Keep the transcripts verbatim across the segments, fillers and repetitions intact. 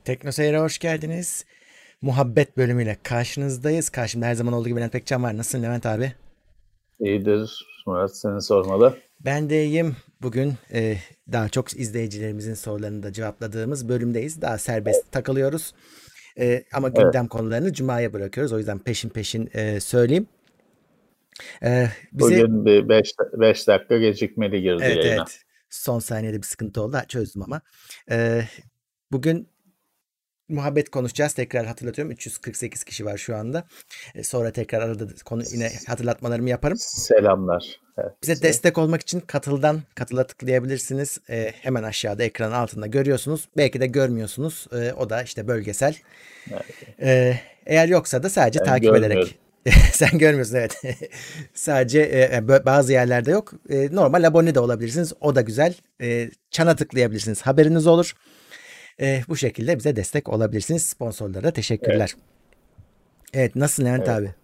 Tekno Seyir'e hoş geldiniz. Muhabbet bölümüyle karşınızdayız. Karşımda her zaman olduğu gibi Levent Pekcan var. Nasılsın Levent abi? İyidir Murat, seni sormalı. Ben de iyiyim. Bugün e, daha çok izleyicilerimizin sorularını da cevapladığımız bölümdeyiz. Daha serbest takılıyoruz. E, ama Evet, gündem konularını Cuma'ya bırakıyoruz. O yüzden peşin peşin e, söyleyeyim. E, bize bugün bir beş dakika gecikmeli girdi evet yayına. evet son saniyede bir sıkıntı oldu. Çözdüm ama. E, bugün muhabbet konuşacağız. Tekrar hatırlatıyorum. üç yüz kırk sekiz kişi var şu anda. E, sonra tekrar arada konu yine hatırlatmalarımı yaparım. Selamlar Bize herkese. destek olmak için katıldan katıla tıklayabilirsiniz. E, hemen aşağıda ekranın altında görüyorsunuz. Belki de görmüyorsunuz. E, o da işte bölgesel. Evet, E, eğer yoksa da sadece ben takip görmüyorum. ederek. Sen görmüyorsun evet. Sadece e, bazı yerlerde yok. E, normal abone de olabilirsiniz. O da güzel. E, çana tıklayabilirsiniz. Haberiniz olur. E, bu şekilde bize destek olabilirsiniz. Sponsorlara Evet, teşekkürler. Evet, nasılsın Levent evet. abi?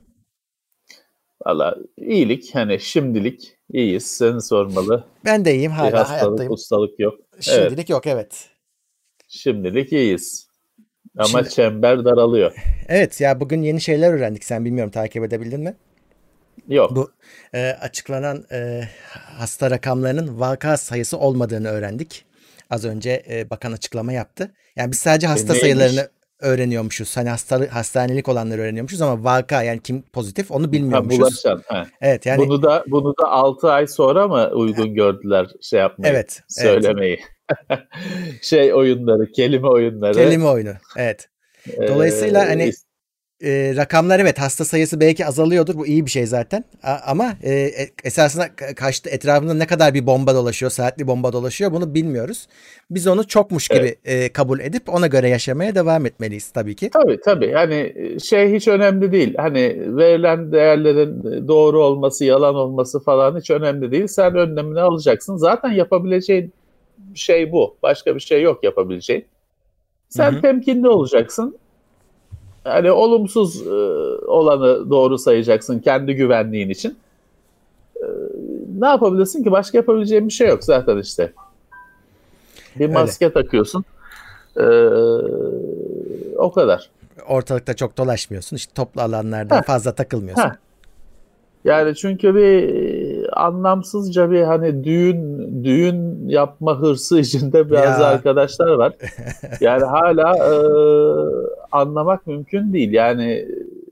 Valla iyilik, hani şimdilik iyiyiz. Seni sormalı. Ben de iyiyim, Bir hala hastalık, hayattayım. ustalık yok. Evet, Şimdilik yok, evet. şimdilik iyiyiz. Ama Şimdi çember daralıyor. evet ya, bugün yeni şeyler öğrendik. Sen bilmiyorum, takip edebildin mi? Bu Yok. e, açıklanan e, hasta rakamlarının vaka sayısı olmadığını öğrendik. Az önce e, bakan açıklama yaptı. Yani biz sadece E, hasta sayılarını neymiş? öğreniyormuşuz. Hani hasta, hastanelik olanları öğreniyormuşuz ama vaka, yani kim pozitif, onu Ha, bilmiyormuşuz. bulaşan. Ha. Evet yani Bunu da bunu da altı ay sonra mı uygun gördüler şey yapmayı, evet evet, söylemeyi? Şey oyunları, kelime oyunları. kelime oyunu, evet. Dolayısıyla Ee, hani is- e, rakamlar, evet, hasta sayısı belki azalıyordur. Bu iyi bir şey zaten. A- ama e, e, esasında ka- kaçtı, etrafında ne kadar bir bomba dolaşıyor, saatli bomba dolaşıyor, bunu bilmiyoruz. Biz onu çokmuş evet. gibi e, kabul edip ona göre yaşamaya devam etmeliyiz tabii ki. Tabii tabii. Yani şey hiç önemli değil. Hani verilen değerlerin doğru olması, yalan olması falan hiç önemli değil. Sen önlemini alacaksın. Zaten yapabileceğin şey bu. Başka bir şey yok yapabileceğin. Hı Sen hı. temkinli olacaksın. Yani olumsuz e, olanı doğru sayacaksın kendi güvenliğin için. Ne yapabilirsin ki? Başka yapabileceğin bir şey yok zaten işte. Bir Öyle. maske takıyorsun. Ee, o kadar. Ortalıkta çok dolaşmıyorsun. İşte toplu alanlarda Heh, fazla heh. takılmıyorsun. Yani çünkü bir anlamsızca bir hani düğün düğün yapma hırsı içinde bazı Ya arkadaşlar var. Yani hala e, anlamak mümkün değil. Yani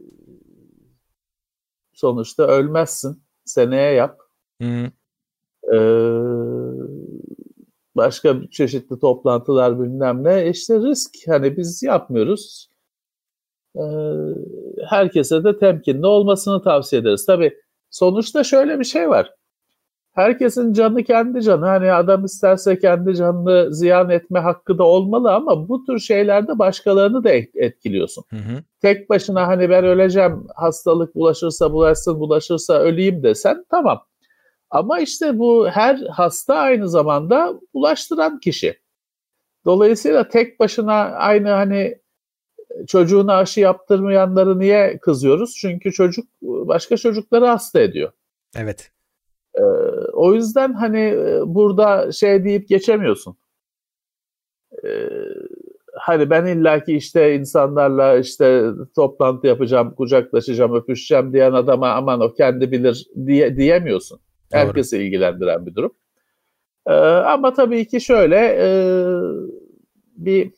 sonuçta ölmezsin. Seneye yap. hı, Ee, başka çeşitli toplantılar bilmem ne. İşte risk. Hani biz yapmıyoruz. Ee, herkese de temkinli olmasını tavsiye ederiz. Tabii sonuçta şöyle bir şey var. Herkesin canı kendi canı. Hani adam isterse kendi canını ziyan etme hakkı da olmalı ama bu tür şeylerde başkalarını da etkiliyorsun. hı hı. Tek başına hani ben öleceğim, hastalık bulaşırsa bulaşsın, bulaşırsa öleyim desen tamam. Ama işte bu her hasta aynı zamanda bulaştıran kişi. Dolayısıyla tek başına aynı hani çocuğuna aşı yaptırmayanları niye kızıyoruz? Çünkü çocuk başka çocukları hasta ediyor. Evet. Ee, o yüzden hani e, burada şey deyip geçemiyorsun. Ee, hani ben illaki işte insanlarla işte toplantı yapacağım, kucaklaşacağım, öpüşeceğim diyen adama aman o kendi bilir diye diyemiyorsun. Doğru. Herkesi ilgilendiren bir durum. Ee, ama tabii ki şöyle e, bir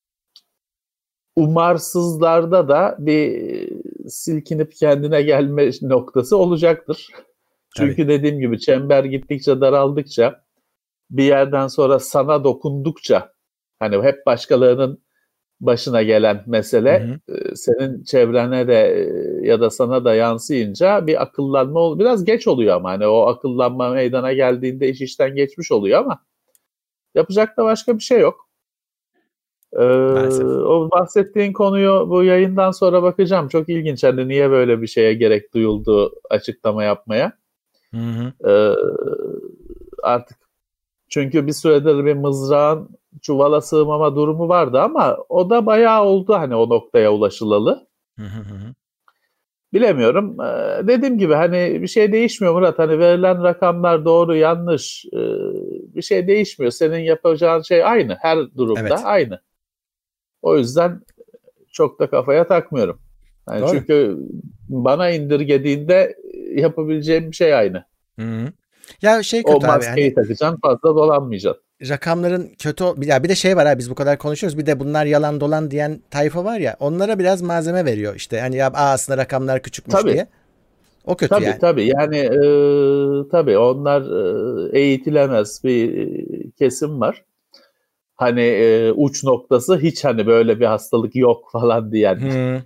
umarsızlarda da bir silkinip kendine gelme noktası olacaktır. Tabii. Çünkü dediğim gibi çember gittikçe daraldıkça bir yerden sonra sana dokundukça hani hep başkalarının başına gelen Hı mesele hı. senin çevrene de ya da sana da yansıyınca bir akıllanma ol biraz geç oluyor ama hani o akıllanma meydana geldiğinde iş işten geçmiş oluyor ama yapacak da başka bir şey yok. Ee, Maalesef. o bahsettiğin konuyu bu yayından sonra bakacağım. Çok ilginç. Hani niye böyle bir şeye gerek duyuldu açıklama yapmaya. Hı hı. Ee, artık çünkü bir süredir bir mızrağın çuvala sığmama durumu vardı ama o da bayağı oldu hani o noktaya ulaşılalı. Hı hı hı. Bilemiyorum. Ee, dediğim gibi hani bir şey değişmiyor Murat. Hani verilen rakamlar doğru yanlış ee, bir şey değişmiyor. Senin yapacağın şey aynı. Her durumda Evet. aynı. O yüzden çok da kafaya takmıyorum. Yani çünkü bana indirgediğinde yapabileceğim bir şey aynı. Hı-hı. Ya şey o kötü abi maskeyi hani takacaksın, fazla dolanmayacaksın. rakamların kötü ya bir de şey var ha biz bu kadar konuşuyoruz bir de bunlar yalan dolan diyen tayfa var ya onlara biraz malzeme veriyor işte hani ya aa, aslında rakamlar küçükmüş Tabii. diye. O kötü Tabii yani. tabii yani e, tabii onlar e, eğitilemez bir e, kesim var. Hani e, uç noktası hiç hani böyle bir hastalık yok falan diyen Hı.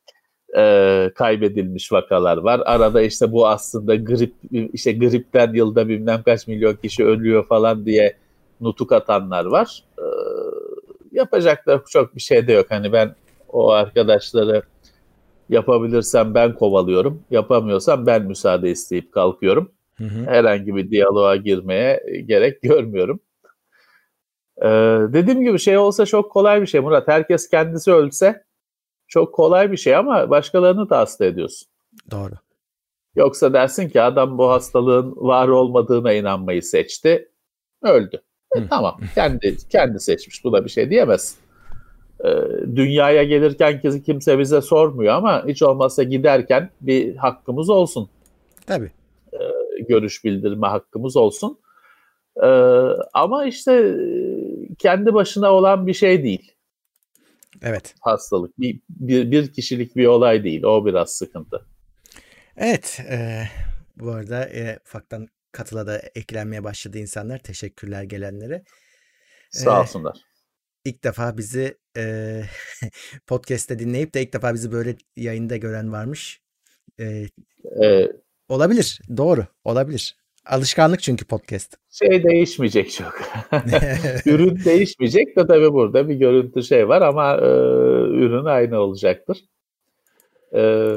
e, kaybedilmiş vakalar var. Arada işte bu aslında grip işte gripten yılda bilmem kaç milyon kişi ölüyor falan diye nutuk atanlar var. E, yapacaklar çok bir şey de yok. Hani ben o arkadaşları yapabilirsem ben kovalıyorum. Yapamıyorsam ben müsaade isteyip kalkıyorum. Hı hı. Herhangi bir diyaloğa girmeye gerek görmüyorum. Ee, dediğim gibi şey olsa çok kolay bir şey Murat. Herkes kendisi ölse çok kolay bir şey ama başkalarını da hasta ediyorsun. Doğru. Yoksa dersin ki adam bu hastalığın var olmadığına inanmayı seçti. Öldü. E, Hı. tamam. Kendi kendi seçmiş. Buna bir şey diyemezsin. Ee, dünyaya gelirken kimse bize sormuyor ama hiç olmazsa giderken bir hakkımız olsun. Tabii. Görüş bildirme hakkımız olsun. Ee, ama işte kendi başına olan bir şey değil. Evet. Hastalık. Bir, bir, bir kişilik bir olay değil. O biraz sıkıntı. Evet. E, bu arada e, ufaktan katıla da eklenmeye başladı insanlar. Teşekkürler gelenlere. Sağ E, olsunlar. ilk defa bizi e, podcast'te dinleyip de ilk defa bizi böyle yayında gören varmış. E, Ee, olabilir. Doğru. Olabilir. Alışkanlık çünkü podcast. şey değişmeyecek çok. Ürün değişmeyecek de tabii burada bir görüntü şey var ama e, ürün aynı olacaktır. E,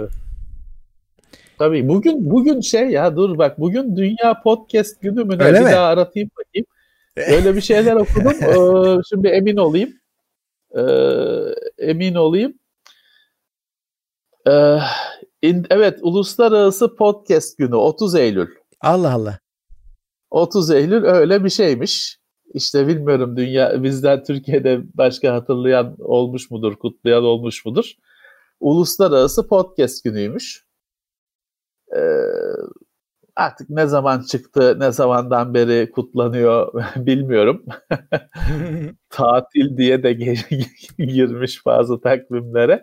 tabii bugün bugün şey ya dur bak bugün Dünya Podcast Günü mü ne? Öyle Bir mi? daha aratayım bakayım. Öyle bir şeyler okudum. Ee, şimdi emin olayım. Ee, emin olayım. Ee, in- evet, Uluslararası Podcast Günü otuz Eylül. Allah Allah. otuz Eylül öyle bir şeymiş. İşte bilmiyorum dünya bizden Türkiye'de başka hatırlayan olmuş mudur, kutlayan olmuş mudur? Uluslararası Podcast Günü'ymüş. Ee, artık ne zaman çıktı, ne zamandan beri kutlanıyor bilmiyorum. Tatil diye de girmiş bazı takvimlere.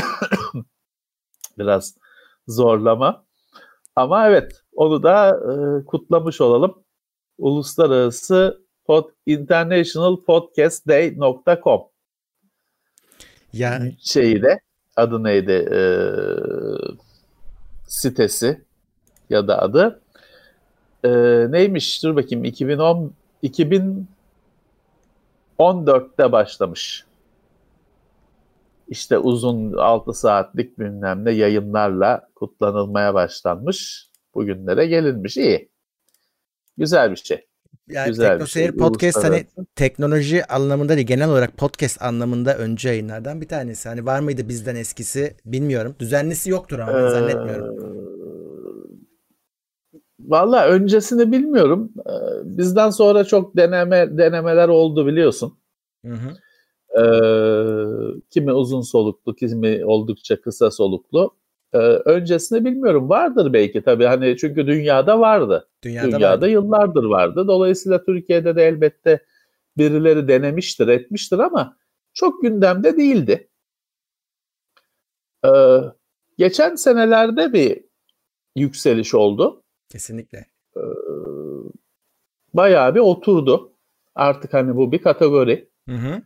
Biraz zorlama. Ama evet, onu da e, kutlamış olalım. Uluslararası Pod, international podcast day nokta com Ya şeyi de adı neydi e, sitesi ya da adı e, neymiş dur bakayım iki bin on iki bin on dörtte başlamış. İşte uzun altı saatlik bilmem ne yayınlarla kutlanılmaya başlanmış. Bugünlere gelinmiş. İyi. Güzel bir şey. yani Güzel bir TeknoSeyir şey. podcast hani Uluslararası. teknoloji anlamında değil genel olarak podcast anlamında öncü yayınlardan bir tanesi. Hani var mıydı bizden eskisi bilmiyorum. Düzenlisi yoktur ama ben zannetmiyorum. Ee, valla öncesini bilmiyorum. Ee, bizden sonra çok deneme denemeler oldu biliyorsun. Hı hı. Ee, kimi uzun soluklu, kimi oldukça kısa soluklu. Ee, öncesini bilmiyorum. Vardır belki tabii. Hani çünkü dünyada vardı. Dünyada Dünyada vardı. yıllardır vardı. Dolayısıyla Türkiye'de de elbette birileri denemiştir, etmiştir ama çok gündemde değildi. Ee, geçen senelerde bir yükseliş oldu. Kesinlikle. Ee, bayağı bir oturdu. Artık hani bu bir kategori. Hı hı.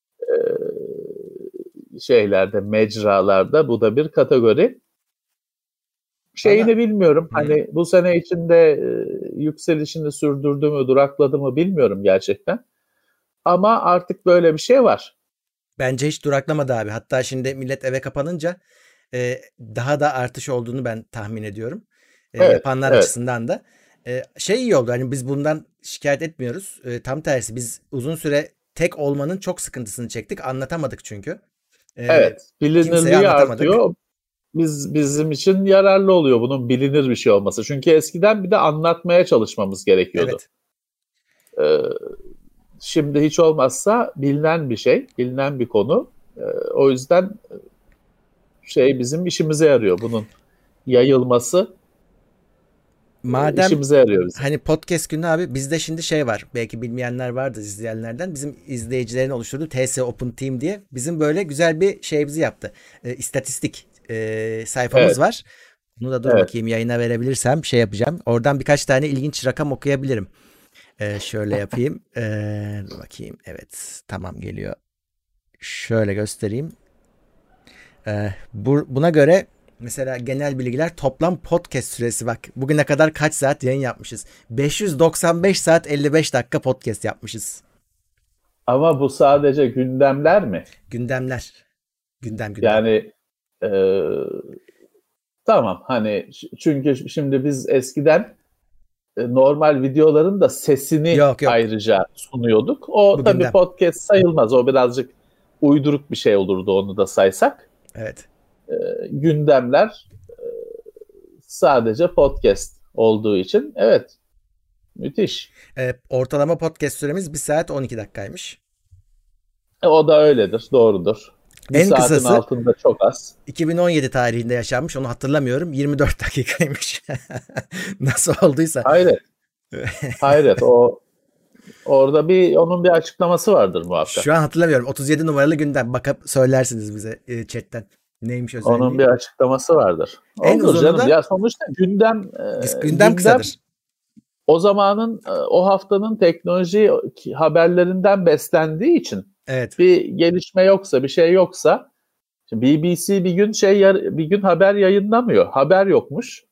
Ee, şeylerde, mecralarda bu da bir kategori. Valla Şeyini bilmiyorum. hı. Hani bu sene içinde e, yükselişini sürdürdü mü, durakladı mı bilmiyorum gerçekten. Ama artık böyle bir şey var. Bence hiç duraklamadı abi. Hatta şimdi millet eve kapanınca e, daha da artış olduğunu ben tahmin ediyorum. E, Evet, yapanlar evet. açısından da. E, şey iyi oldu. Hani biz bundan şikayet etmiyoruz. E, tam tersi biz uzun süre tek olmanın çok sıkıntısını çektik. Anlatamadık çünkü. E, Evet, kimseye bilinirliği anlatamadık. artıyor. Biz bizim için yararlı oluyor bunun bilinir bir şey olması. Çünkü eskiden bir de anlatmaya çalışmamız gerekiyordu. Evet. Ee, şimdi hiç olmazsa bilinen bir şey, bilinen bir konu. E, o yüzden şey bizim işimize yarıyor. Bunun yayılması e, Madem işimize yarıyor bizim. hani podcast günü abi bizde şimdi şey var. Belki bilmeyenler vardır izleyenlerden. Bizim izleyicilerin oluşturduğu T S Open Team diye bizim böyle güzel bir şeyimizi yaptı. E, istatistik e, sayfamız Evet, var. Bunu da dur evet. bakayım yayına verebilirsem şey yapacağım. Oradan birkaç tane ilginç rakam okuyabilirim. E, şöyle yapayım. E, dur bakayım. Evet tamam geliyor. Şöyle göstereyim. E, bu, buna göre mesela genel bilgiler toplam podcast süresi bak. Bugüne kadar kaç saat yayın yapmışız? beş yüz doksan beş saat elli beş dakika podcast yapmışız. Ama bu sadece gündemler mi? Gündemler. Gündem gündem. Yani e, tamam hani çünkü şimdi biz eskiden normal videoların da sesini Yok yok. ayrıca sunuyorduk. O Bu tabii gündem. podcast sayılmaz. O birazcık uyduruk bir şey olurdu onu da saysak. Evet. E, gündemler sadece podcast olduğu için evet müthiş. E, ortalama podcast süremiz bir saat on iki dakikaymış. E, o da öyledir, doğrudur. Bir En saatin kısası altında çok az. iki bin on yedi tarihinde yaşanmış. Onu hatırlamıyorum. yirmi dört dakikaymış. Nasıl olduysa. Hayret, hayret. O orada bir onun bir açıklaması vardır muhakkak. Şu an hatırlamıyorum. otuz yedi numaralı gündem. Bakıp söylersiniz bize e, chatten. Neymiş özelliği? Onun bir açıklaması vardır. En Olur uzunu canım. da Ya sonuçta gündem gündem, e, gündem kısadır. o zamanın e, o haftanın teknoloji haberlerinden beslendiği için Evet. bir gelişme yoksa, bir şey yoksa B B C bir gün şey bir gün haber yayınlamıyor. Haber yokmuş.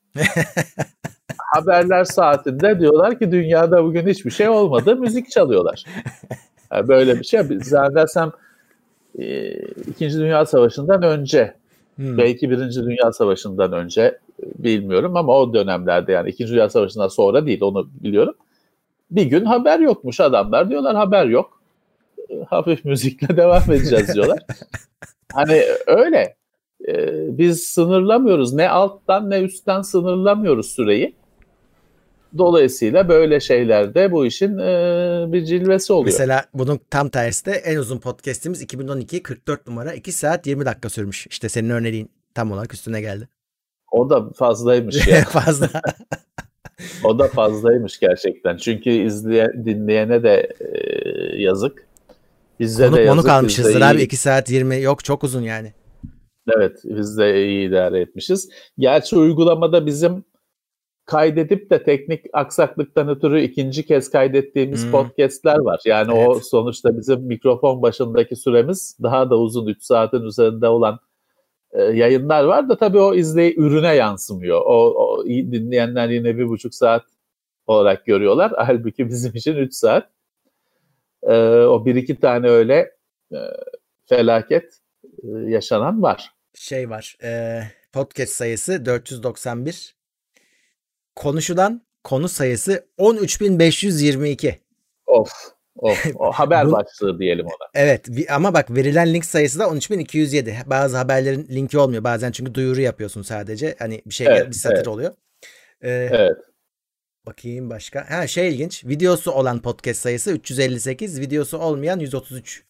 Haberler saatinde diyorlar ki dünyada bugün hiçbir şey olmadı. Müzik çalıyorlar. Yani böyle bir şey. Zannedersem e, İkinci Dünya Savaşı'ndan önce hmm. belki Birinci Dünya Savaşı'ndan önce bilmiyorum ama o dönemlerde yani İkinci Dünya Savaşı'ndan sonra değil onu biliyorum. Bir gün haber yokmuş adamlar diyorlar haber yok. Hafif müzikle devam edeceğiz diyorlar. Hani öyle. Ee, biz sınırlamıyoruz. Ne alttan ne üstten sınırlamıyoruz süreyi. Dolayısıyla böyle şeylerde bu işin e, bir cilvesi oluyor. Mesela bunun tam tersi de en uzun podcast'imiz iki bin on iki kırk dört numara iki saat yirmi dakika sürmüş. İşte senin örneğin tam olarak üstüne geldi. O da fazlaymış ya. Fazla. O da fazlaymış gerçekten. Çünkü izleyen, dinleyene de e, yazık. Bizde konuk de yazık. Konuk almışızdır abi iyi. iki saat yirmi yok çok uzun yani. Evet biz de iyi idare etmişiz. Gerçi uygulamada bizim kaydedip de teknik aksaklıktan ötürü ikinci kez kaydettiğimiz hmm. podcastler var. Yani evet. O sonuçta bizim mikrofon başındaki süremiz daha da uzun üç saatin üzerinde olan e, yayınlar var da tabii o izley ürüne yansımıyor. O, o dinleyenler yine bir buçuk saat olarak görüyorlar. Halbuki bizim için üç saat. E, o bir iki tane öyle e, felaket e, yaşanan var. Şey var. E, podcast sayısı dört yüz doksan bir. Konuşulan konu sayısı on üç bin beş yüz yirmi iki. Of. Of. O haber Bu, başlığı diyelim ona. Evet ama bak verilen link sayısı da on üç bin iki yüz yedi. Bazı haberlerin linki olmuyor. Bazen çünkü duyuru yapıyorsun sadece. Hani bir şey evet, bir satır evet. oluyor. Ee, evet. Bakayım başka. Ha şey ilginç. Videosu olan podcast sayısı üç yüz elli sekiz. Videosu olmayan yüz otuz üç.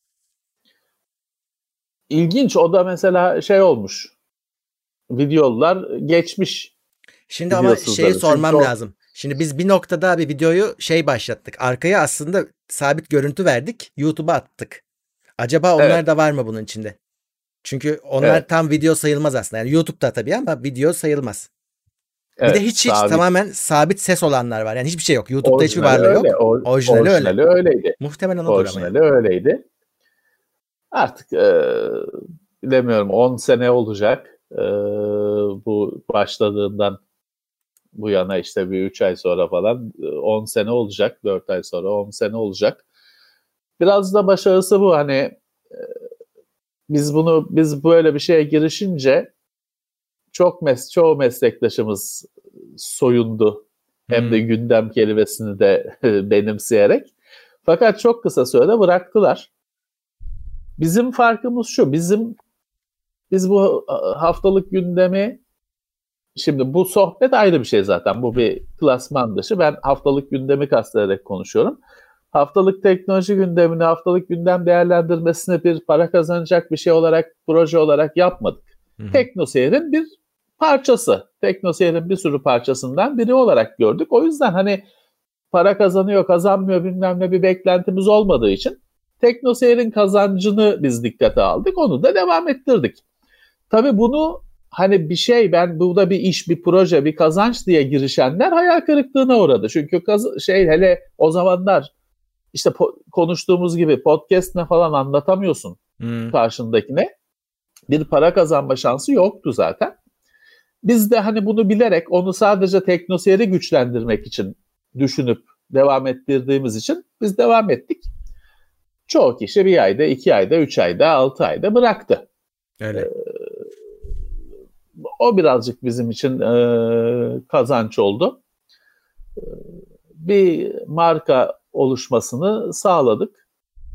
İlginç. O da mesela şey olmuş. Videolar geçmiş. Şimdi ama şeyi sormam Çünkü lazım. O... Şimdi biz bir noktada bir videoyu şey başlattık. Arkaya aslında sabit görüntü verdik. YouTube'a attık. Acaba onlar evet. da var mı bunun içinde? Çünkü onlar evet. tam video sayılmaz aslında. Yani YouTube'da tabii ama video sayılmaz. Evet, bir de hiç hiç sabit. Tamamen sabit ses olanlar var. Yani hiçbir şey yok. YouTube'da orijinali hiçbir varlığı öyle. yok. O, orijinali, orijinali öyle. öyleydi. Muhtemelen odur orijinali ama. Orijinali öyleydi. Artık e, bilemiyorum on sene olacak. E, bu başladığından bu yana işte bir üç ay sonra falan on sene olacak. dört ay sonra on sene olacak. Biraz da başarısı bu hani e, biz bunu biz böyle bir şeye girişince çok mes çoğu meslektaşımız soyundu. Hem de gündem kelimesini de benimseyerek. Fakat çok kısa sürede bıraktılar. Bizim farkımız şu. Bizim biz bu haftalık gündemi şimdi bu sohbet ayrı bir şey zaten. Bu bir klasman dışı. Ben haftalık gündemi kastederek konuşuyorum. haftalık teknoloji gündemini, haftalık gündem değerlendirmesini bir para kazanacak bir şey olarak, proje olarak yapmadık. Hı hı. TeknoSeyir'in bir parçası. TeknoSeyir'in bir sürü parçasından biri olarak gördük. O yüzden hani para kazanıyor, kazanmıyor bilmem ne bir beklentimiz olmadığı için TeknoSeyir'in kazancını biz dikkate aldık. Onu da devam ettirdik. Tabii bunu hani bir şey, ben burada bir iş, bir proje, bir kazanç diye girişenler hayal kırıklığına uğradı. Çünkü kaz- şey hele o zamanlar işte po- konuştuğumuz gibi podcast ne falan anlatamıyorsun hmm. karşındakine. Bir para kazanma şansı yoktu zaten. Biz de hani bunu bilerek onu sadece TeknoSeyir'i güçlendirmek için düşünüp devam ettirdiğimiz için biz devam ettik. Çoğu kişi bir ayda, iki ayda, üç ayda, altı ayda bıraktı. Öyle. Ee, o birazcık bizim için e, kazanç oldu. E, bir marka oluşmasını sağladık.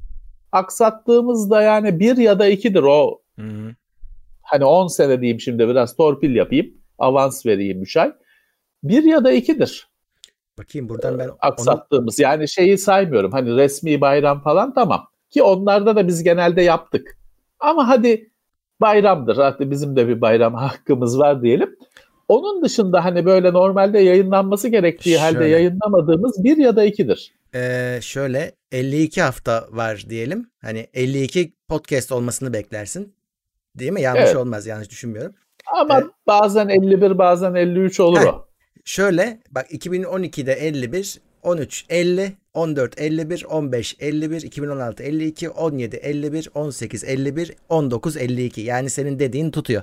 Aksattığımız da yani bir ya da ikidir o. Hı-hı. Hani on sene diyeyim şimdi, biraz torpil yapayım. Avans vereyim üç ay. Bir ya da ikidir. Bakayım buradan ben aksattığımız. Onu... Yani şeyi saymıyorum. Hani resmi bayram falan tamam. Ki onlarda da biz genelde yaptık. Ama hadi bayramdır. Hatta bizim de bir bayram hakkımız var diyelim. Onun dışında hani böyle normalde yayınlanması gerektiği şöyle, halde yayınlamadığımız bir ya da ikidir. Ee, şöyle elli iki hafta var diyelim. Hani elli iki podcast olmasını beklersin. Değil mi? Yanlış evet. olmaz. Yanlış düşünmüyorum. Ama ee, bazen elli bir, bazen elli üç olur heh, o. Şöyle bak, iki bin on ikide elli bir, on üç elli, on dört elli bir, on beş elli bir, iki bin on altı elli iki, on yedi elli bir, on sekiz elli bir, on dokuz elli iki. Yani senin dediğin tutuyor.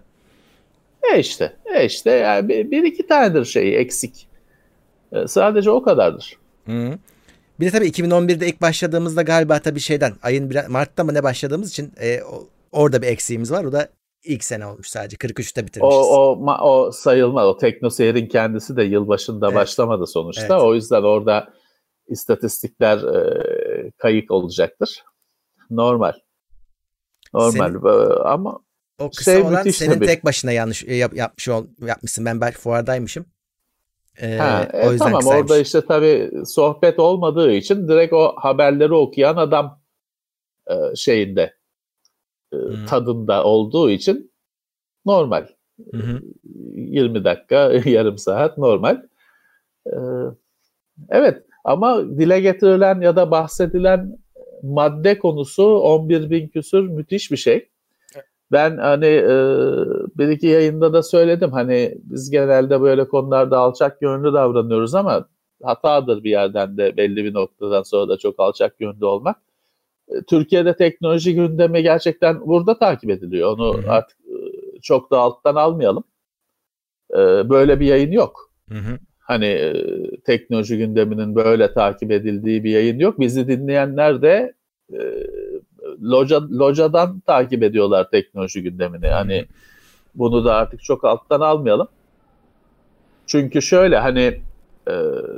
E işte, e işte yani bir, bir iki tanedir şey eksik. E, sadece o kadardır. Hı. Bir de tabii iki bin on birde ilk başladığımızda galiba tabii şeyden ayın bir, Mart'ta mı ne başladığımız için e, o, orada bir eksiğimiz var. O da ilk sene olmuş sadece. kırk üçte bitirmişiz. O, o, o sayılmaz. O TeknoSeyir'in kendisi de yılbaşında evet. başlamadı sonuçta. Evet. O yüzden orada istatistikler e, kayık olacaktır. Normal. Normal. Senin, ama o kısa şey olan senin tabii. Tek başına yanlış yap, yapmış ol, yapmışsın. Ben belki fuardaymışım. Ee, ha, e, o yüzden tamam kısaymış. Orada işte tabii sohbet olmadığı için direkt o haberleri okuyan adam e, şeyinde e, hmm. tadında olduğu için normal. Hı hı. yirmi dakika, yarım saat normal. Ee, evet ama dile getirilen ya da bahsedilen madde konusu on bir bin küsur müthiş bir şey. Ben hani e, bir iki yayında da söyledim, hani biz genelde böyle konularda alçak gönüllü davranıyoruz ama hatadır bir yerden de, belli bir noktadan sonra da çok alçak gönüllü olmak. E, Türkiye'de teknoloji gündemi gerçekten burada takip ediliyor. Onu Hı-hı. artık e, çok da alttan almayalım. E, böyle bir yayın yok. Hı-hı. Hani e, teknoloji gündeminin böyle takip edildiği bir yayın yok. Bizi dinleyenler de e, Loca, locadan takip ediyorlar teknoloji gündemini. Hani bunu da artık çok alttan almayalım. Çünkü şöyle hani e,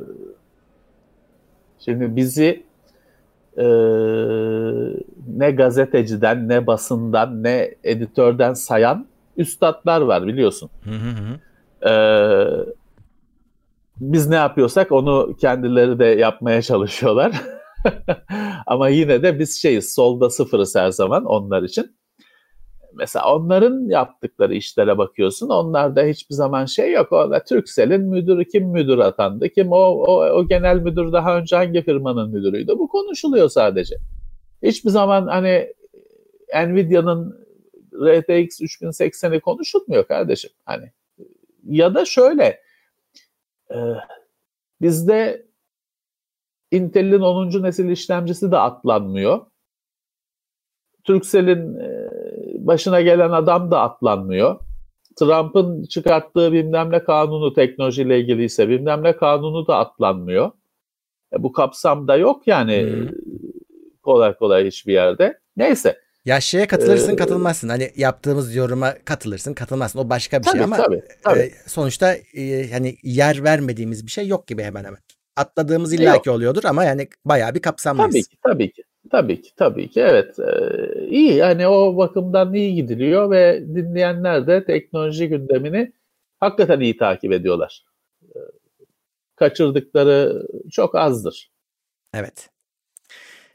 şimdi bizi e, ne gazeteciden, ne basından, ne editörden sayan üstadlar var biliyorsun. Hı hı. E, biz ne yapıyorsak onu kendileri de yapmaya çalışıyorlar. Ama yine de biz şeyiz, solda sıfırız her zaman onlar için. Mesela onların yaptıkları işlere bakıyorsun, onlarda hiçbir zaman şey yok. Orada Turkcell'in müdürü kim müdür atandı, kim o, o, o genel müdür daha önce hangi firmanın müdürüydü, bu konuşuluyor sadece. Hiçbir zaman hani Nvidia'nın R T X üç bin sekseni konuşulmuyor kardeşim. Hani ya da şöyle e, bizde Intel'in onuncu nesil işlemcisi de atlanmıyor. Turkcell'in başına gelen adam da atlanmıyor. Trump'ın çıkarttığı bilmem ne kanunu teknolojiyle ilgiliyse bilmem ne kanunu da atlanmıyor. E, bu kapsamda yok yani hmm. kolay kolay hiçbir yerde. Neyse. Ya şeye katılırsın, ee, katılmazsın. Hani yaptığımız yoruma katılırsın, katılmazsın. O başka bir tabii, şey ama tabii, tabii. E, sonuçta e, hani yer vermediğimiz bir şey yok gibi hemen hemen. Atladığımız illaki oluyordur ama yani bayağı bir kapsamlıyız. Tabii ki, tabii ki. Tabii ki, tabii ki. Evet. Ee, iyi yani o bakımdan iyi gidiliyor ve dinleyenler de teknoloji gündemini hakikaten iyi takip ediyorlar. Ee, kaçırdıkları çok azdır. Evet.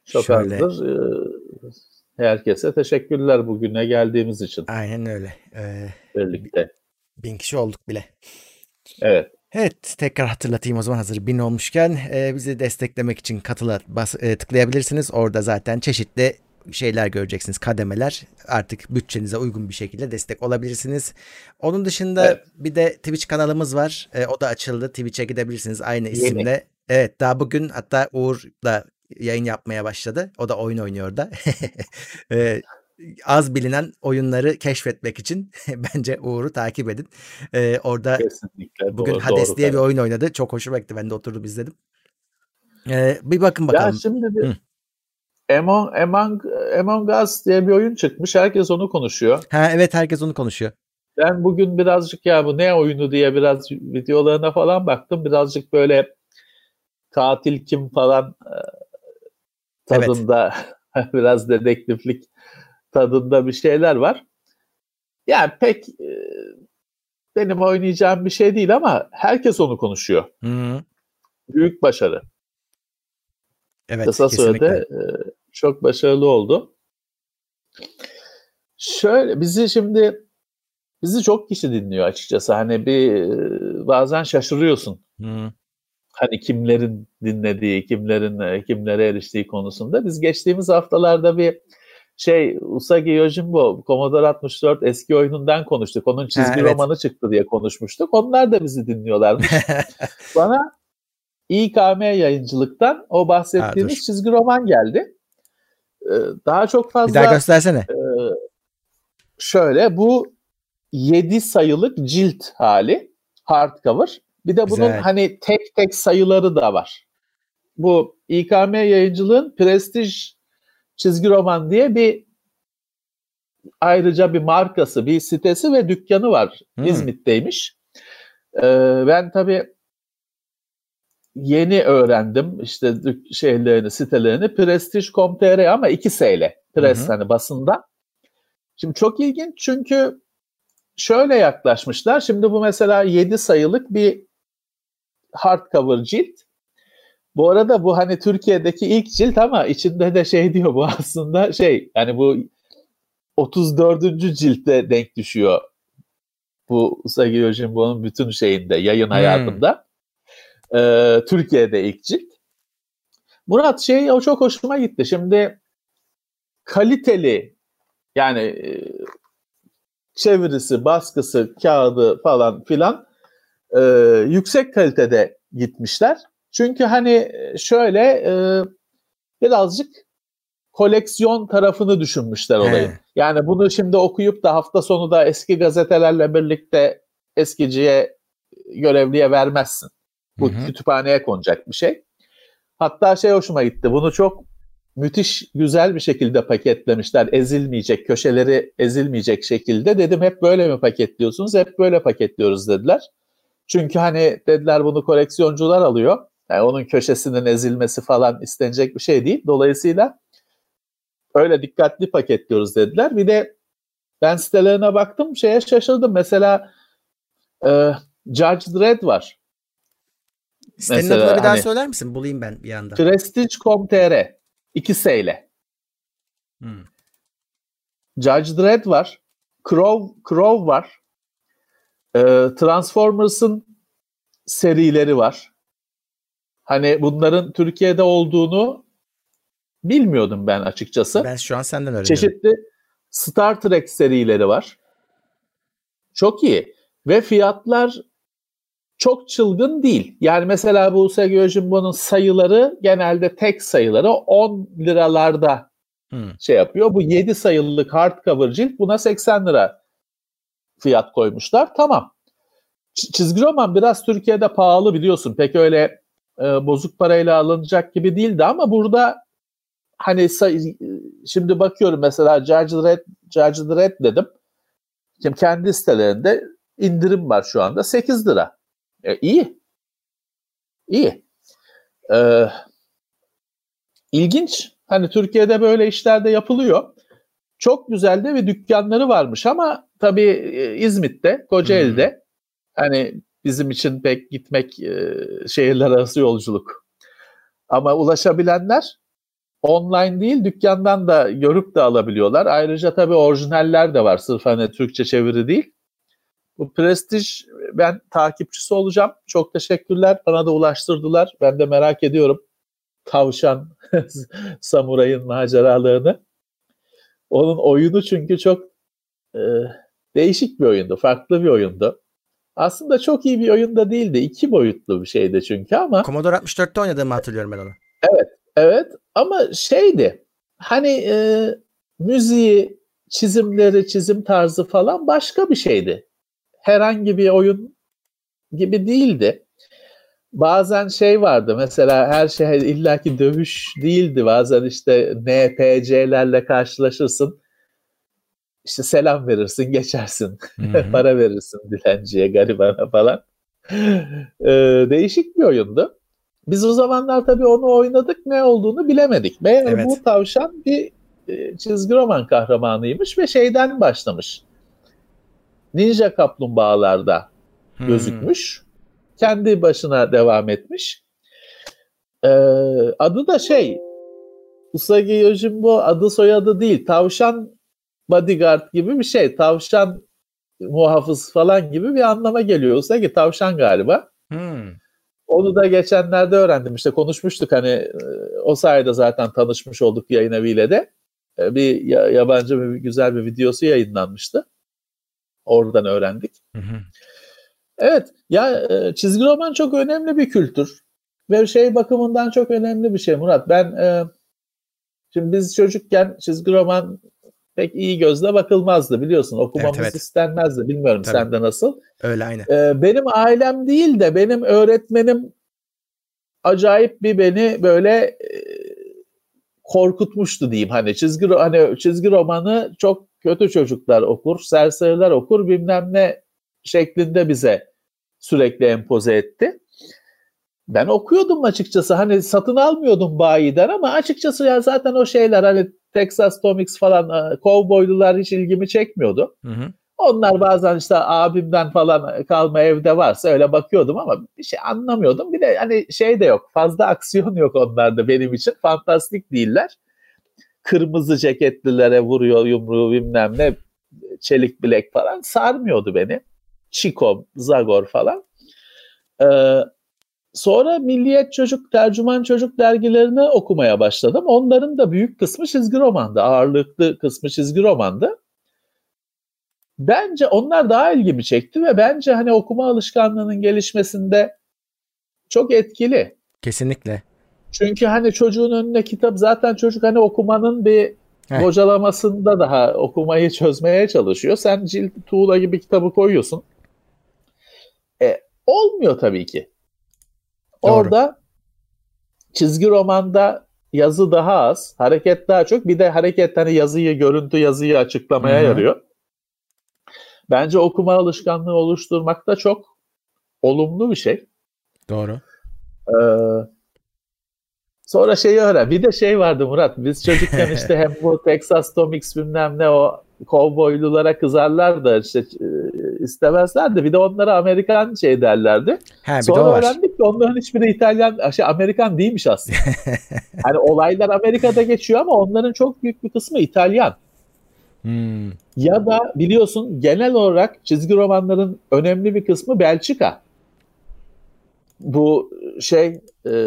Çok Şöyle. azdır. Herkese teşekkürler bugüne geldiğimiz için. Aynen öyle. Ee, birlikte. Bin kişi olduk bile. Evet. Evet, tekrar hatırlatayım o zaman hazır bin olmuşken e, bizi desteklemek için katıla bas, e, tıklayabilirsiniz. Orada zaten çeşitli şeyler göreceksiniz, kademeler. Artık bütçenize uygun bir şekilde destek olabilirsiniz. Onun dışında Evet. bir de Twitch kanalımız var. E, o da açıldı. Twitch'e gidebilirsiniz aynı Yeni. isimle. Evet, daha bugün hatta Uğur da yayın yapmaya başladı. O da oyun oynuyor da. e, az bilinen oyunları keşfetmek için bence Uğur'u takip edin. E, orada Kesinlikle bugün doğru, Hades doğru diye bir karar. oyun oynadı. Çok hoşuma gitti. Ben de oturdum izledim. Ee, bir bakın Ya bakalım. şimdi bir Hı. Among, Among, Among Us diye bir oyun çıkmış. Herkes onu konuşuyor. Ha evet, herkes onu konuşuyor. Ben bugün birazcık ya bu ne oyunu diye biraz videolarına falan baktım. Birazcık böyle katil kim falan tadında evet. Biraz dedektiflik tadında bir şeyler var. Yani pek e, benim oynayacağım bir şey değil ama herkes onu konuşuyor. Hı. Büyük başarı. Evet, Kısa kesinlikle. sürede e, çok başarılı oldu. Şöyle bizi şimdi bizi çok kişi dinliyor açıkçası. Hani bir e, bazen şaşırıyorsun. Hı. Hani kimlerin dinlediği, kimlerin kimlere eriştiği konusunda. Biz geçtiğimiz haftalarda bir şey Usagi Yojimbo Commodore altmış dört eski oyunundan konuştuk. Onun çizgi Ha, evet. romanı çıktı diye konuşmuştuk. Onlar da bizi dinliyorlarmış. Bana İ K M yayıncılıktan o Ha, dur. bahsettiğimiz çizgi roman geldi. Ee, daha çok Bir daha fazla göstersene. e, şöyle bu yedi sayılık cilt hali hardcover. Bir de bunun Güzel. hani tek tek sayıları da var. Bu İ K M yayıncılığın Prestige çizgi roman diye bir ayrıca bir markası, bir sitesi ve dükkanı var. Hmm. İzmit'teymiş. Ee, ben tabii yeni öğrendim işte şeylerini, sitelerini prestige nokta com nokta tr ama iki S ile. Press hani basında. Şimdi çok ilginç çünkü şöyle yaklaşmışlar. Şimdi bu mesela yedi sayılık bir hardcover cilt. Bu arada bu hani Türkiye'deki ilk cilt ama içinde de şey diyor bu aslında şey yani bu otuz dördüncü ciltte denk düşüyor. Bu Usagi Yojimbo'nun bütün şeyinde, yayın Hmm. hayatında. Ee, Türkiye'de ilk cilt. Murat şey o çok hoşuma gitti. Şimdi kaliteli yani e, çevirisi, baskısı, kağıdı falan filan e, yüksek kalitede gitmişler. Çünkü hani şöyle e, birazcık koleksiyon tarafını düşünmüşler olayın. He. Yani bunu şimdi okuyup da hafta sonu da eski gazetelerle birlikte eskiciye, görevliye vermezsin. Bu Hı hı. kütüphaneye konacak bir şey. Hatta şey hoşuma gitti. Bunu çok müthiş güzel bir şekilde paketlemişler. Ezilmeyecek, köşeleri ezilmeyecek şekilde. Dedim hep böyle mi paketliyorsunuz? Hep böyle paketliyoruz dediler. Çünkü hani dediler bunu koleksiyoncular alıyor. Yani onun köşesinin ezilmesi falan istenecek bir şey değil. Dolayısıyla öyle dikkatli paketliyoruz dediler. Bir de ben sitelerine baktım şeye şaşırdım. Mesela e, Judge Dredd var. Sitenin adını Mesela bir daha hani söyler misin? Bulayım ben bir anda. prestige nokta com nokta tr iki S ile. Hmm. Judge Dredd var. Crow, Crow var. E, Transformers'ın serileri var. Hani bunların Türkiye'de olduğunu bilmiyordum ben açıkçası. Ben şu an senden öğreniyorum. Çeşitli Star Trek serileri var. Çok iyi. Ve fiyatlar çok çılgın değil. Yani mesela bu Usagi Yojimbo'nun sayıları genelde tek sayıları on liralarda hmm. şey yapıyor. Bu yedi sayılılık hardcover cilt buna seksen lira fiyat koymuşlar. Tamam. Ç- çizgi roman biraz Türkiye'de pahalı biliyorsun. Pek öyle e, bozuk parayla alınacak gibi değildi ama burada hani say- şimdi bakıyorum mesela Judge Dredd, Judge Dredd dedim. Şimdi kendi sitelerinde indirim var şu anda sekiz lira. E, iyi. İyi. Ee, ilginç. Hani Türkiye'de böyle işler de yapılıyor. Çok güzel de bir dükkanları varmış ama tabii e, İzmit'te, Kocaeli'de hmm. hani bizim için pek gitmek e, şehirler arası yolculuk. Ama ulaşabilenler online değil, dükkandan da görüp de alabiliyorlar. Ayrıca tabii orijinaller de var. Sırf hani Türkçe çeviri değil. Bu Prestige, ben takipçisi olacağım. Çok teşekkürler. Bana da ulaştırdılar. Ben de merak ediyorum. Tavşan samurayın maceralarını. Onun oyunu çünkü çok e, değişik bir oyundu. Farklı bir oyundu. Aslında çok iyi bir oyun da değildi. İki boyutlu bir şeydi çünkü ama. Commodore altmış dörtte oynadığımı hatırlıyorum ben onu. Evet. Evet. Ama şeydi. Hani e, müziği, çizimleri, çizim tarzı falan başka bir şeydi. Herhangi bir oyun gibi değildi. Bazen şey vardı, mesela her şey illaki dövüş değildi. Bazen işte N P C'lerle karşılaşırsın. İşte selam verirsin, geçersin. Para verirsin dilenciye, garibana falan. Ee, değişik bir oyundu. Biz o zamanlar tabii onu oynadık, ne olduğunu bilemedik. Meğer Evet. bu tavşan bir e, çizgi roman kahramanıymış ve şeyden başlamış. Ninja Kaplumbağalarda Hmm. gözükmüş. Kendi başına devam etmiş. Ee, adı da şey, Usagi Yojimbo, adı soyadı değil. Tavşan bodyguard gibi bir şey. Tavşan muhafız falan gibi bir anlama geliyor. Usagi tavşan galiba. Hmm. Onu da geçenlerde öğrendim. İşte konuşmuştuk hani, o sayede zaten tanışmış olduk yayın eviyle de. Bir yabancı bir güzel bir videosu yayınlanmıştı. Oradan öğrendik. Hı hı. Evet, ya çizgi roman çok önemli bir kültür ve şey bakımından çok önemli bir şey Murat. Ben e, şimdi biz çocukken çizgi roman pek iyi gözle bakılmazdı, biliyorsun. Okumamız Evet, evet. istenmezdi. Bilmiyorum Tabii. sende nasıl. Öyle aynı. E, benim ailem değil de benim öğretmenim acayip bir beni böyle e, korkutmuştu diyeyim. Hani çizgi hani çizgi romanı çok kötü çocuklar okur, serseriler okur, bilmem ne şeklinde bize sürekli empoze etti. Ben okuyordum açıkçası. Hani satın almıyordum bayiden ama açıkçası ya zaten o şeyler hani Texas Tomix falan, kovboylular hiç ilgimi çekmiyordu. Hı hı. Onlar bazen işte abimden falan kalma evde varsa öyle bakıyordum ama bir şey anlamıyordum. Bir de hani şey de yok. Fazla aksiyon yok onlarda benim için. Fantastik değiller. Kırmızı ceketlilere vuruyor yumruğu bilmem ne, çelik bilek falan sarmıyordu beni. Chico, Zagor falan. Ee, sonra Milliyet Çocuk, Tercüman Çocuk dergilerini okumaya başladım. Onların da büyük kısmı çizgi romandı. Ağırlıklı kısmı çizgi romandı. Bence onlar daha ilgimi çekti ve bence hani okuma alışkanlığının gelişmesinde çok etkili. Kesinlikle. Çünkü hani çocuğun önüne kitap, zaten çocuk hani okumanın bir Heh. bocalamasında daha okumayı çözmeye çalışıyor. Sen cilt tuğla gibi kitabı koyuyorsun. E, olmuyor tabii ki. Doğru. Orada çizgi romanda yazı daha az, hareket daha çok. Bir de hareket hani yazıyı, görüntü yazıyı açıklamaya Hı-hı. yarıyor. Bence okuma alışkanlığı oluşturmakta çok olumlu bir şey. Doğru. Ee, sonra şeyi öğren. Bir de şey vardı Murat. Biz çocukken işte hem bu Texas Tomix bilmem ne, o kovboylulara kızarlar da işte istemezlerdi. Bir de onlara Amerikan şey derlerdi. Ha, bir Sonra de o var. öğrendik ki onların hiçbiri İtalyan, şey Amerikan değilmiş aslında. Hani olaylar Amerika'da geçiyor ama onların çok büyük bir kısmı İtalyan. Hmm. Ya da biliyorsun genel olarak çizgi romanların önemli bir kısmı Belçika. Bu şey e,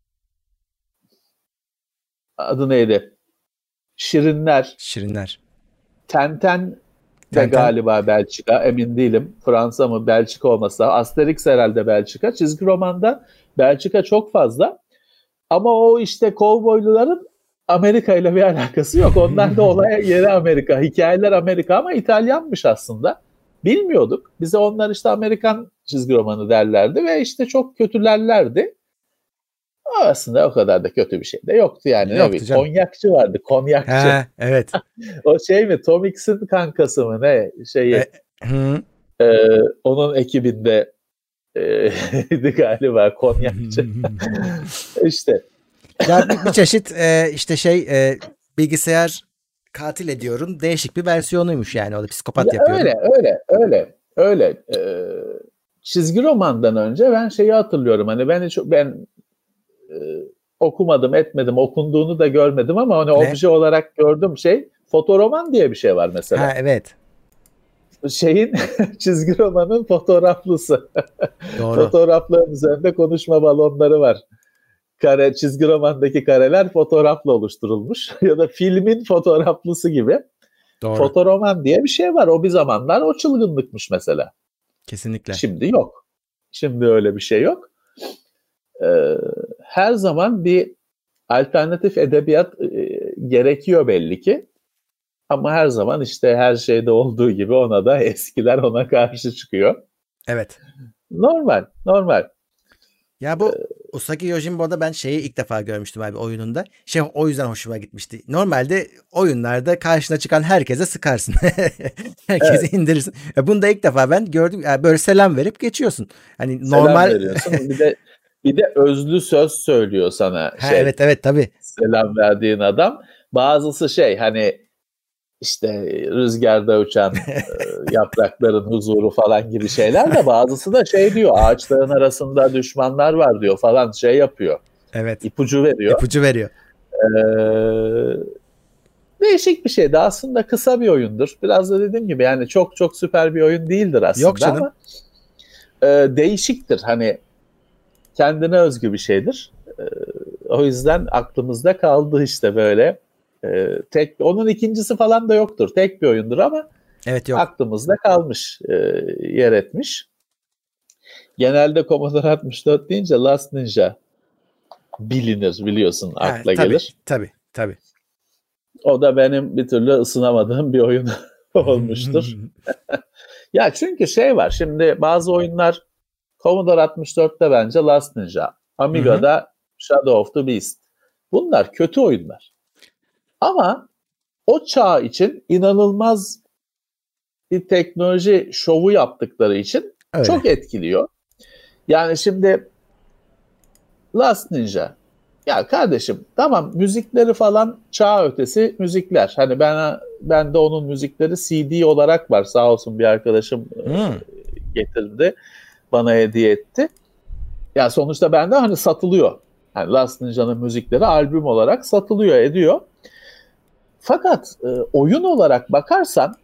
adı neydi? Şirinler. Şirinler. Tenten de Tenten. galiba Belçika, emin değilim. Fransa mı Belçika olmasa. Asterix herhalde Belçika. Çizgi romanda Belçika çok fazla. Ama o işte kovboyluların Amerika ile bir alakası yok. Onlar da olaya yeri Amerika. Hikayeler Amerika ama İtalyanmış aslında. Bilmiyorduk. Bize onlar işte Amerikan çizgi romanı derlerdi ve işte çok kötülerlerdi. Aslında o kadar da kötü bir şey de yoktu yani. Yoktu Ne, canım. konyakçı vardı, konyakçı. Ha, evet. O şey mi, Tom Hanks'in kankası mı ne şeyi, E, hı. e, onun ekibinde e, galiba konyakçı. İşte. Ya bir, bir çeşit e, işte şey e, bilgisayar katil ediyorum. Değişik bir versiyonuymuş yani. O da psikopat Ya yapıyorum. öyle öyle öyle öyle. Ee, çizgi romandan önce ben şeyi hatırlıyorum. Hani ben hiç, ben e, okumadım, etmedim, okunduğunu da görmedim ama hani Ne? obje olarak gördüğüm şey fotoroman diye bir şey var mesela. Ha evet. Şeyin çizgi romanın fotoğraflısı. Doğru. Fotoğrafların üzerinde konuşma balonları var. Kare, çizgi romandaki kareler fotoğrafla oluşturulmuş. Ya da filmin fotoğraflısı gibi. Doğru. Fotoroman diye bir şey var. O bir zamanlar o çılgınlıkmış mesela. Kesinlikle. Şimdi yok. Şimdi öyle bir şey yok. Ee, her zaman bir alternatif edebiyat e, gerekiyor belli ki. Ama her zaman işte her şeyde olduğu gibi ona da eskiler ona karşı çıkıyor. Evet. Normal, normal. Ya bu Usagi Yojimbo'da ben şeyi ilk defa görmüştüm abi oyununda. Şey o yüzden hoşuma gitmişti. Normalde oyunlarda karşına çıkan herkese sıkarsın. Herkese Evet. indirirsin. Ya bunu da ilk defa ben gördüm. Yani böyle selam verip geçiyorsun. Hani Selam normal veriyorsun. Bir de bir de özlü söz söylüyor sana ha şey. evet evet tabii. Selam verdiğin adam. Bazısı şey hani işte rüzgarda uçan e, yaprakların huzuru falan gibi şeyler de bazısı da şey diyor ağaçların arasında düşmanlar var diyor falan şey yapıyor. Evet. İpucu veriyor. İpucu veriyor. Ee, değişik bir şeydi. Aslında kısa bir oyundur. Biraz da dediğim gibi yani çok çok süper bir oyun değildir aslında Yok canım. ama e, değişiktir. Hani kendine özgü bir şeydir. E, o yüzden aklımızda kaldı işte böyle. E, tek onun ikincisi falan da yoktur. Tek bir oyundur ama Evet yok. aklımızda kalmış, e, yer etmiş. Genelde Commodore altmış dört deyince Last Ninja bilinir biliyorsun Ha, akla tabii, gelir. tabii, tabii. O da benim bir türlü ısınamadığım bir oyun olmuştur. Ya çünkü şey var şimdi bazı oyunlar Commodore altmış dörtte bence Last Ninja, Amiga'da Shadow of the Beast. Bunlar kötü oyunlar. Ama o çağ için inanılmaz bir teknoloji şovu yaptıkları için Öyle. çok etkiliyor. Yani şimdi Last Ninja. Ya kardeşim tamam müzikleri falan çağ ötesi müzikler. Hani ben ben de onun müzikleri C D olarak var. Sağ olsun bir arkadaşım Hmm. getirdi. Bana hediye etti. Ya sonuçta bende hani satılıyor. Yani Last Ninja'nın müzikleri albüm olarak satılıyor, ediyor. Fakat e, oyun olarak bakarsan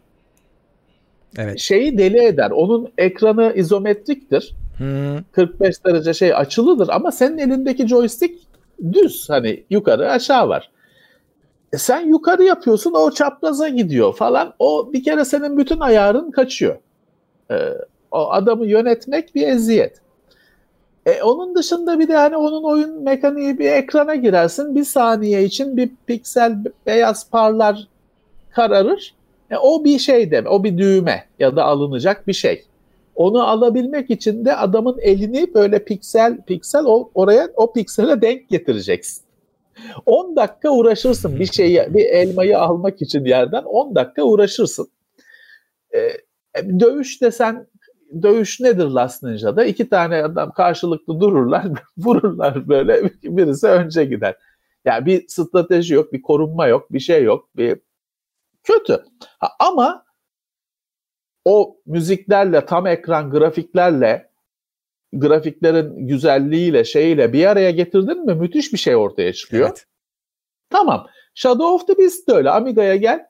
Evet. şeyi deli eder. Onun ekranı izometriktir. Hmm. kırk beş derece şey açılıdır ama senin elindeki joystick düz hani yukarı aşağı var. E sen yukarı yapıyorsun o çapraza gidiyor falan. O bir kere senin bütün ayarın kaçıyor. E, o adamı yönetmek bir eziyet. E, onun dışında bir de hani onun oyun mekaniği bir ekrana girersin bir saniye için bir piksel beyaz parlar kararır. E, o bir şey de o bir düğme ya da alınacak bir şey. Onu alabilmek için de adamın elini böyle piksel piksel oraya o piksele denk getireceksin. on dakika uğraşırsın bir şeyi bir elmayı almak için yerden on dakika uğraşırsın. E, dövüş desen dövüş nedir Last Ninja'da? İki tane adam karşılıklı dururlar, vururlar böyle birisi önce gider. Yani bir strateji yok, bir korunma yok, bir şey yok, bir kötü. Ha, ama o müziklerle, tam ekran grafiklerle, grafiklerin güzelliğiyle, şeyiyle bir araya getirdin mi müthiş bir şey ortaya çıkıyor. Evet. Tamam. Shadow of the Beast de öyle. Amiga'ya gel.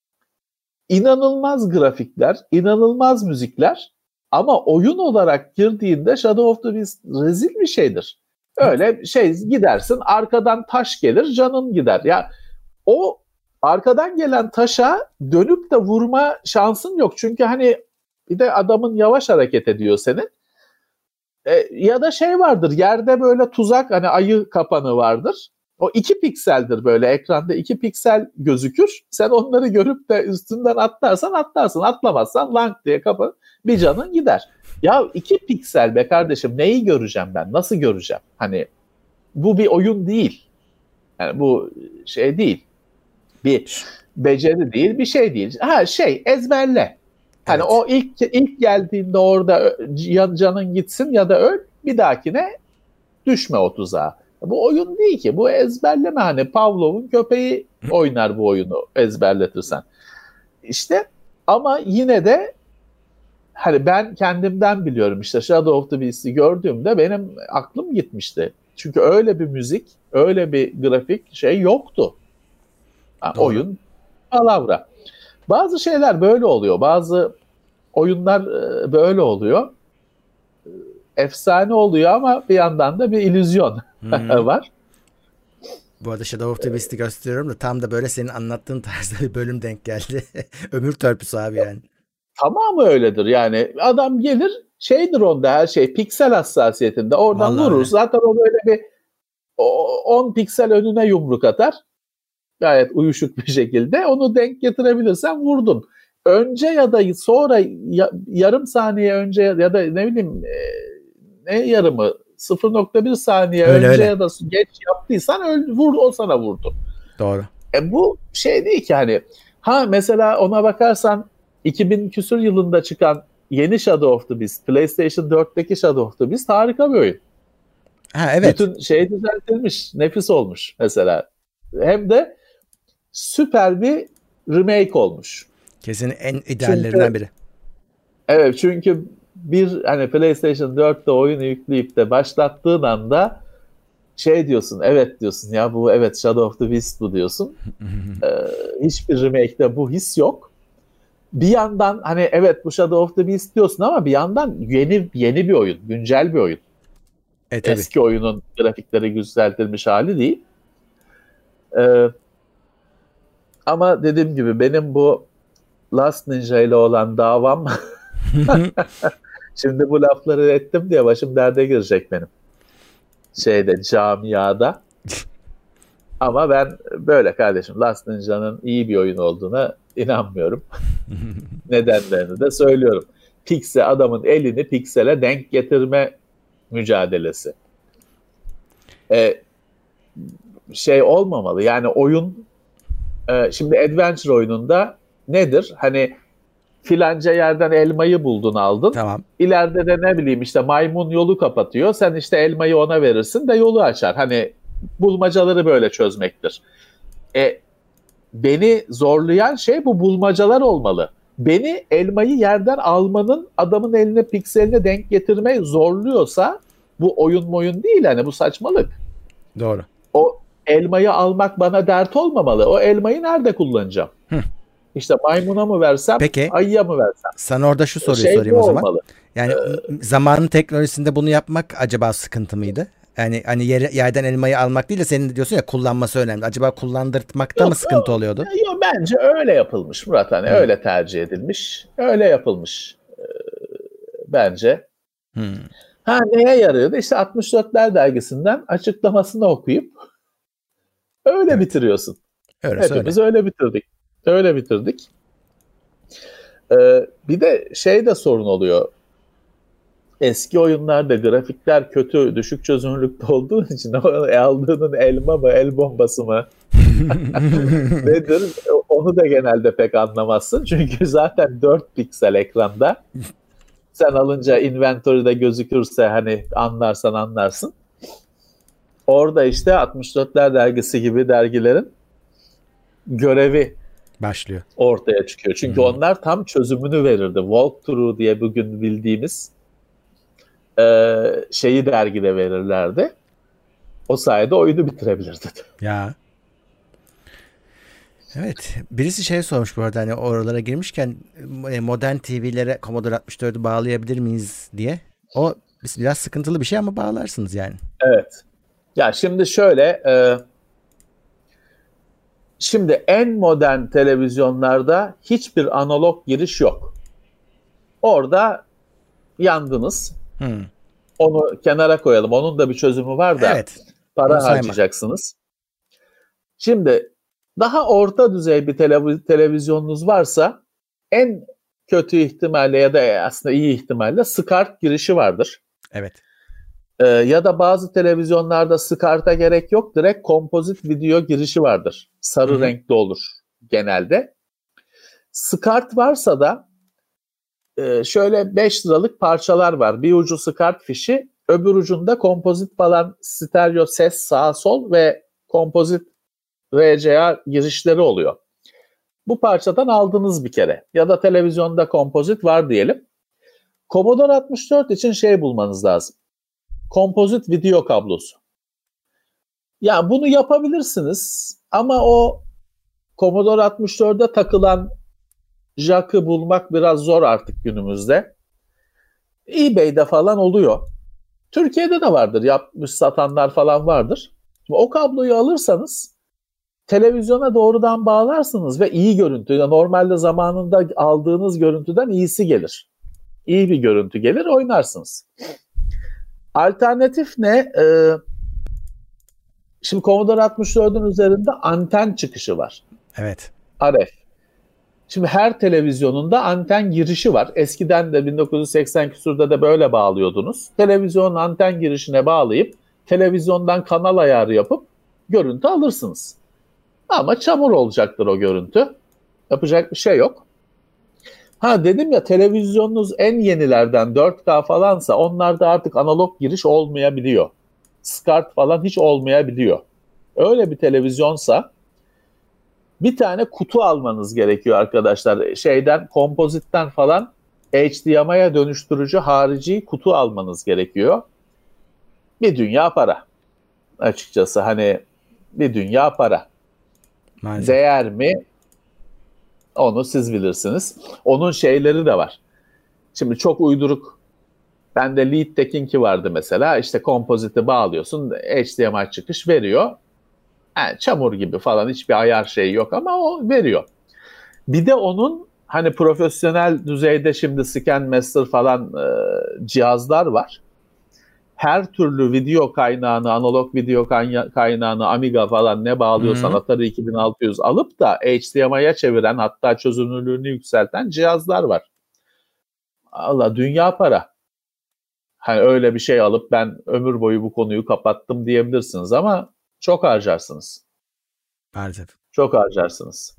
İnanılmaz grafikler, inanılmaz müzikler ama oyun olarak girdiğinde Shadow of the Beast rezil bir şeydir. Öyle şey gidersin arkadan taş gelir canın gider. Ya o arkadan gelen taşa dönüp de vurma şansın yok. Çünkü hani bir de adamın yavaş hareket ediyor senin. E, ya da şey vardır yerde böyle tuzak hani ayı kapanı vardır. O iki pikseldir böyle ekranda iki piksel gözükür. Sen onları görüp de üstünden atlarsan atlarsın. Atlamazsan lang diye kapan bir canın gider. Ya iki piksel be kardeşim neyi göreceğim ben? Nasıl göreceğim? Hani bu bir oyun değil. Yani bu şey değil. Bir beceri değil, bir şey değil. Ha şey ezberle. Hani Evet. o ilk ilk geldiğinde orada ya canın gitsin ya da öl, bir dahakine düşme o tuzağa. Bu oyun değil ki. Bu ezberleme hani Pavlov'un köpeği oynar bu oyunu ezberletirsen. İşte ama yine de hani ben kendimden biliyorum işte Shadow of the Beast'i gördüğümde benim aklım gitmişti. Çünkü öyle bir müzik, öyle bir grafik şey yoktu. Ha, oyun, palavra. Bazı şeyler böyle oluyor. Bazı oyunlar e, böyle oluyor. Efsane oluyor ama bir yandan da bir illüzyon Hmm. var. Bu arada Shadow of the Beast'i gösteriyorum da tam da böyle senin anlattığın tarzda bir bölüm denk geldi. Ömür törpüsü abi yani. Tamamı öyledir yani. Adam gelir, şeydir onda her şey, piksel hassasiyetinde. Oradan Vallahi vurur. öyle. Zaten o böyle bir on piksel önüne yumruk atar. Gayet uyuşuk bir şekilde. Onu denk getirebilirsen vurdun. Önce ya da sonra ya, yarım saniye önce ya da ne bileyim e, ne yarımı sıfır nokta bir saniye Öyle, önce öyle. ya da geç yaptıysan öl, vur o sana vurdu. Doğru. E bu şey değil ki hani. Ha mesela ona bakarsan iki bin küsur yılında çıkan yeni Shadow of the Beast, PlayStation dörtteki Shadow of the Beast harika bir oyun. Ha evet. Bütün şey düzeltilmiş, nefis olmuş mesela. Hem de süper bir remake olmuş. Kesin en ideallerinden Çünkü biri. evet çünkü bir hani PlayStation dörtte oyunu yükleyip de başlattığın anda şey diyorsun, evet diyorsun ya bu evet Shadow of the Beast bu diyorsun. ee, hiçbir remake'de bu his yok. Bir yandan hani evet bu Shadow of the Beast diyorsun ama bir yandan yeni yeni bir oyun, güncel bir oyun. E tabii. Eski oyunun grafikleri güzeltilmiş hali değil. Ee, ama dediğim gibi benim bu Last Ninja ile olan davam şimdi bu lafları ettim diye başım derde girecek benim. Şeyde, camiada. Ama ben böyle kardeşim Last Ninja'nın iyi bir oyun olduğuna inanmıyorum. Nedenlerini de söylüyorum. Piksel adamın elini piksele denk getirme mücadelesi. Ee, şey olmamalı. Yani oyun e, şimdi adventure oyununda nedir? Hani filanca yerden elmayı buldun aldın. Tamam. İleride de ne bileyim işte maymun yolu kapatıyor. Sen işte elmayı ona verirsin de yolu açar. Hani bulmacaları böyle çözmektir. E, beni zorlayan şey bu bulmacalar olmalı. Beni elmayı yerden almanın adamın eline pikseline denk getirmeyi zorluyorsa bu oyun oyun değil hani bu saçmalık. Doğru. O elmayı almak bana dert olmamalı. O elmayı nerede kullanacağım? Hı. İşte maymuna mı versem, Peki, ayıya mı versem? sana orada şu soruyu Şey sorayım bu o zaman. olmalı. Yani Ee, zamanın teknolojisinde bunu yapmak acaba sıkıntı mıydı? Yani hani yere, yerden elmayı almak değil de senin diyorsun ya kullanması önemli. Acaba kullandırtmakta mı Yok, sıkıntı o, oluyordu? yok bence öyle yapılmış Murat hani Hmm. öyle tercih edilmiş. Öyle yapılmış e, bence. Hmm. Ha neye yarıyordu? İşte altmış dörtler dergisinden açıklamasını okuyup öyle Evet. bitiriyorsun. Öylesi öyle. Hepimiz öyle bitirdik. Öyle bitirdik. Ee, bir de şey de sorun oluyor. Eski oyunlarda grafikler kötü, düşük çözünürlükte olduğu için o aldığının elma mı, el bombası mı nedir? Onu da genelde pek anlamazsın. Çünkü zaten dört piksel ekranda. Sen alınca inventory'de gözükürse hani anlarsan anlarsın. Orada işte altmış dörtler dergisi gibi dergilerin görevi başlıyor. Ortaya çıkıyor. Çünkü hmm. onlar tam çözümünü verirdi. Walkthrough diye bugün bildiğimiz e, şeyi dergide verirlerdi. O sayede oyunu bitirebilirdi. Ya. Evet. Birisi şey sormuş bu arada hani oralara girmişken modern T V'lere Commodore altmış dördü bağlayabilir miyiz diye. O biraz sıkıntılı bir şey ama bağlarsınız yani. Evet. Ya şimdi şöyle e, şimdi en modern televizyonlarda hiçbir analog giriş yok. Orada yandınız. Hmm. Onu kenara koyalım. Onun da bir çözümü var da evet, para harcayacaksınız. Şimdi daha orta düzey bir televiz- televizyonunuz varsa en kötü ihtimalle ya da aslında iyi ihtimalle SCART girişi vardır. Evet. Ee, ya da bazı televizyonlarda SCART'a gerek yok. Direkt kompozit video girişi vardır. Sarı Hı-hı. renkli olur genelde. SCART varsa da e, şöyle beş liralık parçalar var. Bir ucu SCART fişi, öbür ucunda kompozit falan stereo ses sağ sol ve kompozit V C A girişleri oluyor. Bu parçadan aldınız bir kere. Ya da televizyonda kompozit var diyelim. Commodore altmış dört için şey bulmanız lazım. Kompozit video kablosu. Ya bunu yapabilirsiniz ama o Commodore altmış dörde takılan jack'ı bulmak biraz zor artık günümüzde. eBay'de falan oluyor. Türkiye'de de vardır. Yapmış satanlar falan vardır. Şimdi o kabloyu alırsanız televizyona doğrudan bağlarsınız ve iyi görüntü. Normalde zamanında aldığınız görüntüden iyisi gelir. İyi bir görüntü gelir, oynarsınız. Alternatif ne? Ee, şimdi Commodore altmış dördün üzerinde anten çıkışı var. Evet. R F. Şimdi her televizyonunda anten girişi var. Eskiden de bin dokuz yüz seksen küsurda da böyle bağlıyordunuz. Televizyonun anten girişine bağlayıp televizyondan kanal ayarı yapıp görüntü alırsınız. Ama çamur olacaktır o görüntü. Yapacak bir şey yok. Ha dedim ya, televizyonunuz en yenilerden dört K falansa onlarda artık analog giriş olmayabiliyor. SCART falan hiç olmayabiliyor. Öyle bir televizyonsa bir tane kutu almanız gerekiyor arkadaşlar. Şeyden, kompozitten falan H D M I'ye dönüştürücü harici kutu almanız gerekiyor. Bir dünya para. Açıkçası hani bir dünya para. Maalesef. Değer mi? Onu siz bilirsiniz. Onun şeyleri de var. Şimdi çok uyduruk. Bende Leadtek'inki vardı mesela. İşte kompoziti bağlıyorsun. H D M I çıkış veriyor. Yani çamur gibi falan, hiçbir ayar şeyi yok ama o veriyor. Bir de onun hani profesyonel düzeyde şimdi Scan Master falan e, cihazlar var. Her türlü video kaynağını, analog video kaynağını, Amiga falan ne bağlıyorsan Atari iki bin altı yüz alıp da H D M I'ye çeviren, hatta çözünürlüğünü yükselten cihazlar var. Allah, dünya para. Hani öyle bir şey alıp ben ömür boyu bu konuyu kapattım diyebilirsiniz ama çok harcarsınız. Maalesef. Çok harcarsınız.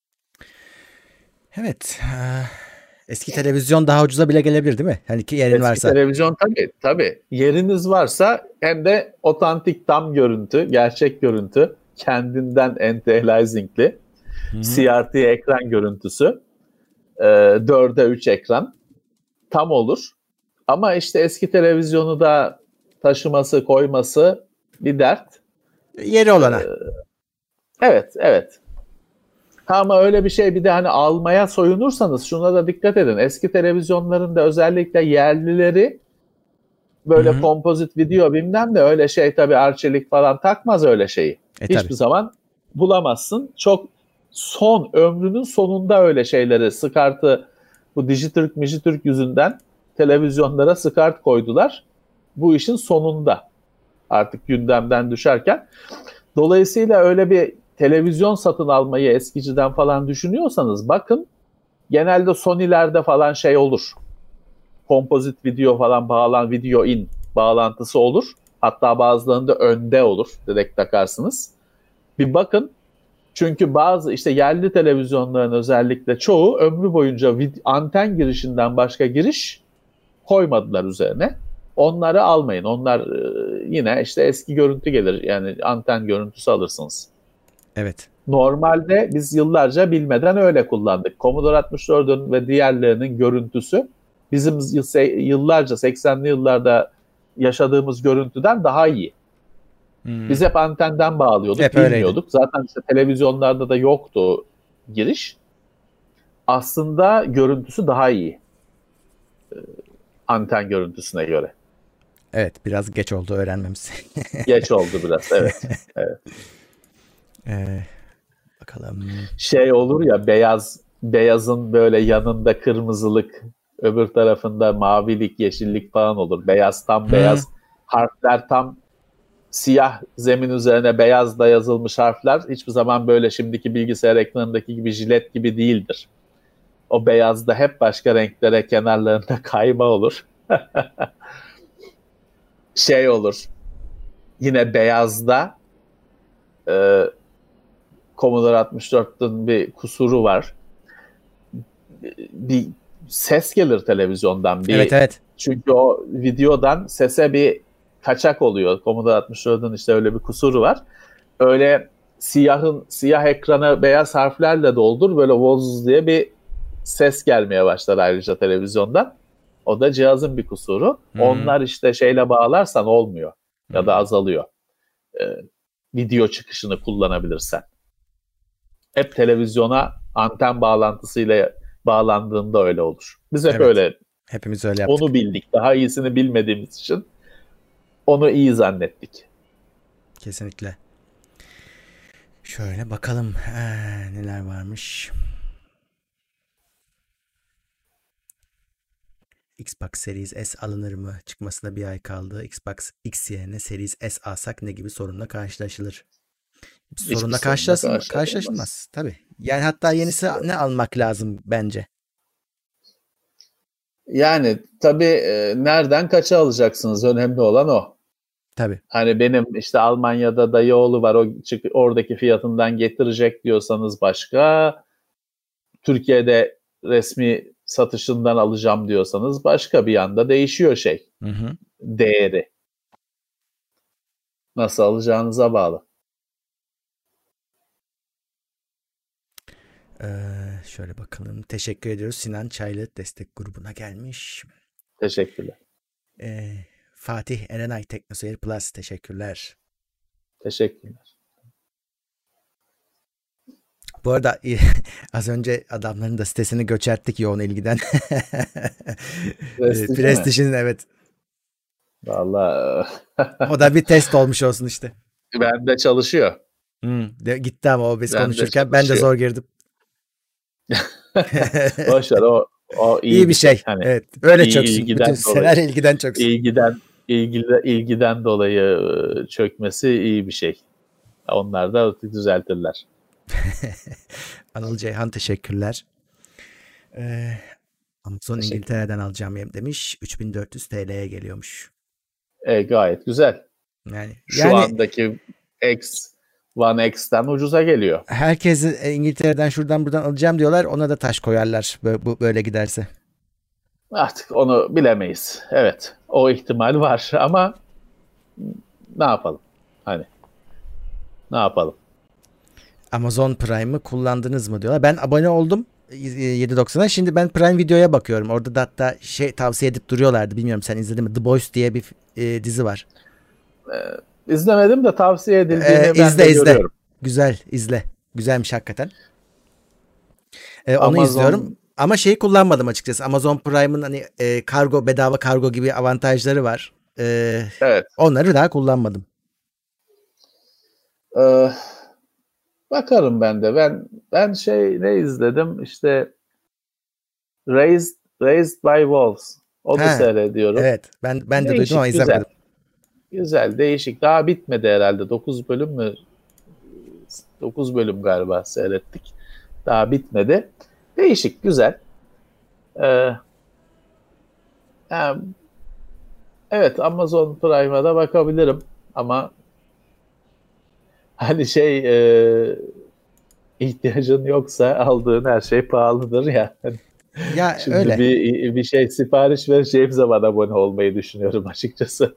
Evet. Eski televizyon daha ucuza bile gelebilir değil mi? Hani ki yerin Eski varsa. televizyon tabii tabii. Yeriniz varsa hem de otantik tam görüntü, gerçek görüntü, kendinden anti-aliasing'li C R T ekran görüntüsü, e, dörde üç ekran tam olur. Ama işte eski televizyonu da taşıması, koyması bir dert. Yeri olana. Ee, evet, evet. Ama öyle bir şey, bir de hani almaya soyunursanız şuna da dikkat edin. Eski televizyonların da özellikle yerlileri böyle Hı-hı. kompozit video bilmem de öyle şey tabii, arçelik falan takmaz öyle şeyi. E, Hiçbir tabii. zaman bulamazsın. Çok son ömrünün sonunda öyle şeyleri, SCART'ı bu Dijitürk, Mijitürk yüzünden televizyonlara SCART koydular. Bu işin sonunda artık gündemden düşerken. Dolayısıyla öyle bir televizyon satın almayı eskiciden falan düşünüyorsanız bakın, genelde Sony'lerde falan şey olur. Kompozit video falan bağlan, video in bağlantısı olur. Hatta bazılarında önde olur. Direkt takarsınız. Bir bakın. Çünkü bazı işte yerli televizyonların özellikle çoğu ömrü boyunca vid- anten girişinden başka giriş koymadılar üzerine. Onları almayın. Onlar e, yine işte eski görüntü gelir. Yani anten görüntüsü alırsınız. Evet. Normalde biz yıllarca bilmeden öyle kullandık. Commodore altmış dördün ve diğerlerinin görüntüsü bizim yıllarca seksenli yıllarda yaşadığımız görüntüden daha iyi. Hmm. Biz hep antenden bağlıyorduk, hep bilmiyorduk. Öyleydi. Zaten işte televizyonlarda da yoktu giriş. Aslında görüntüsü daha iyi. Anten görüntüsüne göre. Evet, biraz geç oldu öğrenmemiz. Geç oldu biraz, evet. Evet. Ee, bakalım. Şey olur ya, beyaz beyazın böyle yanında kırmızılık, öbür tarafında mavilik, yeşillik falan olur. Beyaz tam hmm. beyaz, harfler tam siyah zemin üzerine beyazla yazılmış harfler hiçbir zaman böyle şimdiki bilgisayar ekranındaki gibi jilet gibi değildir. O beyazda hep başka renklere, kenarlarında kayma olur. Şey olur. Yine beyazda e, Commodore altmış dört'ün bir kusuru var. Bir ses gelir televizyondan. Bir, evet evet. Çünkü o videodan sese bir kaçak oluyor. Commodore altmış dört'ün işte öyle bir kusuru var. Öyle siyahın siyah ekranı beyaz harflerle doldur, böyle voz diye bir ses gelmeye başlar ayrıca televizyondan. O da cihazın bir kusuru. Hmm. Onlar işte şeyle bağlarsan olmuyor ya da azalıyor. Ee, video çıkışını kullanabilirsen. Hep televizyona anten bağlantısıyla bağlandığında öyle olur. Biz hep Evet. öyle. Hepimiz öyle yaptık. Onu bildik. Daha iyisini bilmediğimiz için onu iyi zannettik. Kesinlikle. Şöyle bakalım ee, neler varmış. Xbox Series S alınır mı? Çıkmasına bir ay kaldı. Xbox X yerine Series S alsak ne gibi sorunla karşılaşılır? Hiçbir Sorunla sorunla karşılaşılmaz. karşılaşılmaz. Karşılaşılmaz. Tabii. Yani hatta yenisi ne almak lazım bence? Yani tabii e, nereden kaça alacaksınız? Önemli olan o. Tabii. Hani benim işte Almanya'da dayı oğlu var, o çık, oradaki fiyatından getirecek diyorsanız başka. Türkiye'de resmi satışından alacağım diyorsanız başka, bir yanda değişiyor şey. Hı hı. Değeri. Nasıl alacağınıza bağlı. Ee, şöyle bakalım. Teşekkür ediyoruz. Sinan Çaylı destek grubuna gelmiş. Teşekkürler. Ee, Fatih Erenay TeknoSeyir Plus teşekkürler. Teşekkürler. Bu arada az önce adamların da sitesini göçerttik yoğun ilgiden. Prestij mi? Prestij'in evet. Vallahi O da bir test olmuş olsun işte. bende çalışıyor. Hmm, de, gitti ama o biz Ben de konuşurken ben de çalışıyor. zor girdim. Boşver, o o iyi, İyi bir şey. Hani Evet. Öyle iyi çöksün. ilgiden Bütün dolayı. senaryo ilgiden çöksün. İlgiden ilgide, ilgiden dolayı e, çökmesi iyi bir şey. Onlar da düzeltirler. Anıl Ceyhan teşekkürler. Ee, Amazon Teşekkür. İngiltere'den alacağım demiş. üç bin dört yüz T L'ye geliyormuş. E, gayet güzel. Yani Şu yani andaki X, One X'ten ucuza geliyor. herkes İngiltere'den şuradan buradan alacağım diyorlar. Ona da taş koyarlar bu, bu böyle giderse. Artık onu bilemeyiz. Evet, o ihtimal var ama ne yapalım? Hani ne yapalım? Amazon Prime'ı kullandınız mı diyorlar. Ben abone oldum yedi doksana. Şimdi ben Prime Video'ya bakıyorum. Orada da hatta şey tavsiye edip duruyorlardı. Bilmiyorum sen izledin mi? The Boys diye bir e, dizi var. Ee, izlemedim de tavsiye edildiğini Ee, ben izle de izle. görüyorum. Güzel izle. Güzelmiş hakikaten. Ee, onu Amazon- izliyorum. Ama şeyi kullanmadım açıkçası. Amazon Prime'ın hani e, kargo, bedava kargo gibi avantajları var. Ee, Evet. onları daha kullanmadım. Ee, bakarım ben de. Ben ben şey ne izledim? İşte Raised, Raised by Wolves. Onu He, seyrediyorum. Evet. Ben ben de Değişik, duydum ama güzel. izlemedim. Güzel, değişik. Daha bitmedi herhalde. dokuz bölüm mü? dokuz bölüm galiba seyrettik. Daha bitmedi. Değişik, güzel. Ee, yani, evet, Amazon Prime'a da bakabilirim ama hani şey e, ihtiyacın yoksa aldığın her şey pahalıdır ya. Ya Şimdi öyle. bir bir şey sipariş vereceğim zaman abone olmayı düşünüyorum açıkçası.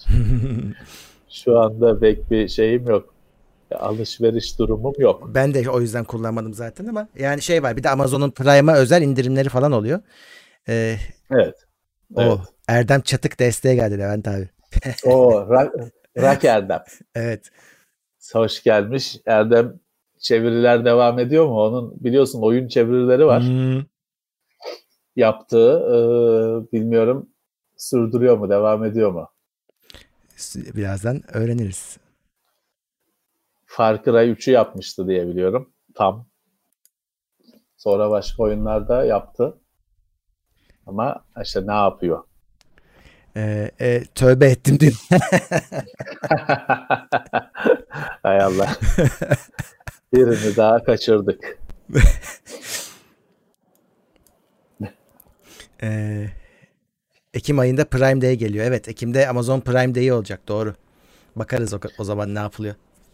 Şu anda pek bir şeyim yok. Alışveriş durumum yok. Ben de o yüzden kullanmadım zaten ama yani şey var. Bir de Amazon'un Prime'a özel indirimleri falan oluyor. Ee, Evet. o Evet. Erdem Çatık desteğe geldi Levent abi. O Rak, Rak Erdem. Evet. Hoş gelmiş. Erdem, çeviriler devam ediyor mu? Onun biliyorsun oyun çevirileri var. Hmm. Yaptığı e, bilmiyorum sürdürüyor mu? Devam ediyor mu? Birazdan öğreniriz. Far Cry üçü yapmıştı diye biliyorum. Tam. Sonra başka oyunlarda yaptı. Ama işte ne yapıyor? Ee, e, tövbe ettim dün. Hay Allah. Birini daha kaçırdık. Ee, Ekim ayında Prime Day geliyor. Evet, Ekim'de Amazon Prime Day olacak. Doğru. Bakarız o, o zaman ne yapılıyor.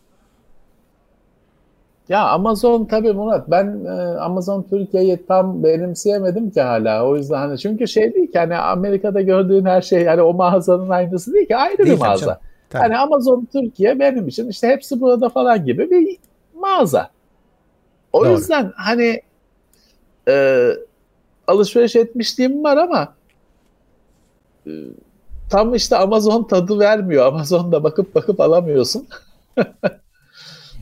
Ya Amazon tabii Murat, ben e, Amazon Türkiye'yi tam benimseyemedim ki hala. O yüzden hani çünkü şey değil ki hani Amerika'da gördüğün her şey yani o mağazanın aynısı değil ki, ayrı Değil bir tabii mağaza. canım. Tabii. Hani Amazon Türkiye benim için işte hepsi burada falan gibi bir mağaza. O Doğru. yüzden hani e, alışveriş etmişliğim var ama e, tam işte Amazon tadı vermiyor. Amazon'da bakıp bakıp alamıyorsun.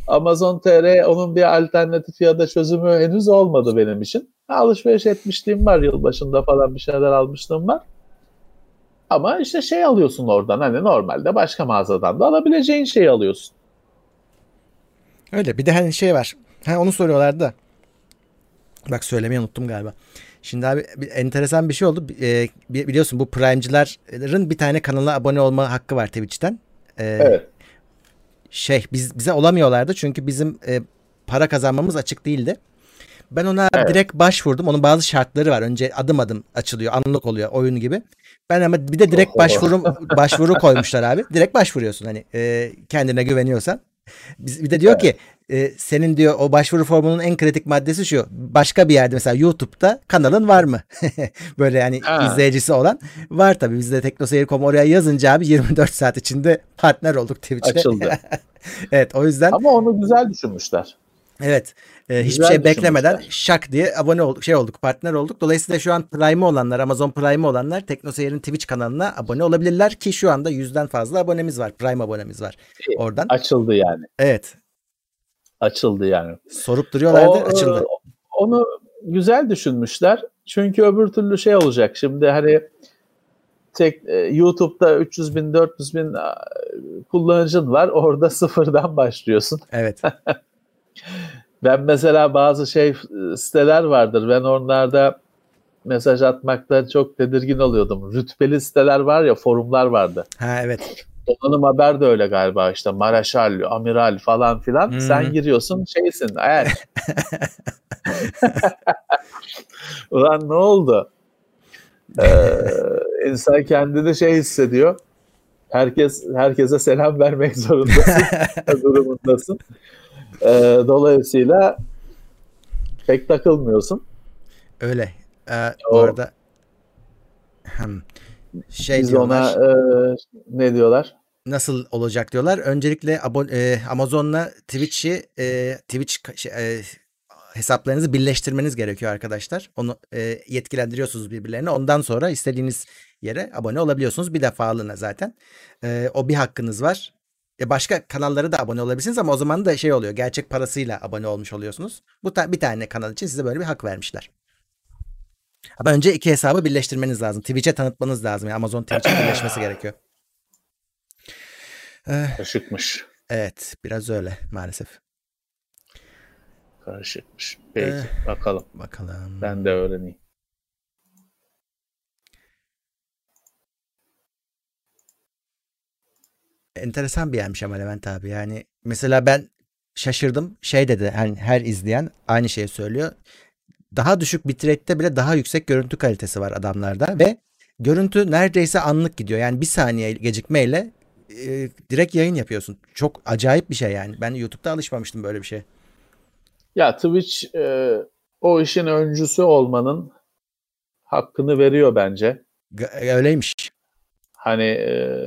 Amazon nokta T R onun bir alternatif ya da çözümü henüz olmadı benim için. Alışveriş etmişliğim var, yılbaşında falan bir şeyler almışlığım var. Ama işte şey alıyorsun oradan, hani normalde başka mağazadan da alabileceğin şeyi alıyorsun. Öyle. Bir de hani şey var. Ha, onu soruyorlardı da. Bak söylemeyi unuttum galiba. Şimdi abi bir, enteresan bir şey oldu. E, biliyorsun bu Prime'cıların bir tane kanala abone olma hakkı var Twitch'ten. E, Evet. Şey biz bize olamıyorlardı çünkü bizim e, para kazanmamız açık değildi. Ben ona Evet. direkt başvurdum. Onun bazı şartları var. Önce adım adım açılıyor, anlık oluyor oyun gibi. Ben ama bir de direkt Oho. başvurum başvuru koymuşlar abi. Direkt başvuruyorsun hani e, kendine güveniyorsan. Biz, bir de diyor Evet. ki e, senin diyor o başvuru formunun en kritik maddesi şu. Başka bir yerde mesela YouTube'da kanalın var mı? Böyle yani Ha. izleyicisi olan var tabii. Biz de teknoseyir nokta com oraya yazınca abi yirmi dört saat içinde partner olduk Twitch'le. Açıldı. Evet, o yüzden Ama onu güzel düşünmüşler. evet e, hiçbir Güzel şey beklemeden düşünmüşler. şak diye abone olduk, şey olduk, partner olduk. Dolayısıyla şu an Prime'ı olanlar, Amazon Prime'ı olanlar Teknoseyir'in Twitch kanalına abone olabilirler ki şu anda yüzden fazla abonemiz var. Prime abonemiz var oradan. Açıldı yani. Evet. Açıldı yani. Sorup duruyorlardı, O, açıldı. onu güzel düşünmüşler. Çünkü öbür türlü şey olacak. Şimdi hani tek, YouTube'da üç yüz bin dört yüz bin kullanıcın var. Orada sıfırdan başlıyorsun. Evet. Ben mesela bazı şey siteler vardır. Ben onlarda mesaj atmakta çok tedirgin oluyordum. Rütbeli siteler var ya, forumlar vardı. Ha evet. Donanım Haber de öyle galiba, işte Maraşal, Amiral falan filan. Hmm. Sen giriyorsun şeysin. Er. Ulan ne oldu? Ee, insan kendini şey hissediyor. Herkes herkese selam vermek zorundasın. durumundasın. Ee, dolayısıyla pek takılmıyorsun. Öyle. Ee, bu O, arada hmm, şey biz diyorlar. ona e, ne diyorlar? Nasıl olacak diyorlar. Öncelikle abone, e, Amazon'la Twitch'i e, Twitch şey, e, hesaplarınızı birleştirmeniz gerekiyor arkadaşlar. Onu e, yetkilendiriyorsunuz birbirlerine. Ondan sonra istediğiniz yere abone olabiliyorsunuz. Bir defalığına zaten. E, o bir hakkınız var. E, başka kanallara da abone olabilirsiniz ama o zaman da şey oluyor. Gerçek parasıyla abone olmuş oluyorsunuz. Bu ta- bir tane kanal için size böyle bir hak vermişler. Ama önce iki hesabı birleştirmeniz lazım. Twitch'e tanıtmanız lazım. Yani Amazon Twitch'e birleşmesi gerekiyor. Karışıkmış. Evet, biraz öyle maalesef. Karışıkmış. Peki Ee, bakalım. Bakalım. Ben de öğreneyim. Enteresan bir yermiş ama Levent abi. Yani mesela ben şaşırdım. Şey dedi, hani her izleyen aynı şeyi söylüyor. Daha düşük bitrate'te bile daha yüksek görüntü kalitesi var adamlarda ve görüntü neredeyse anlık gidiyor. Yani bir saniye gecikmeyle e, direkt yayın yapıyorsun. Çok acayip bir şey yani. Ben YouTube'da alışmamıştım böyle bir şey. Ya Twitch e, o işin öncüsü olmanın hakkını veriyor bence. G- öyleymiş. Hani e,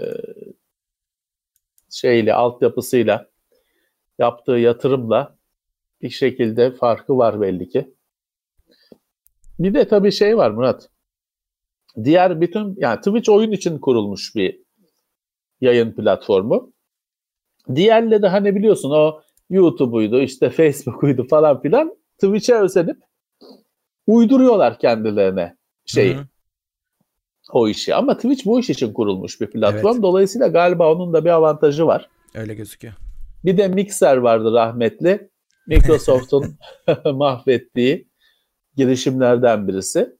şeyle, altyapısıyla, yaptığı yatırımla bir şekilde farkı var belli ki. Bir de tabii şey var Murat. Diğer bütün, yani Twitch oyun için kurulmuş bir yayın platformu. Diğerleri hani biliyorsun o YouTube'uydu, işte Facebook'uydu falan filan. Twitch'e özenip uyduruyorlar kendilerine şeyi. Hı-hı. O işi. Ama Twitch bu iş için kurulmuş bir platform. Evet. Dolayısıyla galiba onun da bir avantajı var. Öyle gözüküyor. Bir de Mixer vardı rahmetli. Microsoft'un mahvettiği girişimlerden birisi.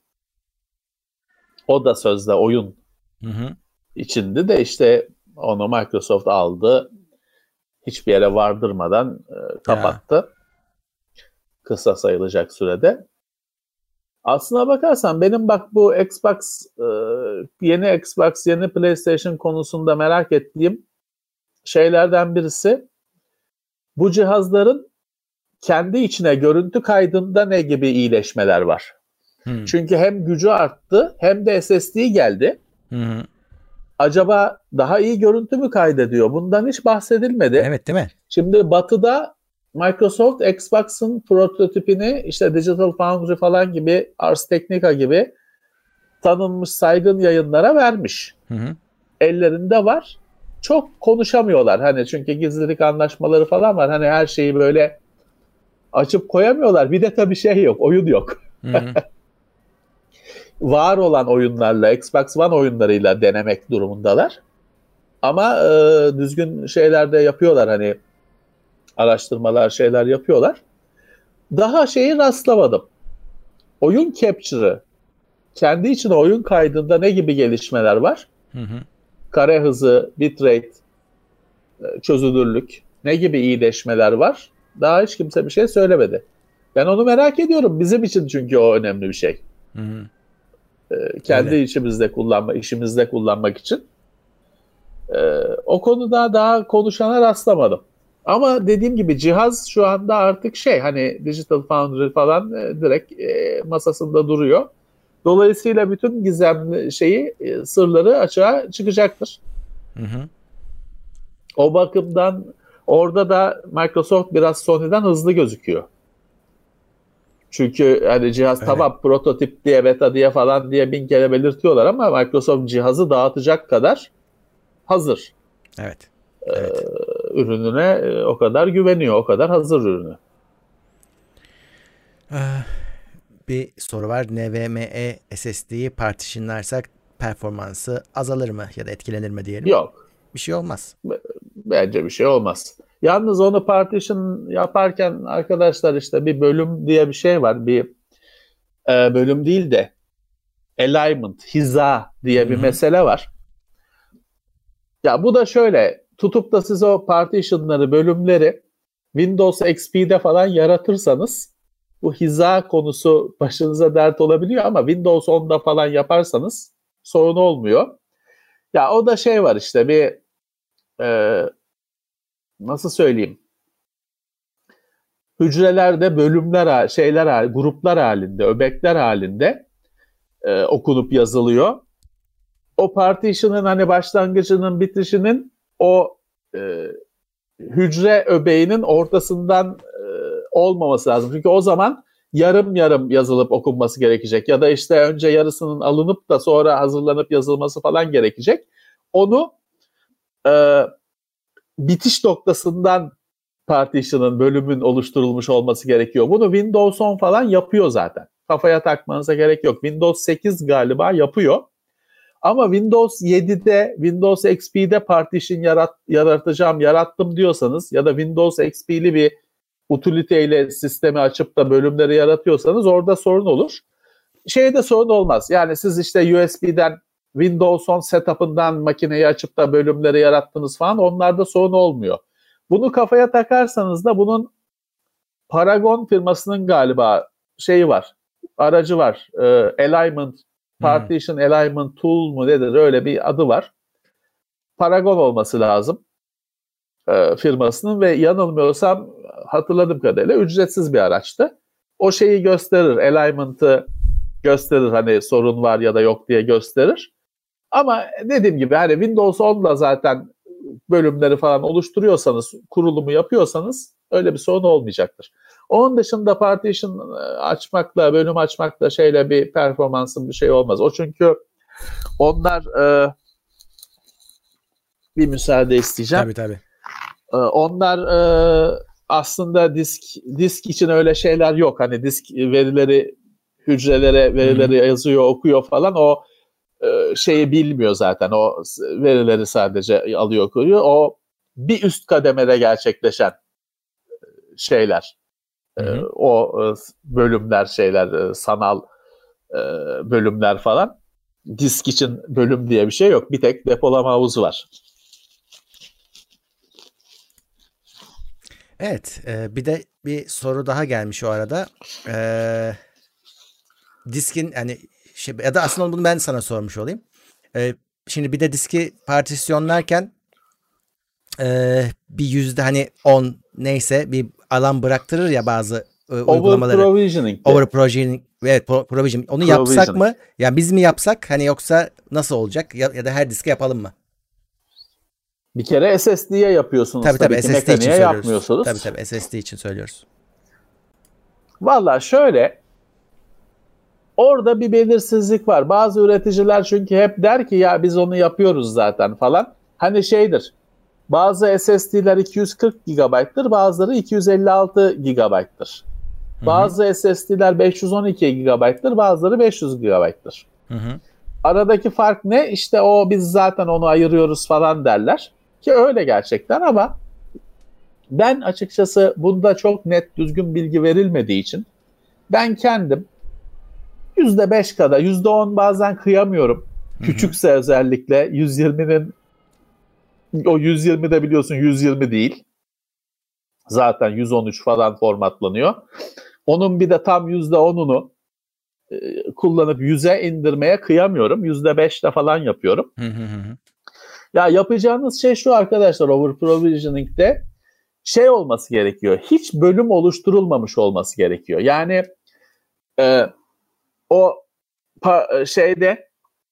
O da sözde oyun Hı-hı. içindi de işte onu Microsoft aldı. Hiçbir yere vardırmadan e, kapattı. Ya. Kısa sayılacak sürede. Aslına bakarsan benim bak bu Xbox, e, yeni Xbox, yeni PlayStation konusunda merak ettiğim şeylerden birisi bu cihazların kendi içine görüntü kaydında ne gibi iyileşmeler var. Hmm. Çünkü hem gücü arttı hem de S S D geldi. Hmm. Acaba daha iyi görüntü mü kaydediyor? Bundan hiç bahsedilmedi. Evet, değil mi? Şimdi Batı'da Microsoft Xbox'ın prototipini işte Digital Foundry falan gibi, Ars Technica gibi tanınmış saygın yayınlara vermiş. Hı hı. Ellerinde var. çok konuşamıyorlar. Hani çünkü gizlilik anlaşmaları falan var. Hani her şeyi böyle açıp koyamıyorlar. Bir de tabii şey yok, oyun yok. Hı hı. Var olan oyunlarla, Xbox One oyunlarıyla denemek durumundalar. Ama e, düzgün şeyler de yapıyorlar, hani araştırmalar, şeyler yapıyorlar. Daha şeyi rastlamadım. Oyun capture'ı, kendi içine oyun kaydında ne gibi gelişmeler var? Hı hı. Kare hızı, bitrate, çözünürlük, ne gibi iyileşmeler var? Daha hiç kimse bir şey söylemedi. Ben onu merak ediyorum. Bizim için çünkü o önemli bir şey. Hı hı. Ee, kendi Öyle. içimizde kullanma, işimizde kullanmak için. Ee, o konuda daha konuşana rastlamadım. Ama dediğim gibi cihaz şu anda artık şey, hani Digital Foundry falan e, direkt e, masasında duruyor. Dolayısıyla bütün gizemli şeyi, e, sırları açığa çıkacaktır. Hı hı. O bakımdan orada da Microsoft biraz Sony'den hızlı gözüküyor. Çünkü hani cihaz Öyle. tamam prototip diye, beta diye falan diye bin kere belirtiyorlar ama Microsoft cihazı dağıtacak kadar hazır. Evet. Ee, Evet. ürününe e, o kadar güveniyor, o kadar hazır ürünü. Ah, bir soru var. NVMe S S D'yi partitionlarsak performansı azalır mı ya da etkilenir mi diyelim. Yok. Bir şey olmaz. Bence bir şey olmaz. Yalnız onu partition yaparken arkadaşlar, işte bir bölüm diye bir şey var. Bir e, bölüm değil de alignment, hiza diye Hı bir hı. mesele var. Ya bu da şöyle, tutup da siz o partitionları, bölümleri Windows X P'de falan yaratırsanız bu hiza konusu başınıza dert olabiliyor ama Windows onda falan yaparsanız sorun olmuyor. Ya o da şey var işte, bir e, nasıl söyleyeyim, hücrelerde bölümler, şeyler, gruplar halinde, öbekler halinde e, okunup yazılıyor. O partition'ın hani başlangıcının, bitişinin o e, hücre öbeğinin ortasından e, olmaması lazım. Çünkü o zaman yarım yarım yazılıp okunması gerekecek. Ya da işte önce yarısının alınıp da sonra hazırlanıp yazılması falan gerekecek. Onu e, bitiş noktasından partition'ın, bölümün oluşturulmuş olması gerekiyor. Bunu Windows on falan yapıyor zaten. Kafaya takmanıza gerek yok. Windows sekiz galiba yapıyor. Ama Windows yedide, Windows X P'de partition yarat, yaratacağım, yarattım diyorsanız ya da Windows X P'li bir utiliteyle sistemi açıp da bölümleri yaratıyorsanız orada sorun olur. Şeyde sorun olmaz. Yani siz işte U S B'den Windows on setup'ından makineyi açıp da bölümleri yarattınız falan, onlarda sorun olmuyor. Bunu kafaya takarsanız da bunun Paragon firmasının galiba şeyi var, aracı var. E, Alignment, Hı. Partition Alignment Tool mu nedir, öyle bir adı var. Paragon olması lazım e, firmasının ve yanılmıyorsam hatırladığım kadarıyla ücretsiz bir araçtı. O şeyi gösterir, alignment'ı gösterir, hani sorun var ya da yok diye gösterir. Ama dediğim gibi hani Windows on'da zaten bölümleri falan oluşturuyorsanız, kurulumu yapıyorsanız öyle bir sorun olmayacaktır. Onun dışında partition açmakla, bölüm açmakla şeyle bir performansın bir şey olmaz. O çünkü onlar e, bir müsaade isteyeceğim. Tabii tabii. E, onlar e, aslında disk disk için öyle şeyler yok. Hani disk verileri, hücrelere verileri Hı-hı. yazıyor, okuyor falan. O e, şeyi bilmiyor zaten. O verileri sadece alıyor, koyuyor. O bir üst kademede gerçekleşen şeyler. E, Hı-hı. o e, bölümler, şeyler, e, sanal e, bölümler falan. Disk için bölüm diye bir şey yok. Bir tek depolama havuzu var. Evet. E, bir de bir soru daha gelmiş o arada. E, diskin hani şey, ya da aslında bunu ben sana sormuş olayım. E, şimdi bir de diski partisyonlarken e, bir yüzde hani on neyse bir alan bıraktırır ya bazı e, Over uygulamaları. provisioning Over de. provisioning, evet, pro- provision. Onu yapsak Provisioning. mı? Yani biz mi yapsak hani, yoksa nasıl olacak? Ya, ya da her diske yapalım mı? Bir kere S S D'ye yapıyorsunuz Tabii tabii tabii ki. S S D için Mekaniğe söylüyoruz. Tabii yapmıyorsunuz. tabii S S D için söylüyoruz. Valla şöyle, orada bir belirsizlik var. Bazı üreticiler çünkü hep der ki ya biz onu yapıyoruz zaten falan. hani şeydir. Bazı S S D'ler iki yüz kırk gigabayttır, bazıları iki yüz elli altı gigabayttır. Bazı S S D'ler beş yüz on iki gigabayttır, bazıları beş yüz gigabayttır. Hı hı. Aradaki fark ne? İşte o biz zaten onu ayırıyoruz falan derler. Ki öyle gerçekten ama ben açıkçası bunda çok net düzgün bilgi verilmediği için ben kendim yüzde beş kadar, yüzde on bazen kıyamıyorum. Hı hı. Küçükse özellikle yüz yirminin o yüz yirmi de biliyorsun yüz yirmi değil. Zaten yüz on üç falan formatlanıyor. Onun bir de tam yüzde onunu e, kullanıp yüze indirmeye kıyamıyorum. yüzde beşte falan yapıyorum. Hı hı hı. Ya yapacağınız şey şu arkadaşlar, over provisioning'de şey olması gerekiyor. Hiç bölüm oluşturulmamış olması gerekiyor. Yani e, o pa- şeyde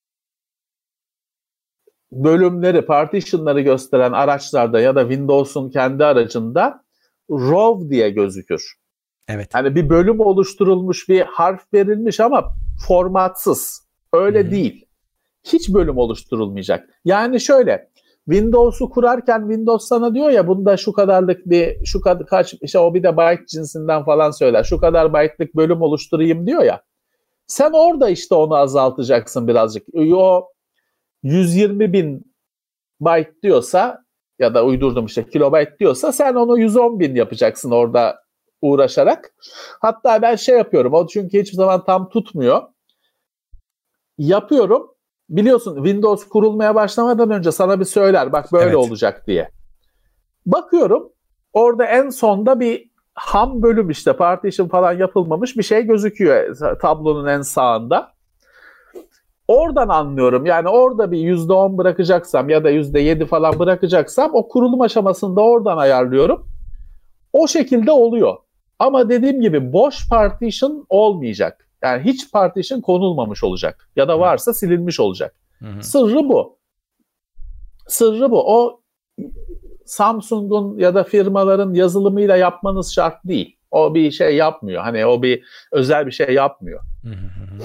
bölümleri, partitionları gösteren araçlarda ya da Windows'un kendi aracında row diye gözükür. Evet. Hani bir bölüm oluşturulmuş, bir harf verilmiş ama formatsız. Öyle Hı-hı. değil. Hiç bölüm oluşturulmayacak. Yani şöyle, Windows'u kurarken Windows sana diyor ya bunda şu kadarlık bir, şu kadar kaç, işte o bir de byte cinsinden falan söyler. Şu kadar byte'lık bölüm oluşturayım diyor ya. Sen orada işte onu azaltacaksın birazcık. O yüz yirmi bin byte diyorsa ya da uydurdum işte kilobyte diyorsa sen onu yüz on bin yapacaksın orada uğraşarak. Hatta ben şey yapıyorum, o çünkü hiçbir zaman tam tutmuyor. Yapıyorum. Biliyorsun Windows kurulmaya başlamadan önce sana bir söyler bak böyle Evet. olacak diye. Bakıyorum orada en sonda bir ham bölüm işte partition falan yapılmamış bir şey gözüküyor tablonun en sağında. Oradan anlıyorum. Yani orada bir yüzde on bırakacaksam ya da yüzde yedi falan bırakacaksam o kurulum aşamasında oradan ayarlıyorum. O şekilde oluyor. Ama dediğim gibi boş partition olmayacak. Yani hiç partition konulmamış olacak. Ya da varsa silinmiş olacak. Hı hı. Sırrı bu. Sırrı bu. O Samsung'un ya da firmaların yazılımıyla yapmanız şart değil. O bir şey yapmıyor. Hani o bir özel bir şey yapmıyor. Hı hı hı.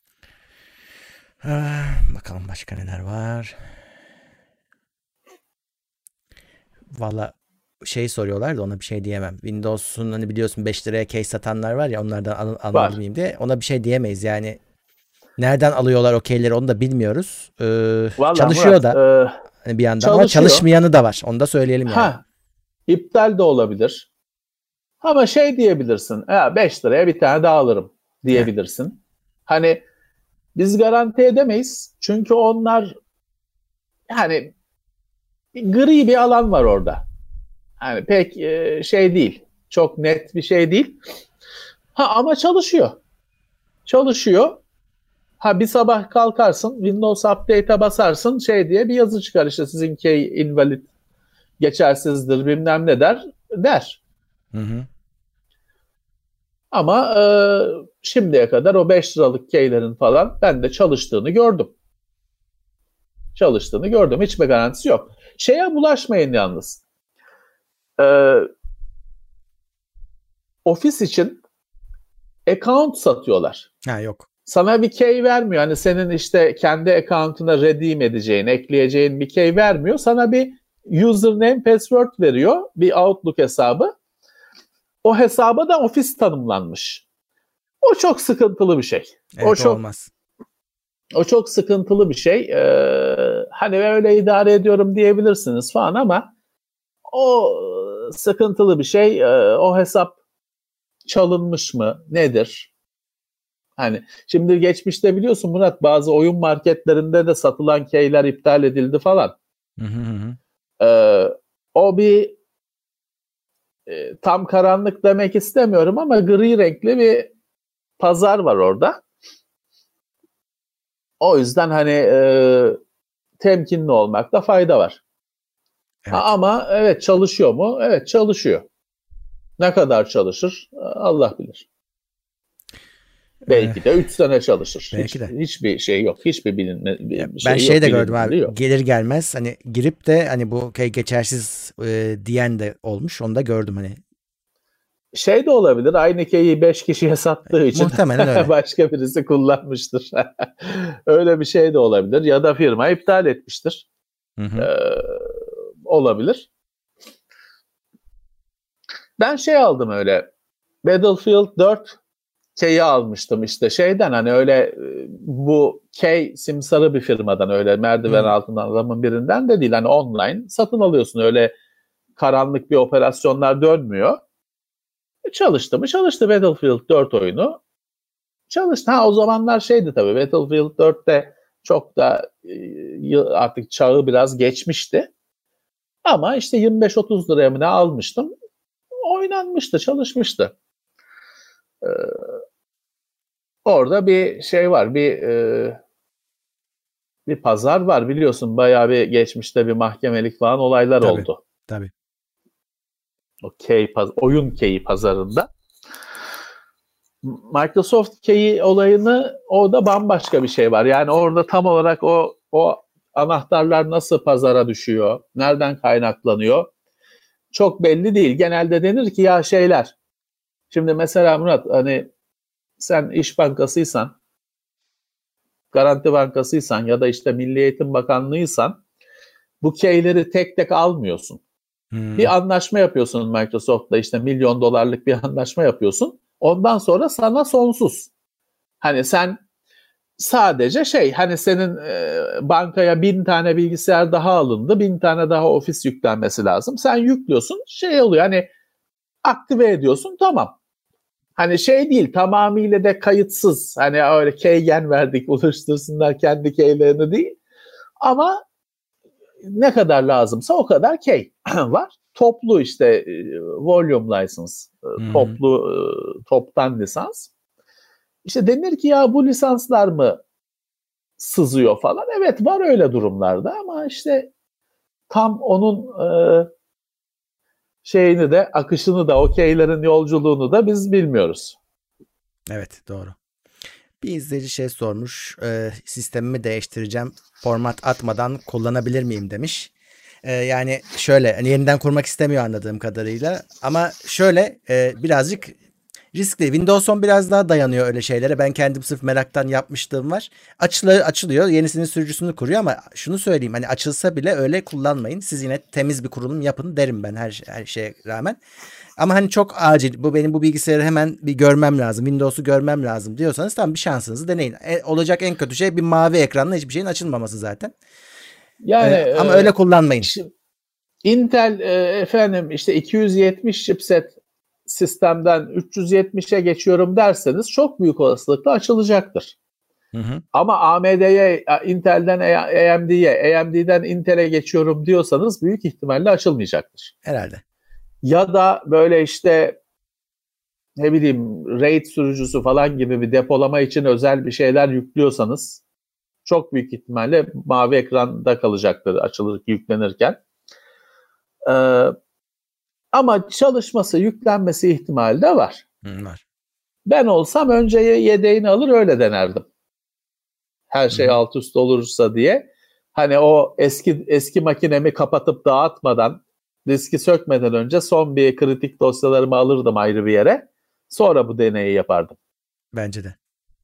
Ah, bakalım başka neler var. Valla şey soruyorlar da ona bir şey diyemem. Windows'un hani biliyorsun beş liraya case satanlar var ya, onlardan al- Var. almalıyım diye. Ona bir şey diyemeyiz yani. Nereden alıyorlar o keyleri onu da bilmiyoruz. Ee, Vallahi çalışıyor Murat, da e, hani bir yandan çalışıyor. ama çalışmayanı da var. Onu da söyleyelim yani. Ha, iptal de olabilir. Ama şey diyebilirsin. Ya beş liraya bir tane daha alırım diyebilirsin. Yani. Hani biz garanti edemeyiz. Çünkü onlar yani gri bir alan var orada. Hani pek e, şey değil. Çok net bir şey değil. Ha ama çalışıyor. Çalışıyor. Ha bir sabah kalkarsın, Windows Update'e basarsın, şey diye bir yazı çıkar işte sizin key invalid, geçersizdir bilmem ne der, der. Hı hı. Ama e, şimdiye kadar o beş liralık keylerin falan ben de çalıştığını gördüm. Çalıştığını gördüm. Hiçbir garantisi yok. Şeye bulaşmayın yalnız. E, ofis için account satıyorlar. Ha yok. Sana bir key vermiyor. Hani senin işte kendi account'una redeem edeceğin, ekleyeceğin bir key vermiyor. Sana bir username, password veriyor. Bir Outlook hesabı. O hesaba da ofis tanımlanmış. O çok sıkıntılı bir şey. Evet, o çok olmaz. O çok sıkıntılı bir şey. Ee, hani öyle idare ediyorum diyebilirsiniz falan ama o sıkıntılı bir şey. Ee, o hesap çalınmış mı? Nedir? Hani şimdi geçmişte biliyorsun Murat, bazı oyun marketlerinde de satılan keyler iptal edildi falan. Hı hı hı. Ee, o bir e, tam karanlık demek istemiyorum ama gri renkli bir pazar var orada. O yüzden hani e, temkinli olmakta fayda var. Evet. Ha, ama evet çalışıyor mu? Evet çalışıyor. Ne kadar çalışır? Allah bilir. Belki de üç sene çalışır. Belki Hiç, de. hiçbir şey yok. Hiçbir bilinme bir Ya şey ben yok. şey de gördüm bilinmeli abi. yok. Gelir gelmez hani girip de hani bu key geçersiz e, diyen de olmuş. Onu da gördüm hani. Şey de olabilir. Aynı keyi beş kişiye sattığı için Muhtemelen öyle. başka birisi kullanmıştır. Öyle bir şey de olabilir. Ya da firma iptal etmiştir. Hı hı. Ee, olabilir. Ben şey aldım öyle. Battlefield dört K'yi almıştım işte şeyden, hani öyle bu K simsarı bir firmadan, öyle merdiven hmm. altından adamın birinden de değil. Hani online satın alıyorsun, öyle karanlık bir operasyonlar dönmüyor. Çalıştı mı? Çalıştı Battlefield dört oyunu. Çalıştı. Ha o zamanlar şeydi tabii, Battlefield dörtte çok da artık çağı biraz geçmişti. Ama işte yirmi beş otuz liraya mı ne almıştım. Oynanmıştı, çalışmıştı. Ee, orada bir şey var, bir e, bir pazar var biliyorsun. Bayağı bir geçmişte bir mahkemelik falan olaylar tabii, oldu. Tabii. O key, oyun key pazarında. Microsoft key olayını, orada bambaşka bir şey var. Yani orada tam olarak o o anahtarlar nasıl pazara düşüyor, nereden kaynaklanıyor çok belli değil. Genelde denir ki ya şeyler. Şimdi mesela Murat, hani sen İş Bankasıysan, Garanti Bankasıysan ya da işte Milli Eğitim Bakanlığıysan bu keyleri tek tek almıyorsun. Hmm. Bir anlaşma yapıyorsun Microsoft'la, işte milyon dolarlık bir anlaşma yapıyorsun. Ondan sonra sana sonsuz. Hani sen sadece şey, hani senin e, bankaya bin tane bilgisayar daha alındı, bin tane daha ofis yüklenmesi lazım. Sen yüklüyorsun, şey oluyor, hani aktive ediyorsun, tamam. Hani şey değil, tamamıyla da kayıtsız. Hani öyle keygen verdik oluştursunlar kendi keylerini değil. Ama ne kadar lazımsa o kadar key var. Toplu işte volume license, hmm. toplu toptan lisans. İşte denir ki ya bu lisanslar mı sızıyor falan. Evet, var öyle durumlarda ama işte tam onun e, şeyini de, akışını da, o keylerin yolculuğunu da biz bilmiyoruz. Evet, doğru. Bir izleyici şey sormuş. E, sistemimi değiştireceğim. Format atmadan kullanabilir miyim demiş. E, yani şöyle, hani yeniden kurmak istemiyor anladığım kadarıyla. Ama şöyle e, birazcık riskli. Windows on biraz daha dayanıyor öyle şeylere. Ben kendim sırf meraktan yapmışlığım var. Açılı, açılıyor. Yenisinin sürücüsünü kuruyor ama şunu söyleyeyim. Hani açılsa bile öyle kullanmayın. Siz yine temiz bir kurulum yapın derim ben her, her şeye rağmen. Ama hani çok acil, bu benim bu bilgisayarı hemen bir görmem lazım, Windows'u görmem lazım diyorsanız tamam, bir şansınızı deneyin. E, olacak en kötü şey bir mavi ekranla hiçbir şeyin açılmaması zaten. Yani ee, ama e, öyle kullanmayın. Şimdi, Intel e, efendim işte iki yüz yetmiş chipset sistemden üç yüz yetmişe geçiyorum derseniz çok büyük olasılıkla açılacaktır. Hı hı. Ama A M D'ye, Intel'den A M D'ye, A M D'den Intel'e geçiyorum diyorsanız büyük ihtimalle açılmayacaktır. Herhalde. Ya da böyle işte ne bileyim RAID sürücüsü falan gibi bir depolama için özel bir şeyler yüklüyorsanız çok büyük ihtimalle mavi ekranda kalacaktır açılır yüklenirken. Ee, ama çalışması, yüklenmesi ihtimali de var. Hı, var. Ben olsam önce yedeğini alır öyle denerdim. Her şey Hı. alt üst olursa diye. Hani o eski eski makinemi kapatıp dağıtmadan, diski sökmeden önce son bir kritik dosyalarımı alırdım ayrı bir yere. Sonra bu deneyi yapardım. Bence de.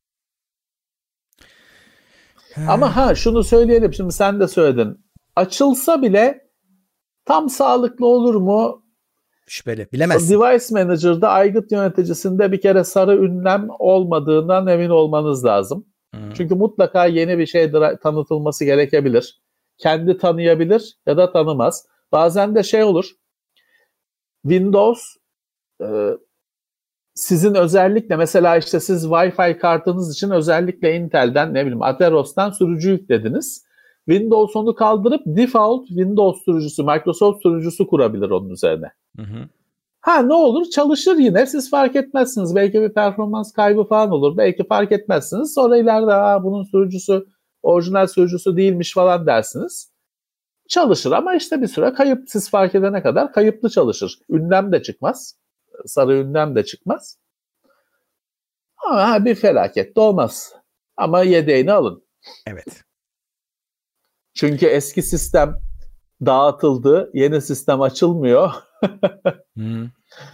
Ama ha şunu söyleyelim, şimdi sen de söyledin. Açılsa bile tam sağlıklı olur mu? Şüpheli. Bilemezsin. Device Manager'da aygıt yöneticisinde bir kere sarı ünlem olmadığından emin olmanız lazım. Hmm. Çünkü mutlaka yeni bir şey tanıtılması gerekebilir. Kendi tanıyabilir ya da tanımaz. Bazen de şey olur. Windows e, sizin özellikle mesela işte siz Wi-Fi kartınız için özellikle Intel'den, ne bileyim Atheros'tan sürücü yüklediniz. Windows onu kaldırıp default Windows sürücüsü, Microsoft sürücüsü kurabilir onun üzerine. Hı hı. Ha ne olur, çalışır yine, siz fark etmezsiniz. Belki bir performans kaybı falan olur. Belki fark etmezsiniz. Sonra ileride ha bunun sürücüsü orijinal sürücüsü değilmiş falan dersiniz. Çalışır ama işte bir süre kayıp, siz fark edene kadar kayıplı çalışır. Ünlem de çıkmaz. Sarı ünlem de çıkmaz. Ama bir felaket de olmaz. Ama yedeğini alın. Evet. Çünkü eski sistem dağıtıldı. Yeni sistem açılmıyor. hmm.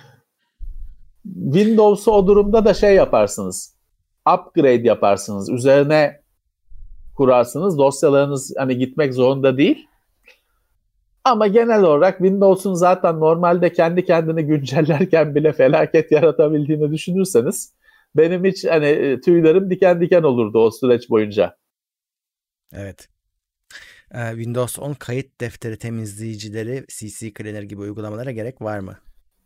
Windows'u o durumda da şey yaparsınız. Upgrade yaparsınız. Üzerine kurarsınız. Dosyalarınız hani gitmek zorunda değil. Ama genel olarak Windows'un zaten normalde kendi kendini güncellerken bile felaket yaratabildiğini düşünürseniz benim hiç hani tüylerim diken diken olurdu o süreç boyunca. Evet. Ee, Windows on kayıt defteri temizleyicileri, C C Cleaner gibi uygulamalara gerek var mı?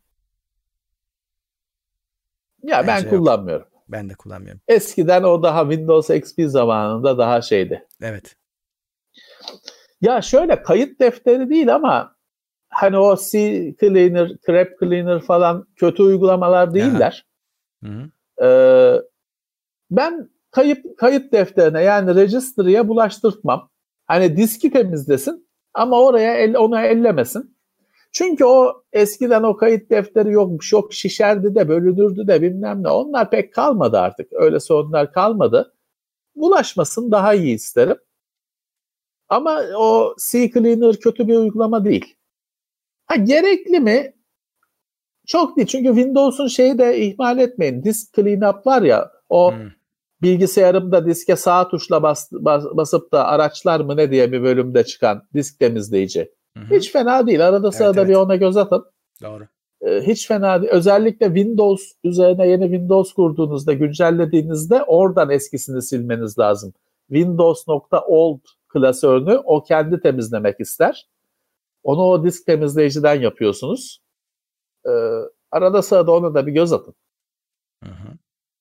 Ya ben Bence yok. kullanmıyorum. Ben de kullanmıyorum. Eskiden o daha Windows X P zamanında daha şeydi. Evet. Ya şöyle kayıt defteri değil ama hani o C-Cleaner, Crap Cleaner falan kötü uygulamalar Aha. değiller. Hı hı. Ee, ben kayıt kayıt defterine yani registry'ye bulaştırtmam. Hani diski temizlesin ama oraya el, onu ellemesin. Çünkü o eskiden o kayıt defteri yokmuş, yok şişerdi de bölünürdü de bilmem ne. Onlar pek kalmadı artık. Öyle sorunlar kalmadı. Bulaşmasın daha iyi isterim. Ama o CCleaner kötü bir uygulama değil. Ha gerekli mi? Çok değil. Çünkü Windows'un şeyi de ihmal etmeyin. Disk cleanup var ya o Hı. bilgisayarımda diske sağ tuşla bas, bas, basıp da araçlar mı ne diye bir bölümde çıkan disk temizleyici. Hı hı. Hiç fena değil. Arada Evet, sırada evet. bir ona göz atın. Doğru. Ee, hiç fena değil. Özellikle Windows üzerine yeni Windows kurduğunuzda, güncellediğinizde oradan eskisini silmeniz lazım. Windows.old klasörünü o kendi temizlemek ister. Onu o disk temizleyiciden yapıyorsunuz. Ee, arada sırada ona da bir göz atın. Hı hı.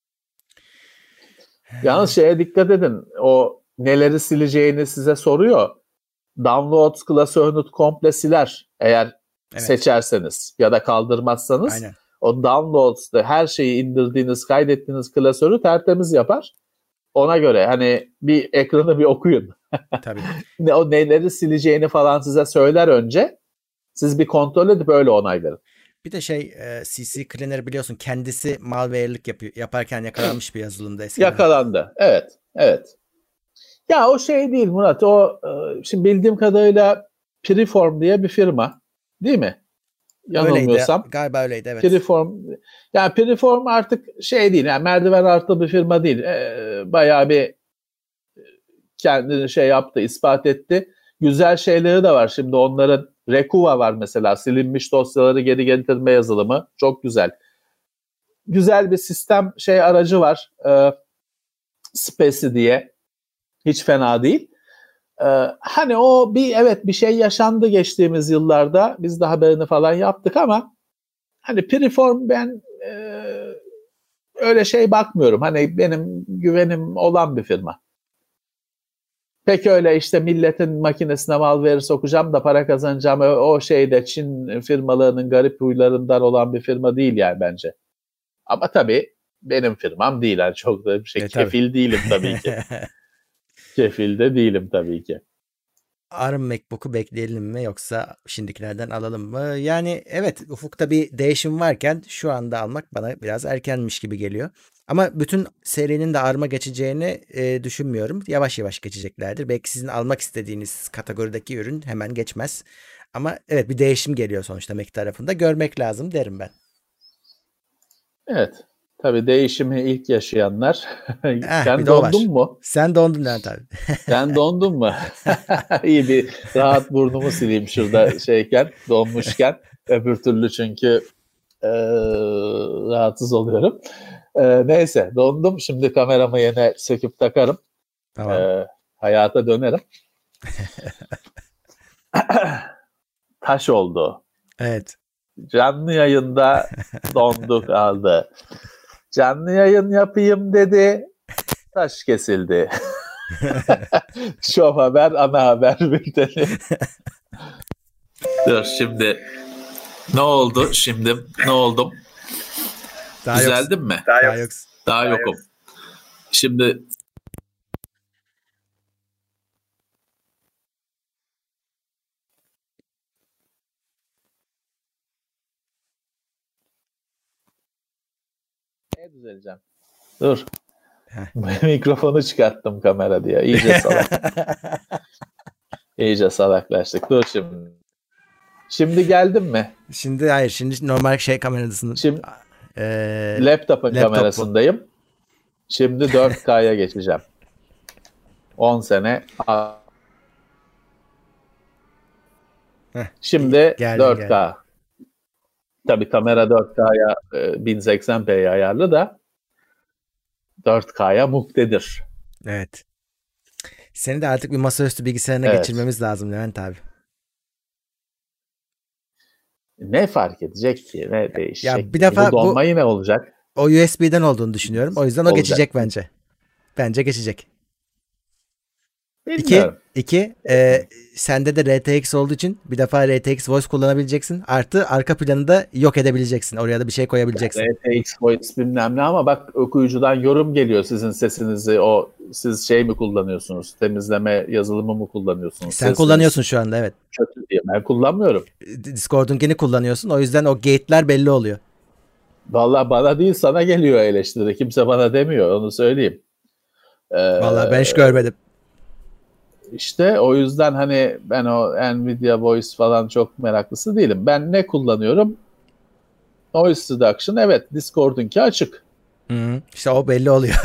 Yalnız şeye dikkat edin. O neleri sileceğini size soruyor. Downloads klasörünü komple siler eğer Evet. seçerseniz ya da kaldırmazsanız. Aynen. O Downloads'da her şeyi indirdiğiniz, kaydettiğiniz klasörü tertemiz yapar. Ona göre hani bir ekranı bir okuyun. Tabii. Ne, o neleri sileceğini falan size söyler önce. Siz bir kontrol edip öyle onay verin. Bir de şey e, C C Cleaner biliyorsun kendisi malware'lik yapıyor, yaparken yakalanmış bir yazılımda eskiden. Yakalandı. Evet. Evet. Ya o şey değil Murat. O şimdi bildiğim kadarıyla Preform diye bir firma. Değil mi? Yanılmıyorsam. Öyleydi. Galiba öyleydi, evet. Preform. Yani Preform artık şey değil. Yani merdiven altı bir firma değil. Ee, bayağı bir kendini şey yaptı, ispat etti. Güzel şeyleri de var. Şimdi onların Rekuva var mesela. Silinmiş dosyaları geri getirme yazılımı. Çok güzel. Güzel bir sistem şey aracı var. Ee, Speci diye. Hiç fena değil. Ee, hani o bir evet bir şey yaşandı geçtiğimiz yıllarda. Biz de haberini falan yaptık ama hani Preform ben e, öyle şey bakmıyorum. Hani benim güvenim olan bir firma. Pek öyle işte milletin makinesine malware sokacağım da para kazanacağım. O, o şeyde Çin firmalarının garip huylarından olan bir firma değil yani bence. Ama tabii benim firmam değil. Yani çok da bir şey E, tabii. kefil değilim tabii ki. Kefil de değilim tabii ki. ARM MacBook'u bekleyelim mi yoksa şimdikilerden alalım mı? Yani evet, ufukta bir değişim varken şu anda almak bana biraz erkenmiş gibi geliyor. Ama bütün serinin de ARM'a geçeceğini e, düşünmüyorum. Yavaş yavaş geçeceklerdir. Belki sizin almak istediğiniz kategorideki ürün hemen geçmez. Ama evet, bir değişim geliyor sonuçta Mac tarafında. Görmek lazım derim ben. Evet. Tabii değişimi ilk yaşayanlar. Eh, bir Sen de o dondun var. mu? Sen dondun Levent abi. Sen dondun mu? İyi bir rahat burnumu sileyim şurada şeyken, donmuşken. Öbür türlü çünkü e, rahatsız oluyorum. E, neyse dondum. Şimdi kameramı yine söküp takarım. Tamam. E, hayata dönerim. Taş oldu. Evet. Canlı yayında dondu kaldı. Canlı yayın yapayım dedi. Taş kesildi. Şov haber, ana haber bülteni. Dur şimdi ne oldu? Şimdi ne oldum? Daha Düzeldim yoksun. mi? Daha yoksun. Daha yokum. Şimdi ne düzeleceğim? Dur. Mikrofonu çıkarttım kamera diye. İyice salak. İyice salaklaştık. Dur şimdi. Şimdi geldin mi? Şimdi hayır. Şimdi normal şey kamerasının Şimdi e, laptopun laptop bu. kamerasındayım. Şimdi dört K'ya geçeceğim. on sene Heh, Şimdi geldin dört geldin. K. Tabii kamera dört K'ya e, bin seksen p'ye ayarlı da dört K'ya muktedir. Evet. Seni de artık bir masaüstü bilgisayarına Evet. geçirmemiz lazım Levent abi. Ne fark edecek ki? Ne Ya değişecek bir ki? Bu defa bu donma yine olacak. o U S B'den olduğunu düşünüyorum. O yüzden o Olacak. geçecek bence. Bence geçecek. İki, Bilmiyorum. iki e, sende de R T X olduğu için bir defa R T X Voice kullanabileceksin. Artı arka planı da yok edebileceksin. Oraya da bir şey koyabileceksin. R T X Voice bilmem ne ama bak okuyucudan yorum geliyor sizin sesinizi. O siz şey mi kullanıyorsunuz? Temizleme yazılımı mı kullanıyorsunuz? Sen Sesiniz kullanıyorsun şu anda, evet. kötü diye. Ben kullanmıyorum. Discord'unkini kullanıyorsun. O yüzden o gate'ler belli oluyor. Vallahi bana değil sana geliyor eleştiri. Kimse bana demiyor onu söyleyeyim. Ee, Vallahi ben hiç görmedim. İşte o yüzden hani ben o Nvidia Voice falan çok meraklısı değilim. Ben ne kullanıyorum? Noise Reduction, evet, Discord'unki açık. Hı, işte o belli oluyor.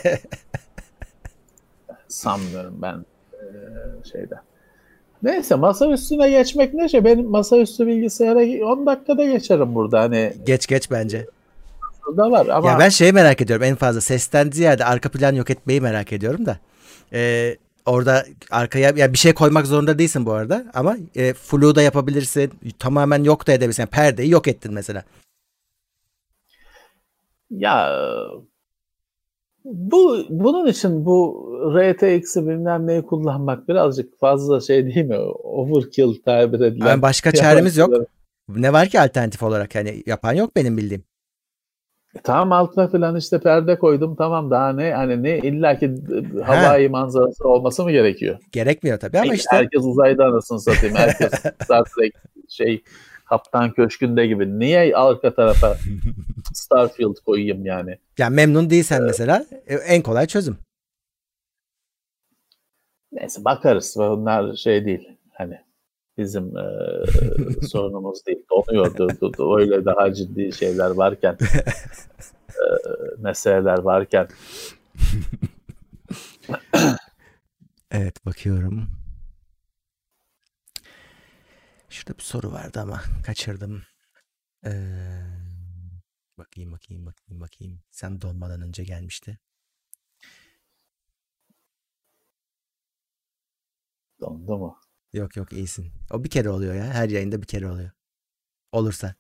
Sanmıyorum ben e, şeyde. Neyse masa üstüne geçmek ne şey? Benim masaüstü bilgisayara on dakikada geçerim burada. Hani Geç geç bence. burada var ama Ya ben şeyi merak ediyorum en fazla. Sesten ziyade arka plan yok etmeyi merak ediyorum da. Ee, orada arkaya ya bir şey koymak zorunda değilsin bu arada. Ama e, flu da yapabilirsin. Tamamen yok da edebilirsin. Yani perdeyi yok ettin mesela. ya bu bunun için bu R T X'i bilmem neyi kullanmak birazcık fazla şey değil mi? Overkill tabir Ama edilen. başka çaremiz yok. Ne var ki alternatif olarak? Yani yapan yok benim bildiğim. Tamam altına falan işte perde koydum tamam daha ne hani ne illaki havai manzarası olması mı gerekiyor? Gerekmiyor tabii ama işte. Herkes uzayda anasını satayım. Herkes Star Trek şey Kaptan Köşkü'nde gibi. Niye arka tarafa Starfield koyayım yani? Ya memnun değilsen mesela en kolay çözüm. Neyse bakarız. Bunlar şey değil. Hani bizim e, sorunumuz değil. Donuyordu. Öyle daha ciddi şeyler varken e, meseleler varken. Evet bakıyorum. Şurada bir soru vardı ama kaçırdım. Ee, bakayım bakayım bakayım bakayım. Sen donmadan önce gelmişti. Dondu mu? Yok yok iyisin. O bir kere oluyor ya. Her yayında bir kere oluyor. Olursa.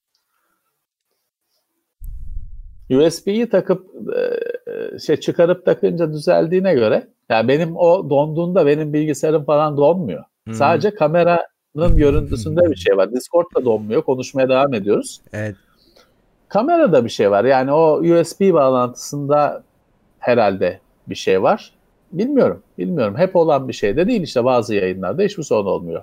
U S B'yi takıp e, şey çıkarıp takınca düzeldiğine göre yani benim o donduğunda benim bilgisayarım falan donmuyor. Hı-hı. Sadece kameranın görüntüsünde bir şey var. Discord'da donmuyor. Konuşmaya devam ediyoruz. Evet. Kamerada bir şey var. Yani o U S B bağlantısında herhalde bir şey var. Bilmiyorum. Bilmiyorum. Hep olan bir şey de değil. İşte bazı yayınlarda hiçbir sorun olmuyor.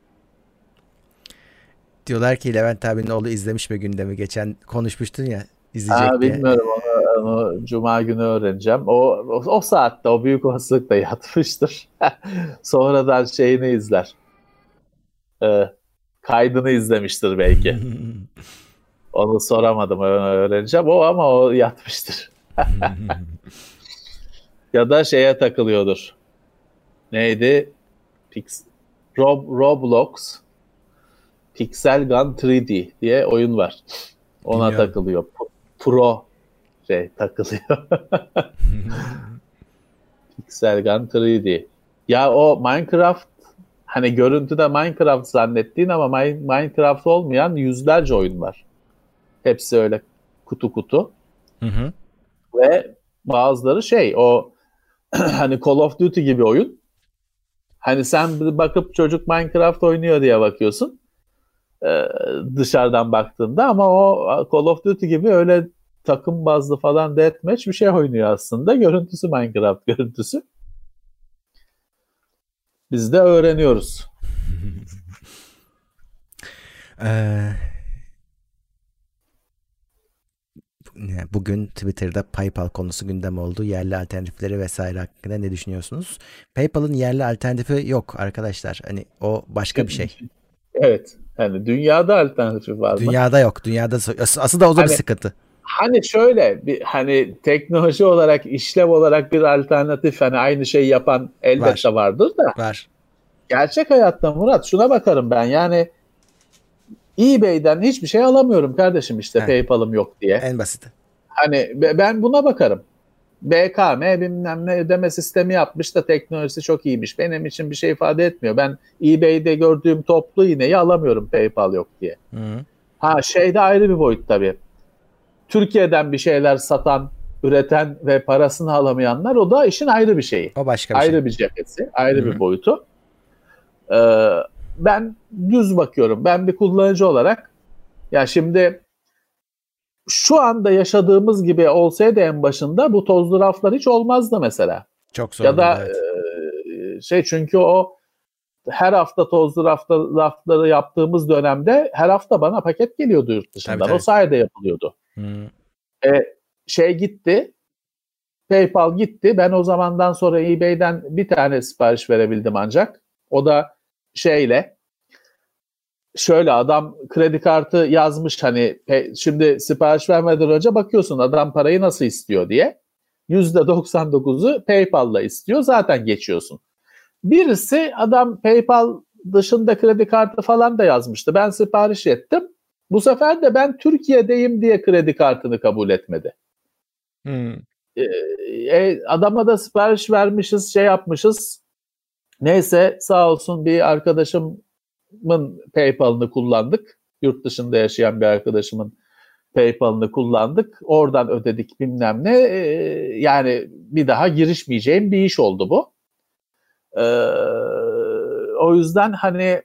Diyorlar ki Levent abinin oğlu izlemiş mi gündemi? Geçen konuşmuştun ya izleyecek Aa, diye. bilmiyorum onu, onu Cuma günü öğreneceğim. O, o, o saatte o büyük olasılıkla yatmıştır. Sonradan şeyini izler. Ee, kaydını izlemiştir belki. Onu soramadım, onu öğreneceğim. O ama o yatmıştır. Ya da şeye takılıyordur. Neydi? Pix, Rob, Roblox Pixel Gun üç D diye oyun var. Ona Bilmiyorum. takılıyor. Pro şey takılıyor. Pixel Gun üç D. Ya o Minecraft hani görüntüde Minecraft zannettiğin ama Minecraft olmayan yüzlerce oyun var. Hepsi öyle kutu kutu. Hı hı. Ve bazıları şey o hani Call of Duty gibi oyun. Hani sen bakıp çocuk Minecraft oynuyor diye bakıyorsun. Ee, dışarıdan baktığında ama o Call of Duty gibi öyle takım bazlı falan deathmatch bir şey oynuyor aslında. Görüntüsü Minecraft görüntüsü. Biz de öğreniyoruz. Ee, bugün Twitter'da PayPal konusu gündem oldu. Yerli alternatifleri vesaire hakkında ne düşünüyorsunuz? PayPal'ın yerli alternatifi yok arkadaşlar. Hani o başka bir şey. Evet. Yani dünyada alternatifi var mı? Dünyada yok. Dünyada asıl da o da hani, bir sıkıntı. Hani şöyle bir hani teknoloji olarak işlev olarak bir alternatif hani aynı şeyi yapan elbette var. vardır da. Var. gerçek hayatta Murat şuna bakarım ben, yani eBay'den hiçbir şey alamıyorum kardeşim işte, Heh. PayPal'ım yok diye. En basiti. Hani ben buna bakarım. B K M bilmem ne ödeme sistemi yapmış da teknolojisi çok iyiymiş. Benim için bir şey ifade etmiyor. Ben eBay'de gördüğüm toplu iğneyi alamıyorum PayPal yok diye. Hı. Ha şeyde ayrı bir boyut tabii. Türkiye'den bir şeyler satan, üreten ve parasını alamayanlar, o da işin ayrı bir şeyi. O başka bir ayrı şey. bir cephesi, ayrı Hı-hı. bir boyutu. Ee, ben düz bakıyorum. Ben bir kullanıcı olarak, ya şimdi şu anda yaşadığımız gibi olsaydı en başında bu tozlu raflar hiç olmazdı mesela. Çok zor Ya da olurdu, evet. e, şey, çünkü o her hafta tozlu rafta, rafları yaptığımız dönemde her hafta bana paket geliyordu yurt dışından. Tabii, tabii. O sayede yapılıyordu. Hı. E, şey gitti, PayPal gitti. Ben o zamandan sonra eBay'den bir tane sipariş verebildim ancak. O da şeyle, şöyle adam kredi kartı yazmış, hani şimdi sipariş vermeden önce bakıyorsun adam parayı nasıl istiyor diye. yüzde doksan dokuzu PayPal'la istiyor, zaten geçiyorsun. Birisi adam PayPal dışında kredi kartı falan da yazmıştı. Ben sipariş ettim. Bu sefer de ben Türkiye'deyim diye kredi kartını kabul etmedi. Hmm. E, adama da sipariş vermişiz, şey yapmışız. Neyse sağ olsun bir arkadaşımın PayPal'ını kullandık. Yurt dışında yaşayan bir arkadaşımın PayPal'ını kullandık. Oradan ödedik bilmem ne. E, yani bir daha girişmeyeceğim bir iş oldu bu. E, o yüzden hani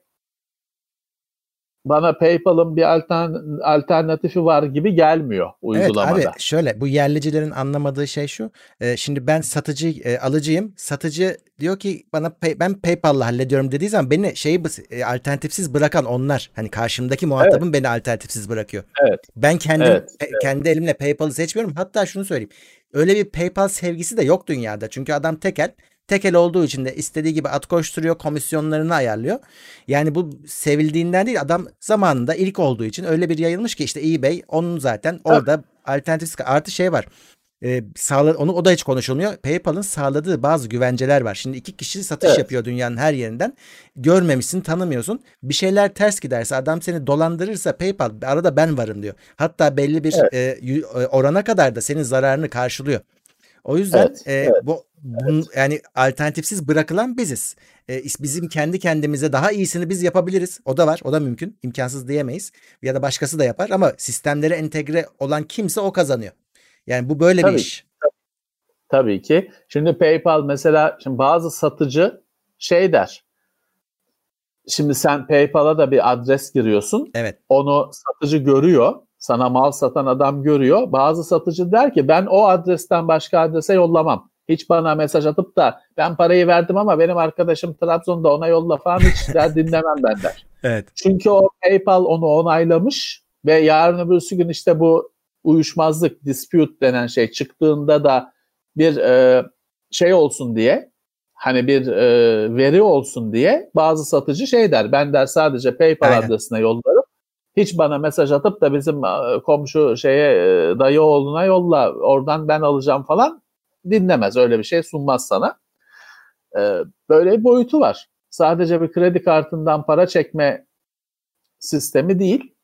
bana PayPal'ın bir altern- alternatifi var gibi gelmiyor uygulamada. Evet abi, şöyle, bu yerlicilerin anlamadığı şey şu. E, şimdi ben satıcı e, alıcıyım. Satıcı diyor ki bana pay, ben PayPal'la hallediyorum dediği zaman beni şeyi e, alternatifsiz bırakan onlar. Hani karşımdaki muhatabım evet. beni alternatifsiz bırakıyor. Evet. Ben kendim evet. e, kendi elimle PayPal'ı seçmiyorum. Hatta şunu söyleyeyim. Öyle bir PayPal sevgisi de yok dünyada. Çünkü adam tekel. Tekel olduğu için de istediği gibi at koşturuyor, komisyonlarını ayarlıyor. Yani bu sevildiğinden değil, adam zamanında ilk olduğu için öyle bir yayılmış ki işte eBay onun zaten orada evet. alternatif artı şey var. Ee, sağla, onu o da hiç konuşulmuyor. PayPal'ın sağladığı bazı güvenceler var. Şimdi iki kişi satış evet. yapıyor dünyanın her yerinden. Görmemişsin, tanımıyorsun. Bir şeyler ters giderse, adam seni dolandırırsa PayPal arada ben varım diyor. Hatta belli bir evet. e, orana kadar da senin zararını karşılıyor. O yüzden evet, e, evet, bu bun, evet. yani alternatifsiz bırakılan biziz. E, bizim kendi kendimize daha iyisini biz yapabiliriz. O da var. O da mümkün. İmkansız diyemeyiz. Ya da başkası da yapar ama sistemlere entegre olan kimse o kazanıyor. Yani bu böyle tabii, bir iş. Tabii, tabii ki. Şimdi PayPal mesela, şimdi bazı satıcı şey der. Şimdi sen PayPal'a da bir adres giriyorsun. Evet. Onu satıcı görüyor. Sana mal satan adam görüyor. Bazı satıcı der ki ben o adresten başka adrese yollamam. Hiç bana mesaj atıp da ben parayı verdim ama benim arkadaşım Trabzon'da ona yolla falan hiç der, dinlemem ben der. Evet. Çünkü o PayPal onu onaylamış ve yarın öbürsü gün işte bu uyuşmazlık, dispute denen şey çıktığında da bir e, şey olsun diye, hani bir e, veri olsun diye bazı satıcı şey der. Ben der sadece PayPal Aynen. adresine yollarım. Hiç bana mesaj atıp da bizim komşu şeye dayı oğluna yolla, oradan ben alacağım falan dinlemez. Öyle bir şey sunmaz sana. Ee, böyle bir boyutu var. Sadece bir kredi kartından para çekme sistemi değil.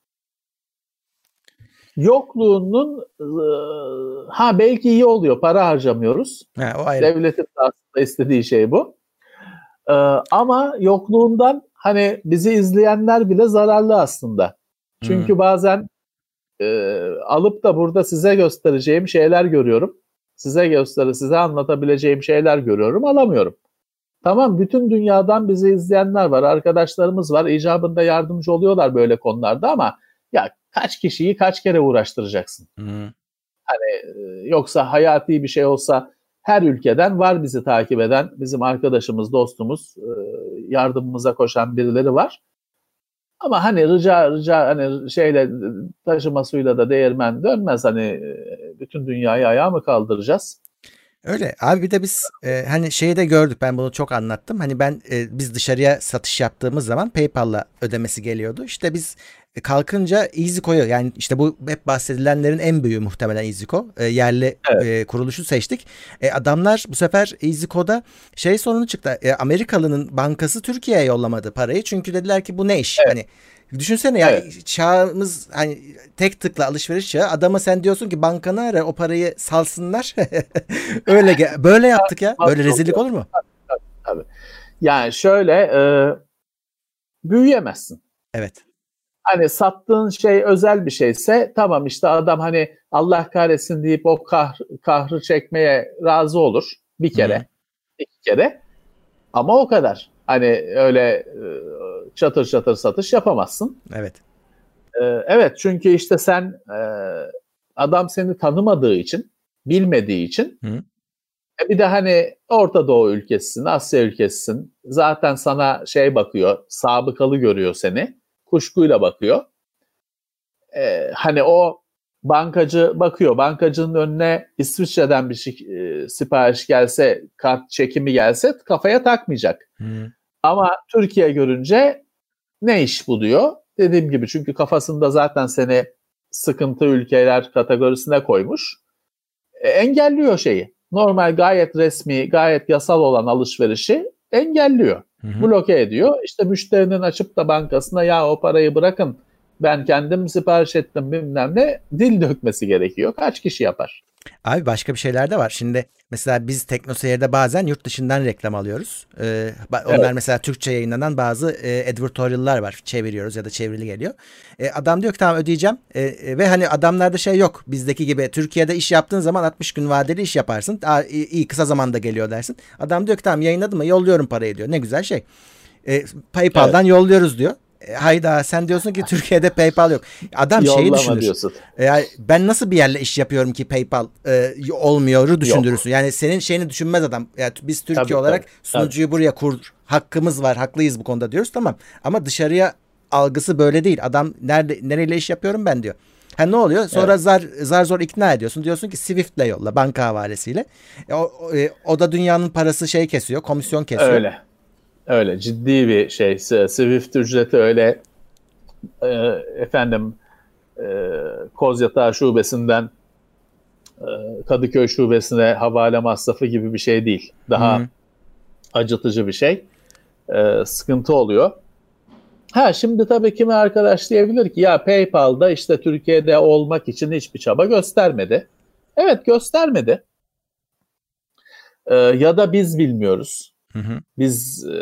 Yokluğunun ha belki iyi oluyor. Para harcamıyoruz. Ha, o ayrı. Devletin aslında istediği şey bu. Ee, ama yokluğundan hani bizi izleyenler bile zararlı aslında. Çünkü hmm. bazen e, alıp da burada size göstereceğim şeyler görüyorum. Size gösterir, size anlatabileceğim şeyler görüyorum, alamıyorum. Tamam, bütün dünyadan bizi izleyenler var, arkadaşlarımız var, icabında yardımcı oluyorlar böyle konularda ama ya kaç kişiyi kaç kere uğraştıracaksın? Hmm. Hani e, yoksa hayati bir şey olsa her ülkeden var bizi takip eden, bizim arkadaşımız, dostumuz, e, yardımımıza koşan birileri var. Ama hani rica rica hani şeyle taşıma suyla da değirmen dönmez, hani bütün dünyayı ayağa mı kaldıracağız? Öyle abi, bir de biz e, hani şeyi de gördük, ben bunu çok anlattım. Hani ben e, biz dışarıya satış yaptığımız zaman PayPal'la ödemesi geliyordu. İşte biz E, kalkınca EasyCo'yu, yani işte bu hep bahsedilenlerin en büyüğü muhtemelen EasyCo. E, yerli Evet. e, kuruluşu seçtik. E, adamlar bu sefer EasyCo'da şey sorunu çıktı. E, Amerikalı'nın bankası Türkiye'ye yollamadı parayı. Çünkü dediler ki bu ne iş? Evet. Hani düşünsene ya, Evet. çağımız hani tek tıkla alışveriş çağı. Adama sen diyorsun ki bankanı ara, o parayı salsınlar. Öyle ge- böyle yaptık ya. Böyle rezillik olur mu? Tabii, tabii. Yani şöyle e, büyüyemezsin. Evet. Hani sattığın şey özel bir şeyse tamam, işte adam hani Allah kahretsin deyip o kahr, kahrı çekmeye razı olur. Bir kere, Hı. iki kere. Ama o kadar. Hani öyle e, çatır çatır satış yapamazsın. Evet. E, evet, çünkü işte sen e, adam seni tanımadığı için, bilmediği için, Hı. e bir de hani Orta Doğu ülkesisin, Asya ülkesisin. Zaten sana şey bakıyor, sabıkalı görüyor seni. Kuşkuyla bakıyor. E, hani o bankacı bakıyor. Bankacının önüne İsviçre'den bir şey, e, sipariş gelse, kart çekimi gelse kafaya takmayacak. Hı. Ama Türkiye görünce ne iş bu diyor. Dediğim gibi, çünkü kafasında zaten seni sıkıntı ülkeler kategorisine koymuş. E, engelliyor şeyi. Normal, gayet resmi, gayet yasal olan alışverişi engelliyor. Hı hı. Bloke ediyor. İşte müşterinin açıp da bankasına ya o parayı bırakın, ben kendim sipariş ettim bilmem ne, dil dökmesi gerekiyor. Kaç kişi yapar? Abi başka bir şeyler de var. Şimdi mesela biz TeknoSeyir'de bazen yurt dışından reklam alıyoruz. Ee, onlar Evet. mesela Türkçe yayınlanan bazı e, advertorial'lar var. Çeviriyoruz ya da çevrili geliyor. E, adam diyor ki tamam ödeyeceğim. E, e, ve hani adamlarda şey yok. Bizdeki gibi Türkiye'de iş yaptığın zaman altmış gün vadeli iş yaparsın. Aa, iyi, iyi, kısa zamanda geliyor dersin. Adam diyor ki tamam yayınladım mı yolluyorum parayı diyor. Ne güzel şey. E, PayPal'dan Evet. yolluyoruz diyor. E, hayda, sen diyorsun ki Türkiye'de PayPal yok. Adam şeyi Yollama düşünür. diyorsun. E, Yani ben nasıl bir yerle iş yapıyorum ki PayPal e, olmuyoru düşündürürsün. Yok. Yani senin şeyini düşünmez adam. Yani biz Türkiye Tabii olarak tabii. Tabii. sunucuyu buraya kur. Hakkımız var, haklıyız bu konuda diyoruz, tamam. Ama dışarıya algısı böyle değil. Adam nerede nereyle iş yapıyorum ben diyor. Ha ne oluyor? Sonra Evet. zar zar zor ikna ediyorsun. Diyorsun ki Swift'le yolla, banka havalesiyle. E, o, o, e, o da dünyanın parası şey kesiyor, komisyon kesiyor. Öyle. Öyle ciddi bir şey. Swift ücreti öyle e, efendim e, Kozyatağı şubesinden e, Kadıköy şubesine havale masrafı gibi bir şey değil. Daha Hı. acıtıcı bir şey. E, sıkıntı oluyor. Ha şimdi tabii kimi arkadaş diyebilir ki ya PayPal'da işte Türkiye'de olmak için hiçbir çaba göstermedi. Evet, göstermedi. E, ya da biz bilmiyoruz. Hı hı. Biz e,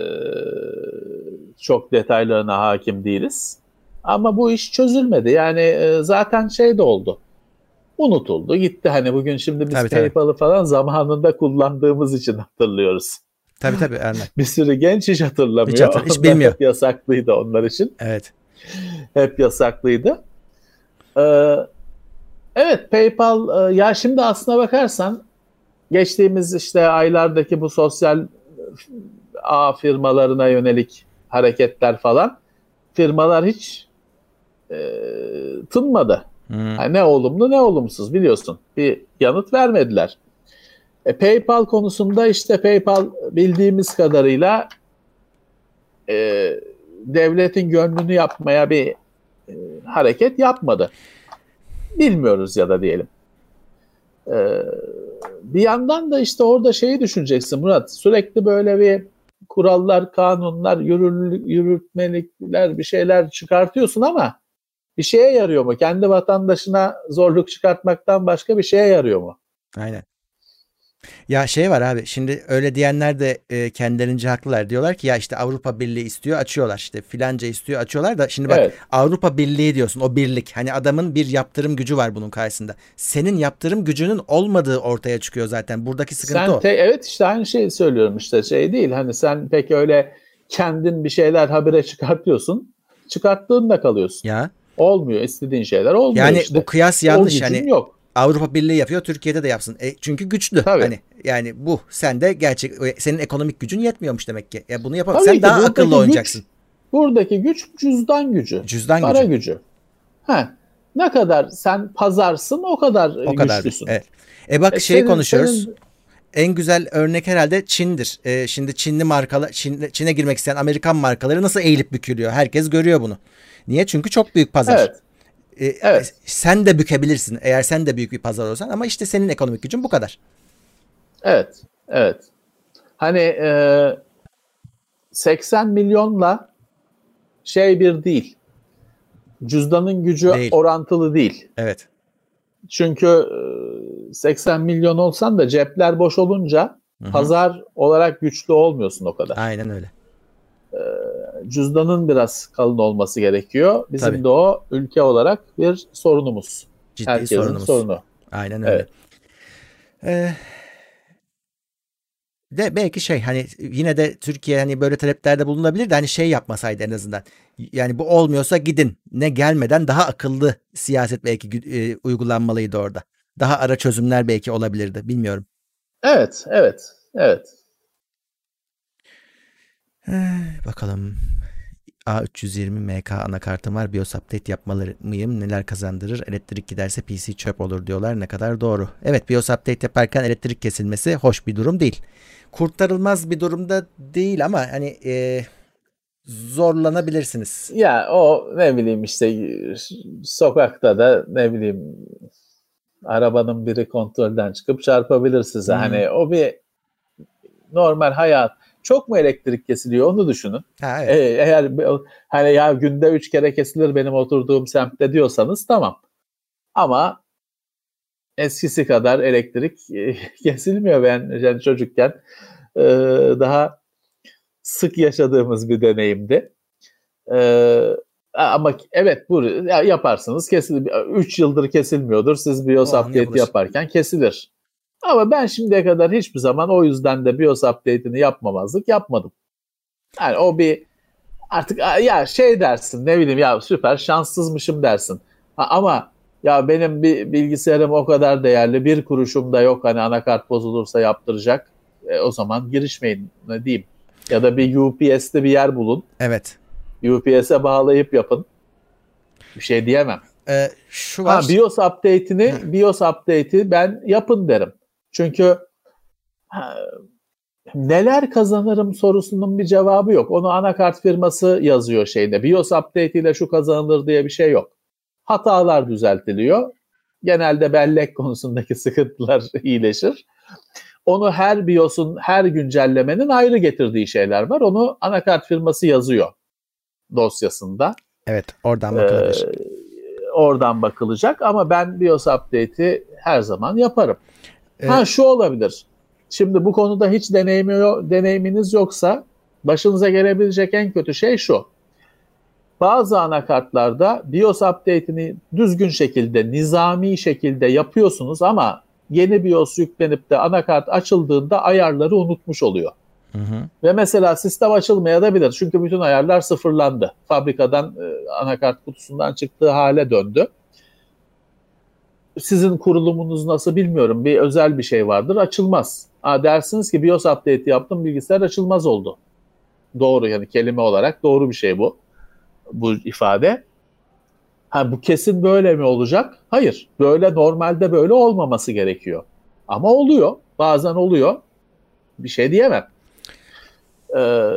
çok detaylarına hakim değiliz. Ama bu iş çözülmedi. Yani e, zaten şey de oldu. Unutuldu, gitti. Hani bugün şimdi biz Tabii tabii. PayPal'ı falan zamanında kullandığımız için hatırlıyoruz. Tabii tabii Erman. Bir sürü genç hiç Hiç hatırlamıyor. hatır, hiç Onlar bilmiyor. hep yasaklıydı onlar için. Evet. Hep yasaklıydı. Ee, evet, PayPal, e, ya şimdi aslına bakarsan geçtiğimiz işte aylardaki bu sosyal ağ firmalarına yönelik hareketler falan, firmalar hiç e, tınmadı. Hı. Yani ne olumlu ne olumsuz, biliyorsun. Bir yanıt vermediler. E, PayPal konusunda işte PayPal bildiğimiz kadarıyla e, devletin gönlünü yapmaya bir e, hareket yapmadı. Bilmiyoruz ya da diyelim. E, bir yandan da işte orada şeyi düşüneceksin Murat. Sürekli böyle bir kurallar, kanunlar, yürür, yürütmelikler bir şeyler çıkartıyorsun ama bir şeye yarıyor mu? Kendi vatandaşına zorluk çıkartmaktan başka bir şeye yarıyor mu? Aynen. Ya şey var abi, şimdi öyle diyenler de e, kendilerince haklılar. Diyorlar ki ya işte Avrupa Birliği istiyor, açıyorlar, işte filanca istiyor, açıyorlar da şimdi bak, Evet. Avrupa Birliği diyorsun, o birlik, hani adamın bir yaptırım gücü var bunun karşısında. Senin yaptırım gücünün olmadığı ortaya çıkıyor zaten. Buradaki sıkıntı Sen o. te, evet işte aynı şeyi söylüyorum, işte şey değil. Hani sen pek öyle kendin bir şeyler habire çıkartıyorsun. Çıkarttığında kalıyorsun. Ya Olmuyor. İstediğin şeyler olmuyor yani bu işte. kıyas O yanlış, gücün hani yok. Avrupa Birliği yapıyor, Türkiye'de de yapsın. E, çünkü güçlü. Tabii. Hani yani bu sende gerçek, senin ekonomik gücün yetmiyormuş demek ki. Ya bunu yapamam. Tabii Sen ki daha akıllı buradaki oynayacaksın. güç buradaki güç cüzdan gücü. Cüzdan Para gücü. gücü. Ha. Ne kadar sen pazarsın o kadar O kadar. güçlüsün. Evet. E bak E şeyi senin konuşuyoruz. senin en güzel örnek herhalde Çin'dir. Ee, şimdi Çinli markalar, Çin, Çin'e girmek isteyen Amerikan markaları nasıl eğilip bükülüyor. Herkes görüyor bunu. Niye? Çünkü çok büyük pazar. Evet, Ee, evet, sen de bükebilirsin eğer sen de büyük bir pazar olsan ama işte senin ekonomik gücün bu kadar. evet, evet. Hani e, seksen milyonla şey bir değil. Cüzdanın gücü Değil. orantılı değil. Evet. Çünkü e, seksen milyon olsan da cepler boş olunca Hı hı. pazar olarak güçlü olmuyorsun o kadar. Aynen öyle. Cüzdanın biraz kalın olması gerekiyor. Bizim Tabii. de o ülke olarak bir sorunumuz. Ciddi Herkesin sorunumuz. sorunu. Aynen öyle. Evet. Ee, de belki şey hani yine de Türkiye hani böyle taleplerde bulunabilir de hani şey yapmasaydı en azından. Yani bu olmuyorsa gidin. Ne gelmeden daha akıllı siyaset belki e, uygulanmalıydı orada. Daha ara çözümler belki olabilirdi. Bilmiyorum. Evet, evet, evet. Ee, bakalım. A üç yüz yirmi M K anakartım var. BIOS update yapmalı mıyım? Neler kazandırır? Elektrik giderse P C çöp olur diyorlar. Ne kadar doğru. Evet, BIOS update yaparken elektrik kesilmesi hoş bir durum değil. Kurtarılmaz bir durumda değil ama hani e, zorlanabilirsiniz. Ya o ne bileyim işte sokakta da ne bileyim arabanın biri kontrolden çıkıp çarpabilir size. Hmm. Hani o bir normal hayat. Çok mu elektrik kesiliyor onu düşünün. Ha, Ee, evet. eğer hani ya günde üç kere kesilir benim oturduğum semtte diyorsanız tamam. Ama eskisi kadar elektrik kesilmiyor. Ben yani çocukken e, daha sık yaşadığımız bir deneyimdi. E, ama evet bu yaparsınız kesilir. üç yıldır kesilmiyordur. Siz BIOS O an update yapılır. yaparken kesilir. Ama ben şimdiye kadar hiçbir zaman o yüzden de BIOS update'ini yapmamazlık yapmadım. Yani o bir artık ya şey dersin ne bileyim ya süper şanssızmışım dersin. Ha, ama ya benim bir bilgisayarım o kadar değerli bir kuruşum da yok hani anakart bozulursa yaptıracak. E, o zaman girişmeyin ne diyeyim. Ya da bir U P S'te bir yer bulun. Evet. U P S'e bağlayıp yapın. Bir şey diyemem. Ee, şu var. Ha, BIOS update'ini Hı. BIOS update'i ben yapın derim. Çünkü ha, neler kazanırım sorusunun bir cevabı yok. Onu anakart firması yazıyor şeyde. BIOS update ile şu kazanılır diye bir şey yok. Hatalar düzeltiliyor. Genelde bellek konusundaki sıkıntılar iyileşir. Onu her BIOS'un, her güncellemenin ayrı getirdiği şeyler var. Onu anakart firması yazıyor dosyasında. Evet, oradan bakılabilir. Ee, oradan bakılacak ama ben BIOS update'i her zaman yaparım. Ee, ha şu olabilir. Şimdi bu konuda hiç deneyimi, deneyiminiz yoksa başınıza gelebilecek en kötü şey şu. Bazı anakartlarda BIOS update'ini düzgün şekilde, nizami şekilde yapıyorsunuz ama yeni BIOS yüklenip de anakart açıldığında ayarları unutmuş oluyor. Hı hı. Ve mesela sistem açılmayabilir çünkü bütün ayarlar sıfırlandı. Fabrikadan, e, anakart kutusundan çıktığı hale döndü. Sizin kurulumunuz nasıl bilmiyorum. Bir özel bir şey vardır. Açılmaz. Ha, dersiniz ki BIOS update yaptım bilgisayar açılmaz oldu. Doğru yani kelime olarak doğru bir şey bu. Bu ifade. Ha, bu kesin böyle mi olacak? Hayır. Böyle normalde böyle olmaması gerekiyor. Ama oluyor. Bazen oluyor. Bir şey diyemem. Ee,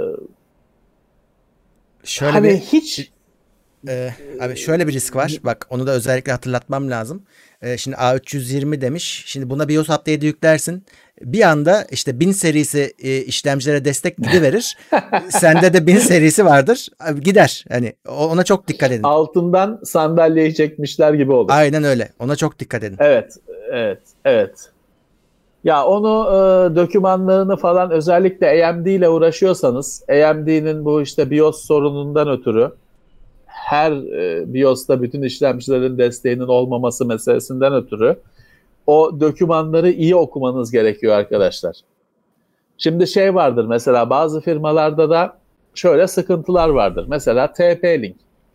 Şöyle hani bir hiç Ee, abi şöyle bir risk var. Bak onu da özellikle hatırlatmam lazım. Ee, şimdi A üç yüz yirmi demiş. Şimdi buna BIOS update'i yüklersin. Bir anda işte bin serisi e, işlemcilere destek gidiverir. Sende de bin serisi vardır. Abi gider. Hani ona çok dikkat edin. altından sandalyeyi çekmişler gibi olur. Aynen öyle. Ona çok dikkat edin. Evet, evet, evet. Ya onu e, dokümanlarını falan özellikle A M D ile uğraşıyorsanız A M D'nin bu işte BIOS sorunundan ötürü her e, BIOS'ta bütün işlemcilerin desteğinin olmaması meselesinden ötürü o dokümanları iyi okumanız gerekiyor arkadaşlar. Şimdi şey vardır mesela bazı firmalarda da şöyle sıkıntılar vardır. Mesela T P-Link.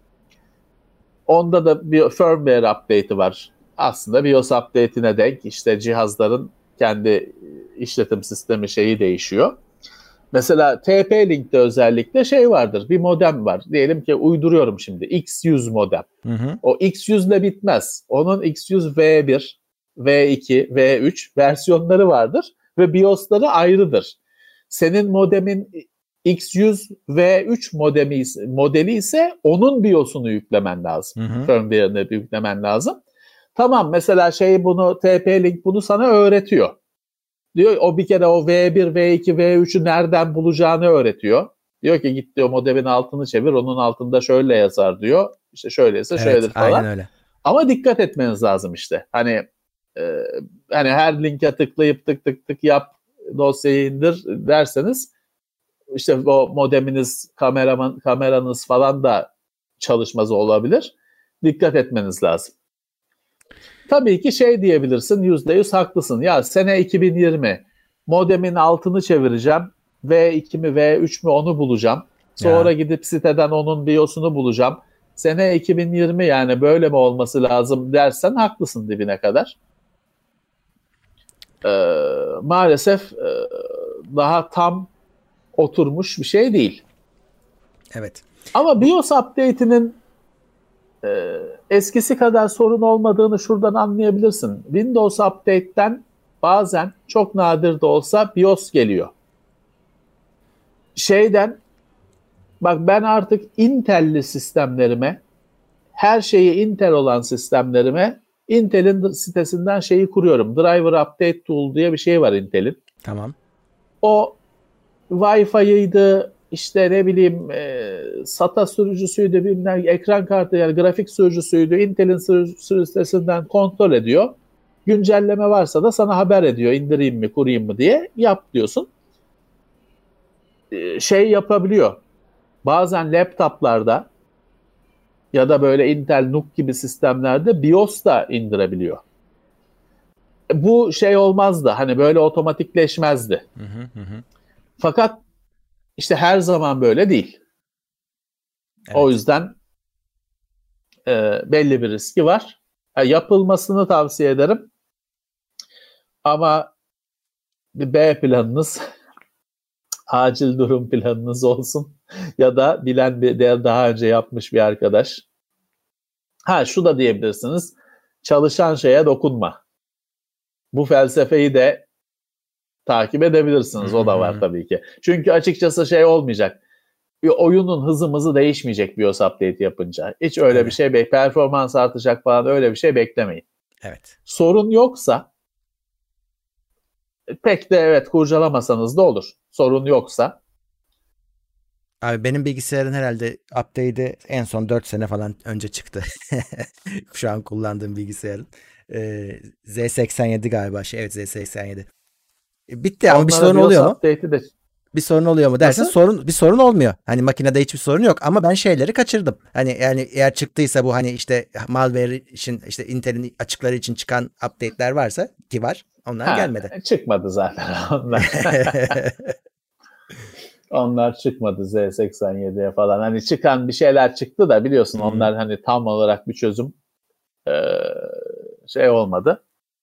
Onda da bir firmware update'i var. Aslında BIOS update'ine denk işte cihazların kendi işletim sistemi şeyi değişiyor. Mesela T P-Link'te özellikle şey vardır. Bir modem var. Diyelim ki uyduruyorum şimdi. X yüz modem. Hı hı. O X yüz ile bitmez. Onun X yüz V bir, V iki, V üç versiyonları vardır. ve BIOS'ları ayrıdır. Senin modemin X yüz V üç modemi modeli ise onun BIOS'unu yüklemen lazım. Hı hı. Firmware'ını yüklemen lazım. Tamam, mesela şey bunu T P-Link bunu sana öğretiyor. Diyor o bir kere o V bir, V iki, V üçü nereden bulacağını öğretiyor. Diyor ki git diyor modemin altını çevir, onun altında şöyle yazar diyor. İşte şöyleyse şöyledir evet, falan. Aynen öyle. Ama dikkat etmeniz lazım işte. Hani e, hani her linke tıklayıp tık tık tık yap dosyayı indir derseniz işte o modeminiz, kameraman, kameranız falan da çalışmaz olabilir. Dikkat etmeniz lazım. Tabii ki şey diyebilirsin, yüzde yüz haklısın. Ya sene iki bin yirmi modemin altını çevireceğim. V iki mi V üç mü onu bulacağım. Sonra ya. Gidip siteden onun BIOS'unu bulacağım. Sene iki bin yirmi yani böyle mi olması lazım dersen haklısın dibine kadar. Ee, maalesef e, daha tam oturmuş bir şey değil. Evet. Ama BIOS update'inin e, eskisi kadar sorun olmadığını şuradan anlayabilirsin. Windows update'ten bazen çok nadir de olsa BIOS geliyor. Şeyden bak ben artık Intel'li sistemlerime, her şeyi Intel olan sistemlerime Intel'in sitesinden şeyi kuruyorum. Driver Update Tool diye bir şey var Intel'in. Tamam. O Wi-Fi'ydi, işte ne bileyim e, SATA sürücüsüydü, bilmem ekran kartı yani grafik sürücüsüydü. Intel'in sürücü sitesinden kontrol ediyor. Güncelleme varsa da sana haber ediyor. İndireyim mi, kurayım mı diye yap diyorsun. E, şey yapabiliyor. Bazen laptoplarda ya da böyle Intel N U C gibi sistemlerde BIOS da indirebiliyor. Bu şey olmazdı. Hani böyle otomatikleşmezdi. Hı hı hı. Fakat işte her zaman böyle değil. Evet. O yüzden e, belli bir riski var. Yani yapılmasını tavsiye ederim. Ama bir B planınız, acil durum planınız olsun. Ya da bilen bir daha önce yapmış bir arkadaş. Ha şu da diyebilirsiniz. Çalışan şeye dokunma. Bu felsefeyi de takip edebilirsiniz. O da var tabii ki. Çünkü açıkçası şey olmayacak. Bir oyunun hızı mızı değişmeyecek BIOS update yapınca. Hiç öyle evet. bir şey, be- performans artacak falan öyle bir şey beklemeyin. Evet. Sorun yoksa pek de evet kurcalamasanız da olur. Sorun yoksa. Abi benim bilgisayarın herhalde update'i en son dört sene falan önce çıktı. Şu an kullandığım bilgisayarın. Ee, Z seksen yedi galiba. Şey, evet Z seksen yedi. E, bitti ama bir sorun oluyor mu? De... Bir sorun oluyor mu dersen sorun bir sorun olmuyor. Hani makinede hiçbir sorun yok ama ben şeyleri kaçırdım. Hani yani eğer çıktıysa bu hani işte malware için işte Intel'in açıkları için çıkan update'ler varsa ki var. Onlar ha, gelmedi. Çıkmadı zaten onlar. Onlar çıkmadı Z seksen yediye falan. Hani çıkan bir şeyler çıktı da biliyorsun hmm. onlar hani tam olarak bir çözüm ee, şey olmadı.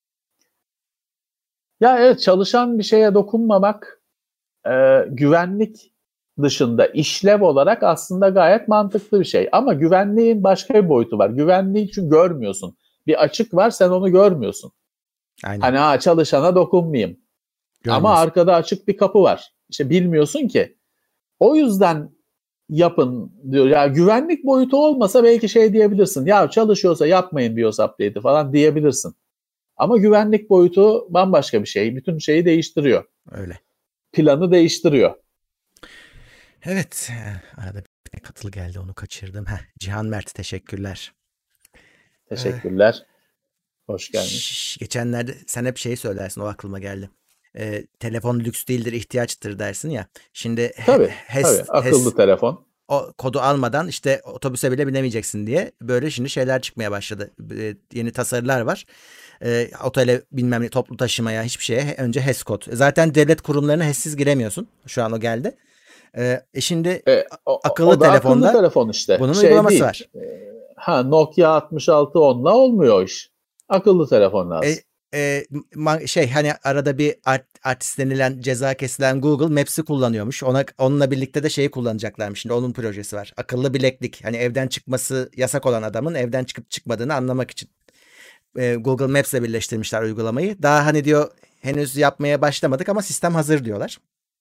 Ya evet çalışan bir şeye dokunmamak e, güvenlik dışında işlev olarak aslında gayet mantıklı bir şey. Ama güvenliğin başka bir boyutu var. Güvenliği için görmüyorsun. Bir açık var sen onu görmüyorsun. Aynen. Hani ha çalışana dokunmayayım. Ama arkada açık bir kapı var. İşte bilmiyorsun ki. O yüzden yapın diyor. Ya güvenlik boyutu olmasa belki şey diyebilirsin. Ya çalışıyorsa yapmayın BIOS update'i falan diyebilirsin. Ama güvenlik boyutu bambaşka bir şey. Bütün şeyi değiştiriyor. Öyle. Planı değiştiriyor. Evet. Arada bir katılı geldi onu kaçırdım. Heh, Cihan Mert teşekkürler. Teşekkürler. Ee, Hoş geldin. Şş, geçenlerde sen hep şey söylersin o aklıma geldi. Ee, telefon lüks değildir ihtiyaçtır dersin ya. Şimdi tabii, HES, tabii. akıllı HES, telefon. O kodu almadan işte otobüse bile binemeyeceksin diye böyle şimdi şeyler çıkmaya başladı. Ee, yeni tasarılar var. E, otele bilmem ne toplu taşımaya hiçbir şeye önce HES kod. Zaten devlet kurumlarına HES'siz giremiyorsun. Şu an o geldi. E, e şimdi e, o, akıllı o da telefonda akıllı telefon işte. Bunun şey uygulaması değil. var. E, ha Nokia altmış altı onla olmuyor o iş. Akıllı telefon lazım. E, e, şey hani arada bir art, artist denilen ceza kesilen Google Maps'i kullanıyormuş. Ona onunla birlikte de şeyi kullanacaklarmış. Şimdi onun projesi var. Akıllı bileklik. Hani evden çıkması yasak olan adamın evden çıkıp çıkmadığını anlamak için. Google Maps'le birleştirmişler uygulamayı. Daha hani diyor henüz yapmaya başlamadık ama sistem hazır diyorlar.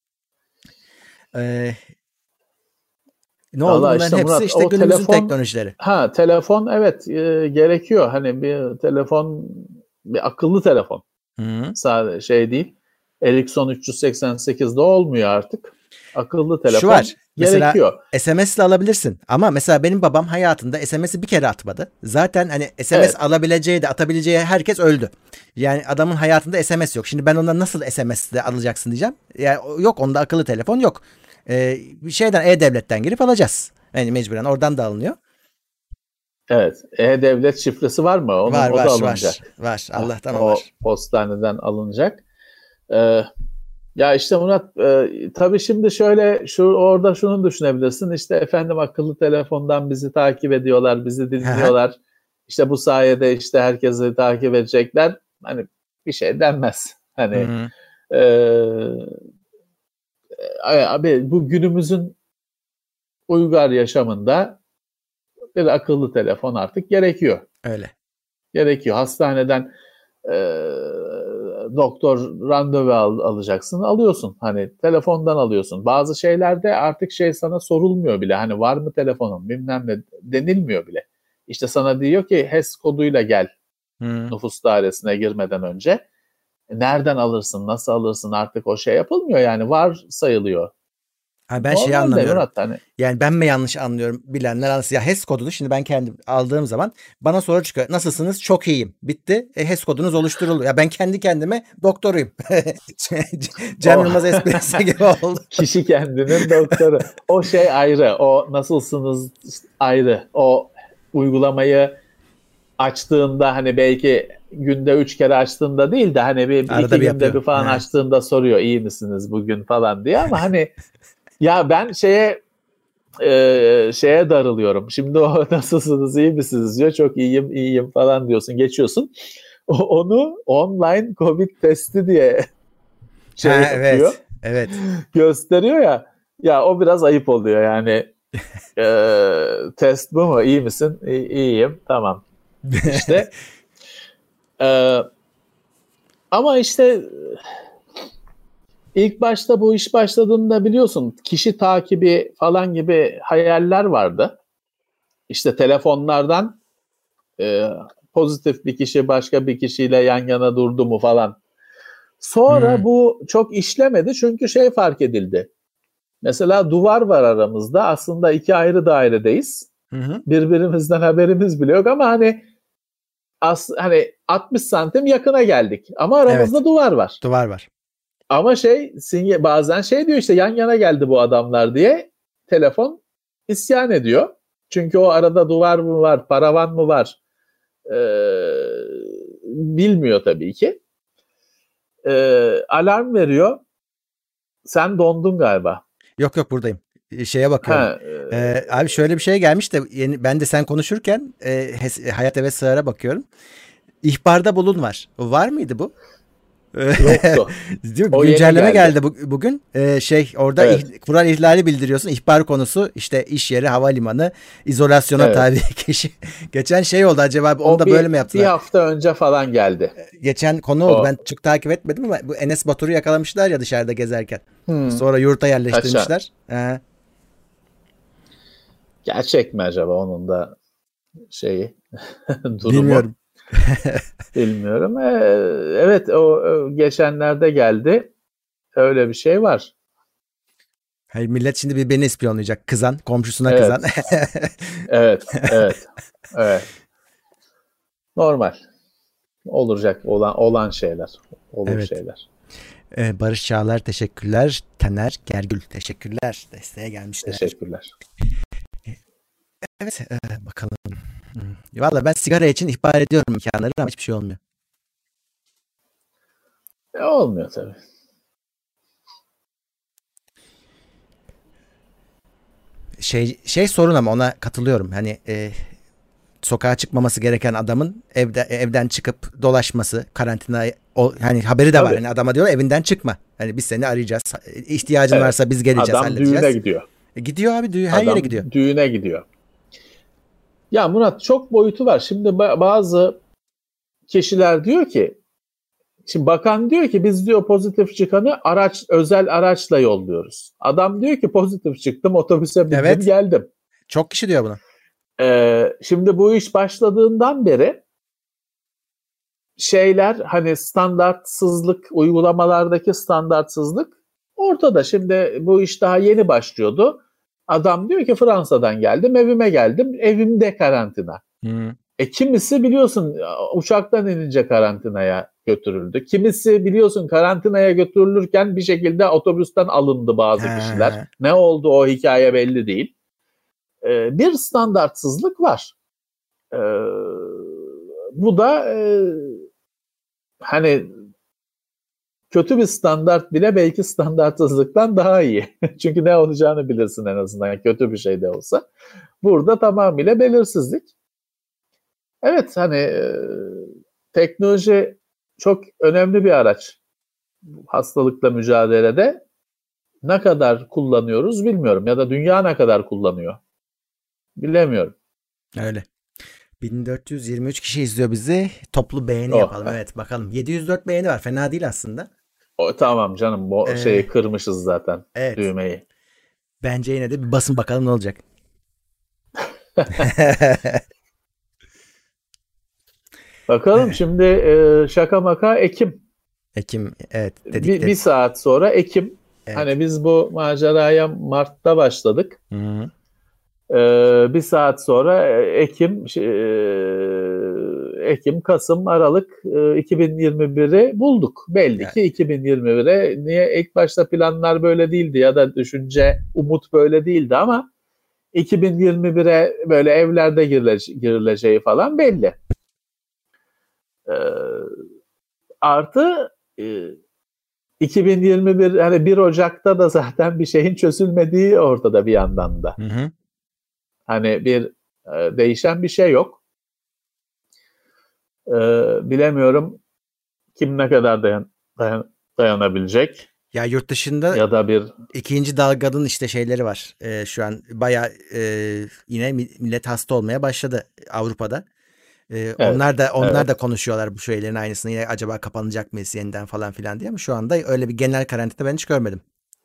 Ee, ne oldu? Valla Bunların işte hepsi Murat, işte o günümüzün telefon, teknolojileri. ha telefon evet e, gerekiyor. Hani bir telefon, bir akıllı telefon. Hı. Sadece şey değil. Ericsson üç yüz seksen sekizde olmuyor artık. Akıllı Şu telefon var. Mesela gerekiyor. S M S ile alabilirsin. Ama mesela benim babam hayatında S M S'i bir kere atmadı. Zaten hani S M S Evet. alabileceği de atabileceği herkes öldü. Yani adamın hayatında S M S yok. Şimdi ben ondan nasıl S M S'de alacaksın diyeceğim. Yani yok, onda akıllı telefon yok. Ee, bir şeyden E-Devlet'ten girip alacağız. Yani mecburen oradan da alınıyor. Evet. E-Devlet şifresi var mı? Onun Var o da var var. alınacak. Var. Hah, Allah'tan o o var. postaneden alınacak. Ee, Ya işte Murat, e, tabii şimdi şöyle şu orada şunu düşünebilirsin. İşte efendim akıllı telefondan bizi takip ediyorlar, bizi Hı hı. dinliyorlar. İşte bu sayede işte herkesi takip edecekler. Hani bir şey denmez. Hani Hı. e, abi bu günümüzün uygar yaşamında bir akıllı telefon artık gerekiyor. Öyle. Gerekiyor. Hastaneden e, doktor randevu al, alacaksın, alıyorsun. Hani telefondan alıyorsun. Bazı şeylerde artık şey sana sorulmuyor bile. Hani var mı telefonun bilmem ne denilmiyor bile. İşte sana diyor ki H E S koduyla gel Hı. nüfus dairesine girmeden önce. E, nereden alırsın, nasıl alırsın artık o şey yapılmıyor yani var sayılıyor. Ha, ben şeyi Normal de anlamıyorum. Murat hani. Yani ben mi yanlış anlıyorum? Bilenler anlasın. Ya H E S kodunu şimdi ben kendim aldığım zaman bana soru çıkıyor. Nasılsınız? Çok iyiyim. Bitti. E, H E S kodunuz oluşturuldu. Ya ben kendi kendime doktoruyum. Cem O Yılmaz esprisi gibi oldu. kişi kendinin doktoru. O şey ayrı. O nasılsınız ayrı. O uygulamayı açtığında hani belki günde üç kere açtığında değil de hani bir Arada iki bir günde yapıyor. bir falan Ha. açtığında soruyor iyi misiniz bugün falan diye ama hani ya ben şeye e, şeye darılıyorum. Şimdi o nasılsınız iyi misiniz diyor. Çok iyiyim iyiyim falan diyorsun geçiyorsun. O, onu online Covid testi diye şey Ha, yapıyor. evet. Evet. Gösteriyor ya. Ya o biraz ayıp oluyor yani. E, test bu mu? İyi misin? İyi, iyiyim. Tamam. İşte e, ama işte ilk başta bu iş başladığında biliyorsun kişi takibi falan gibi hayaller vardı. İşte telefonlardan e, pozitif bir kişi başka bir kişiyle yan yana durdu mu falan. Sonra Hmm. bu çok işlemedi çünkü şey fark edildi. Mesela duvar var aramızda. Aslında iki ayrı dairedeyiz. Hı hı. Birbirimizden haberimiz bile yok ama hani as, hani altmış santim yakına geldik. Ama Evet. aramızda duvar var. Duvar var. Ama şey sinye, bazen şey diyor işte yan yana geldi bu adamlar diye telefon isyan ediyor. Çünkü o arada duvar mı var, paravan mı var ee, bilmiyor tabii ki. Ee, alarm veriyor. Sen dondun galiba. Yok yok, buradayım. E, Şeye bakıyorum. Ha, Ee, abi şöyle bir şey gelmiş de yeni, ben de sen konuşurken e, Hes- Hayat ve Sığar'a bakıyorum. İhbarda bulun var. O var mıydı bu? yoktu. Değil mi? Bir O yeni güncelleme geldi. geldi bu, bugün. Ee, şey orada Evet, ih- kural ihlali bildiriyorsun. İhbar konusu işte iş yeri, havalimanı, izolasyona evet. tabi kişi. Geçen şey oldu, acaba onu O da böyle bir mi bir yaptılar? hafta önce falan geldi. Geçen konu oldu. Ben O çok takip etmedim ama bu Enes Batur'u yakalamışlar ya dışarıda gezerken. hmm, Sonra yurta aşağı. yerleştirmişler. Ee, Gerçek mi acaba onun da şeyi durumu? bilmiyorum. Bilmiyorum. Ee, evet o, o geçenlerde geldi. Öyle bir şey var. Hayır, millet şimdi birbirini ispiyonlayacak. Kızan, komşusuna kızan. Evet, evet, evet, evet. Normal. Olacak olan olan şeyler. Olur Evet. şeyler. Ee, Barış Çağlar teşekkürler. Taner Gergül teşekkürler. Desteğe gelmişler. Teşekkürler. Evet, e, bakalım. Hmm. Valla ben sigara için ihbar ediyorum imkanları ama hiçbir şey olmuyor. E, olmuyor tabii. Şey şey sorun ama ona katılıyorum. Hani e, sokağa çıkmaması gereken adamın evde evden çıkıp dolaşması, karantina, o hani haberi de var. Tabii. Hani adama diyor evinden çıkma. Hani biz seni arayacağız. İhtiyacın Evet. varsa biz geleceğiz, Adam düğüne halledeceğiz. gidiyor. E, gidiyor abi, dü- her yere gidiyor. Adam düğüne gidiyor. Ya Murat çok boyutu var. Şimdi ba- bazı kişiler diyor ki Şimdi bakan diyor ki biz diyor pozitif çıkanı araç özel araçla yolluyoruz. Adam diyor ki pozitif çıktım, otobüse bindim, Evet. geldim. Çok kişi diyor bunu. Ee, şimdi bu iş başladığından beri şeyler hani standartsızlık, uygulamalardaki standartsızlık ortada. Şimdi bu iş daha yeni başlıyordu. Adam diyor ki Fransa'dan geldim, evime geldim, evimde karantina. Hı. E kimisi biliyorsun uçaktan inince karantinaya götürüldü. Kimisi biliyorsun karantinaya götürülürken bir şekilde otobüsten alındı bazı He. kişiler. Ne oldu o hikaye belli değil. Ee, bir standartsızlık var. Ee, bu da e, hani kötü bir standart bile belki standartsızlıktan daha iyi. Çünkü ne olacağını bilirsin en azından kötü bir şey de olsa. Burada tamamıyla belirsizlik. Evet hani e, teknoloji çok önemli bir araç. Hastalıkla mücadelede ne kadar kullanıyoruz bilmiyorum. Ya da dünya ne kadar kullanıyor bilemiyorum. Öyle. bin dört yüz yirmi üç kişi izliyor bizi. Toplu beğeni Oh, yapalım. eh. Evet bakalım. yedi yüz dört beğeni var. Fena değil aslında. O, tamam canım bu Ee, şeyi kırmışız zaten evet. düğmeyi. Bence yine de bir basın bakalım ne olacak. Bakalım Evet. şimdi e, şaka maka Ekim. Ekim evet dedik Bir, bir dedik. saat sonra Ekim. Evet. Hani biz bu maceraya Mart'ta başladık. Hı-hı. Ee, bir saat sonra Ekim, e, Ekim, Kasım, Aralık e, iki bin yirmi biri bulduk. Belli Yani, ki iki bin yirmi bire niye ilk başta planlar böyle değildi ya da düşünce, umut böyle değildi ama iki bin yirmi bire böyle evlerde girile- girileceği falan belli. Ee, artı e, iki bin yirmi bir hani bir Ocak'ta da zaten bir şeyin çözülmediği ortada bir yandan da. hı-hı. Hani bir e, değişen bir şey yok. E, bilemiyorum kim ne kadar dayan, dayan, dayanabilecek Ya yurt dışında ya da bir ikinci dalganın işte şeyleri var. Ee, şu an bayağı e, yine millet hasta olmaya başladı Avrupa'da. Ee, evet, onlar da onlar da evet. konuşuyorlar bu şeylerin aynısını. Yine acaba kapanacak mıyız yeniden falan filan diye ama şu anda öyle bir genel karantina ben hiç görmedim.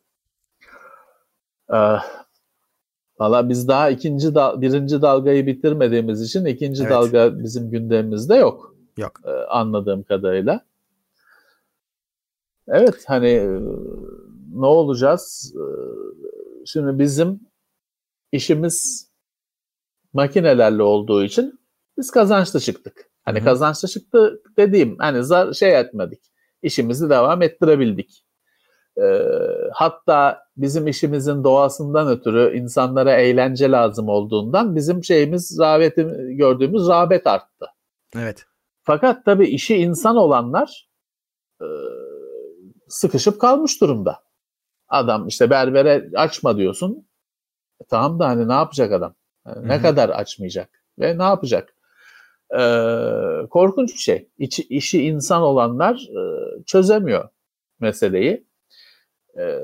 E, valla biz daha ikinci dal, birinci dalgayı bitirmediğimiz için ikinci Evet. dalga bizim gündemimizde yok Yok. e, anladığım kadarıyla. Evet hani e, ne olacağız? E, şimdi bizim işimiz makinelerle olduğu için biz kazançlı çıktık. Hani Hı-hı. kazançlı çıktı dediğim hani zar, şey etmedik. İşimizi devam ettirebildik. Ee, hatta bizim işimizin doğasından ötürü insanlara eğlence lazım olduğundan bizim şeyimiz rağbeti, gördüğümüz rağbet arttı. Evet. Fakat tabii işi insan olanlar e, sıkışıp kalmış durumda. Adam işte berbere açma diyorsun. E, tamam da hani ne yapacak adam? Yani ne Hı-hı. kadar açmayacak ve ne yapacak? Ee, korkunç bir şey. İçi, işi insan olanlar e, çözemiyor meseleyi. Ee,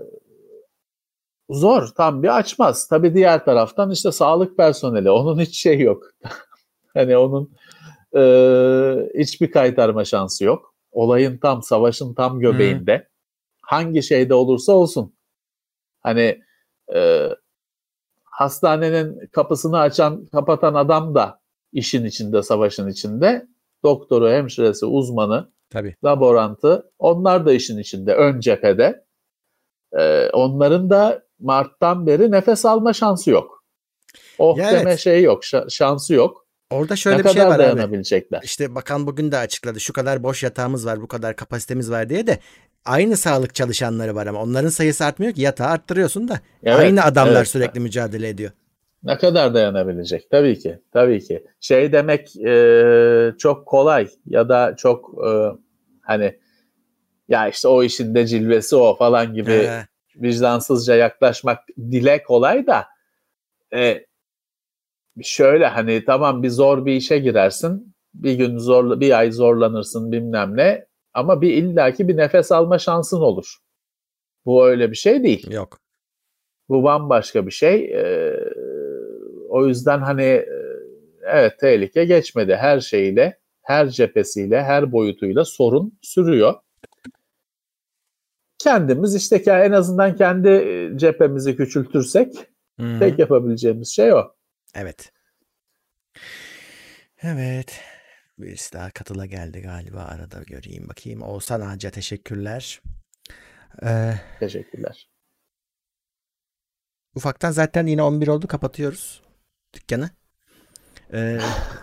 zor. Tam bir açmaz. Tabii diğer taraftan işte sağlık personeli. Onun hiç şey yok. Hani onun e, hiçbir kaytarma şansı yok. Olayın tam, savaşın tam Hı-hı. göbeğinde. Hangi şeyde olursa olsun. Hani e, hastanenin kapısını açan, kapatan adam da işin içinde, savaşın içinde. Doktoru, hemşiresi, uzmanı, Tabii. laborantı, onlar da işin içinde, ön cephede. Ee, onların da Mart'tan beri nefes alma şansı yok. Oh Ya deme evet. şeyi yok, şa- şansı yok. Orada Ne şöyle bir şey kadar var abi. dayanabilecekler? İşte bakan bugün de açıkladı. Şu kadar boş yatağımız var, bu kadar kapasitemiz var diye de aynı sağlık çalışanları var ama onların sayısı artmıyor ki. Yatağı arttırıyorsun da aynı Evet, adamlar evet. sürekli mücadele ediyor. Ne kadar dayanabilecek? Tabii ki, tabii ki. Şey demek e, çok kolay ya da çok e, hani ya işte o işin de cilvesi o falan gibi Ee, vicdansızca yaklaşmak dile kolay da e, şöyle hani tamam bir zor bir işe girersin. Bir gün zor, bir ay zorlanırsın bilmem ne. Ama bir illaki bir nefes alma şansın olur. Bu öyle bir şey değil. yok. Bu bambaşka bir şey. Ee, o yüzden hani e, evet tehlike geçmedi. Her şeyiyle, her cephesiyle, her boyutuyla sorun sürüyor. kendimiz işte en azından kendi cephemizi küçültürsek Hı-hı. tek yapabileceğimiz şey o. Evet. Evet. Birisi daha katıla geldi galiba. Arada göreyim bakayım. Oğuzhan Ağaca teşekkürler. Ee, Teşekkürler. Ufaktan zaten yine on bir oldu. Kapatıyoruz dükkanı. Ee,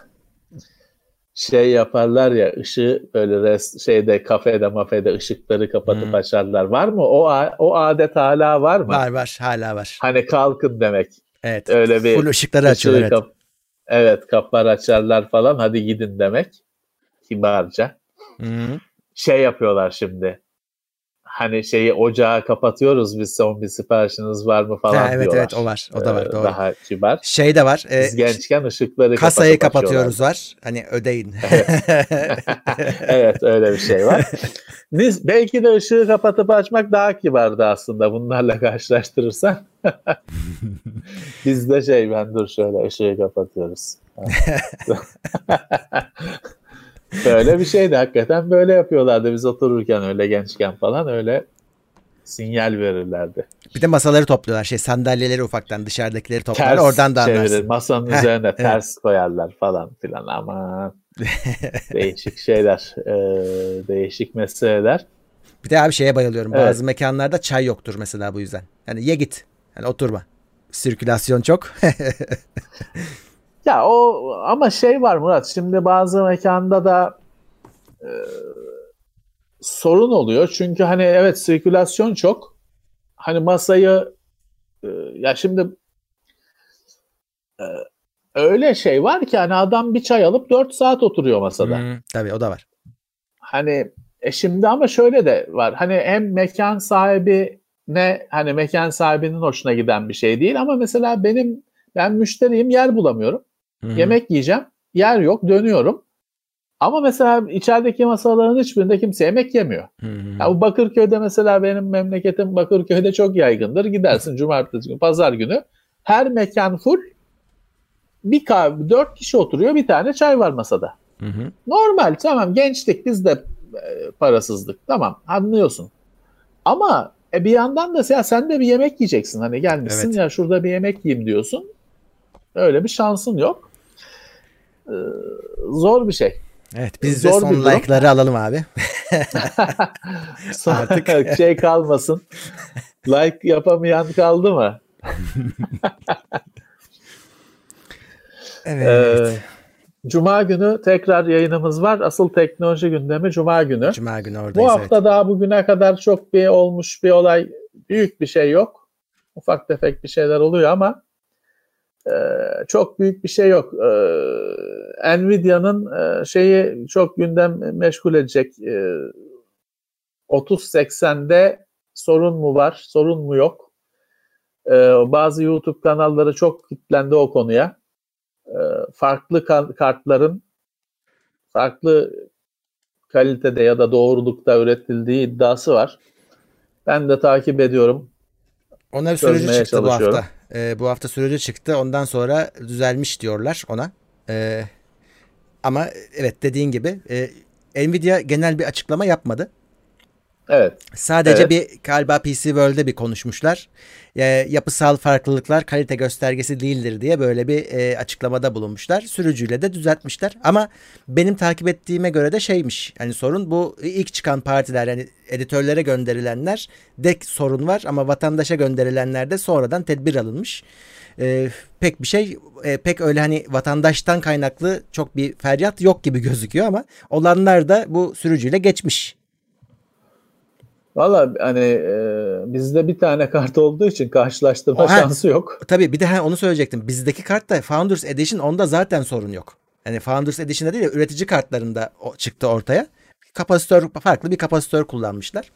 şey yaparlar ya, ışığı böyle rest, şeyde kafede mafede ışıkları kapatıp hmm. açarlar. Var mı? O o adet hala var mı? Var var. Hala var. Hani kalkın demek. Evet. Öyle bir full ışıkları açıyorlar. Evet. Kap- evet kapar açarlar falan. Hadi gidin demek. Kibarca. Hmm. Şey yapıyorlar şimdi. Hani şeyi ocağı kapatıyoruz biz, son bir siparişiniz var mı falan ha, evet, diyorlar. Evet evet o var. O da var. Doğru. Daha kibar. Şey de var. Biz e, gençken ışıkları kasayı kapatıyoruz var. Hani ödeyin. Evet. Evet öyle bir şey var. Biz, belki de ışığı kapatıp açmak daha kibardı aslında bunlarla karşılaştırırsan. Biz de şey ben dur şöyle ışığı kapatıyoruz. Böyle bir şeydi hakikaten, böyle yapıyorlardı biz otururken, öyle gençken falan öyle sinyal verirlerdi. Bir de masaları topluyorlar, şey sandalyeleri ufaktan dışarıdakileri toplarlar, ters oradan da anlarsın. Çevirir, masanın üzerine Heh, ters evet. koyarlar falan filan, ama değişik şeyler, e, değişik meseleler. Bir de abi şeye bayılıyorum, evet. Bazı mekanlarda çay yoktur mesela bu yüzden. Yani ye git, yani oturma. Sirkülasyon çok. Ya o ama şey var Murat, şimdi bazı mekanda da e, sorun oluyor. Çünkü hani evet sirkülasyon çok. Hani masayı e, ya şimdi e, öyle şey var ki hani adam bir çay alıp dört saat oturuyor masada. Hmm, tabii o da var. Hani e şimdi ama şöyle de var. Hani hem mekan sahibi ne, hani mekan sahibinin hoşuna giden bir şey değil, ama mesela benim ben müşteriyim, yer bulamıyorum. Hı-hı. Yemek yiyeceğim. Yer yok, dönüyorum. Ama mesela içerideki masaların hiçbirinde kimse yemek yemiyor. Ya bu Bakırköy'de mesela, benim memleketim Bakırköy'de çok yaygındır. Gidersin cumartesi günü, pazar günü. Her mekan full. Bir kahve, dört kişi oturuyor, bir tane çay var masada. Hı-hı. Normal, tamam, gençlik, biz de e, parasızlık, tamam, anlıyorsun. Ama e, bir yandan da ya sen de bir yemek yiyeceksin. Hani gelmişsin, evet. Ya şurada bir yemek yiyeyim diyorsun. Öyle bir şansın yok. Ee, zor bir şey. Evet, biz zor de son like'ları alalım abi. Artık şey kalmasın. Like yapamayan kaldı mı? Evet. Ee, Cuma günü tekrar yayınımız var. Asıl teknoloji gündemi Cuma günü. Cuma günü oradayız. Bu hafta evet. daha bugüne kadar çok bir olmuş bir olay, büyük bir şey yok. Ufak tefek bir şeyler oluyor ama e, çok büyük bir şey yok. E, Nvidia'nın e, şeyi çok gündem meşgul edecek. E, otuz seksende sorun mu var, sorun mu yok? E, bazı YouTube kanalları çok kilitlendi o konuya. E, farklı kartların farklı kalitede ya da doğrulukta üretildiği iddiası var. Ben de takip ediyorum. Ona bir süreci çıktı bu hafta. Ee, bu hafta süreci çıktı. Ondan sonra düzelmiş diyorlar ona. Ee, ama evet, dediğin gibi e, Nvidia genel bir açıklama yapmadı. Evet. Sadece evet. bir galiba P C World'de bir konuşmuşlar. E, yapısal farklılıklar kalite göstergesi değildir diye böyle bir e, açıklamada bulunmuşlar. Sürücüyle de düzeltmişler. Ama benim takip ettiğime göre de şeymiş. Hani sorun bu, ilk çıkan partiler, yani editörlere gönderilenler de sorun var, ama vatandaşa gönderilenlerde sonradan tedbir alınmış. E, pek bir şey e, pek öyle hani vatandaştan kaynaklı çok bir feryat yok gibi gözüküyor, ama olanlar da bu sürücüyle geçmiş. Valla hani e, bizde bir tane kart olduğu için karşılaştırma ha, şansı yok. Tabii bir de ha, onu söyleyecektim. Bizdeki kartta Founders Edition, onda zaten sorun yok. Yani Founders Edition'da değil de üretici kartlarında o çıktı ortaya. Kapasitör, farklı bir kapasitör kullanmışlar.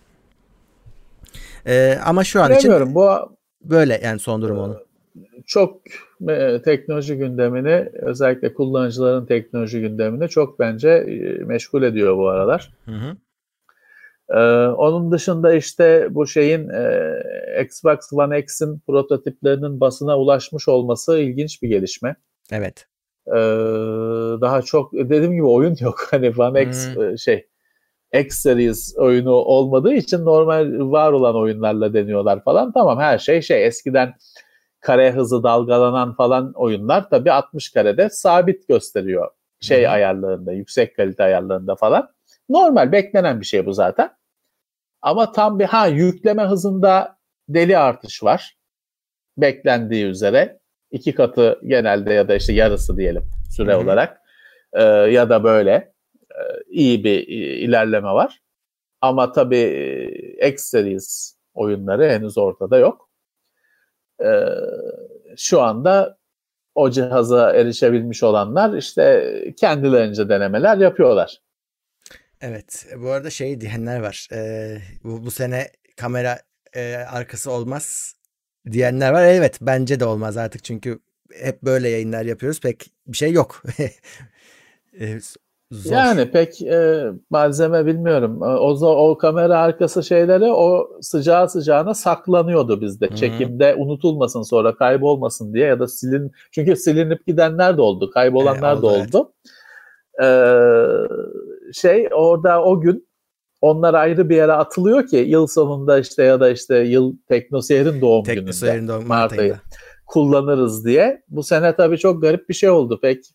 Ee, ama şu an Bilemiyorum, için bu böyle yani son durum onun. Çok e, teknoloji gündemini, özellikle kullanıcıların teknoloji gündemini çok bence e, meşgul ediyor bu aralar. Hı hı. Ee, onun dışında işte bu şeyin e, Xbox One X'in prototiplerinin basına ulaşmış olması ilginç bir gelişme. Evet. Ee, daha çok dediğim gibi oyun yok. Hani One X hmm. şey X Series oyunu olmadığı için normal var olan oyunlarla deniyorlar falan. Tamam, her şey şey eskiden kare hızı dalgalanan falan oyunlar tabii altmış karede sabit gösteriyor. Şey Hı-hı. ayarlarında, yüksek kalite ayarlarında falan. Normal, beklenen bir şey bu zaten. Ama tam bir ha yükleme hızında deli artış var. Beklendiği üzere. iki katı genelde ya da işte yarısı diyelim süre Hı-hı. olarak. Ee, ya da böyle e, iyi bir ilerleme var. Ama tabii X Series oyunları henüz ortada yok. Ee, şu anda o cihaza erişebilmiş olanlar işte kendilerince denemeler yapıyorlar. Evet. Bu arada şey diyenler var. Ee, bu, bu sene kamera e, arkası olmaz diyenler var. Evet, bence de olmaz artık çünkü hep böyle yayınlar yapıyoruz. Pek bir şey yok. E, zor. Yani pek e, malzeme bilmiyorum. E, O, o kamera arkası şeyleri o sıcağı sıcağına saklanıyordu bizde. Hı-hı. Çekimde unutulmasın, sonra kaybolmasın diye ya da silin. Çünkü silinip gidenler de oldu, E, kaybolanlar da oldu, evet. oldu. Ee, şey orada o gün onlar ayrı bir yere atılıyor ki yıl sonunda işte ya da işte yıl Teknoseyir'in doğum gününde Teknoseyir'in doğum Mart Mart ayı ayında. kullanırız diye. Bu sene tabii çok garip bir şey oldu. Pek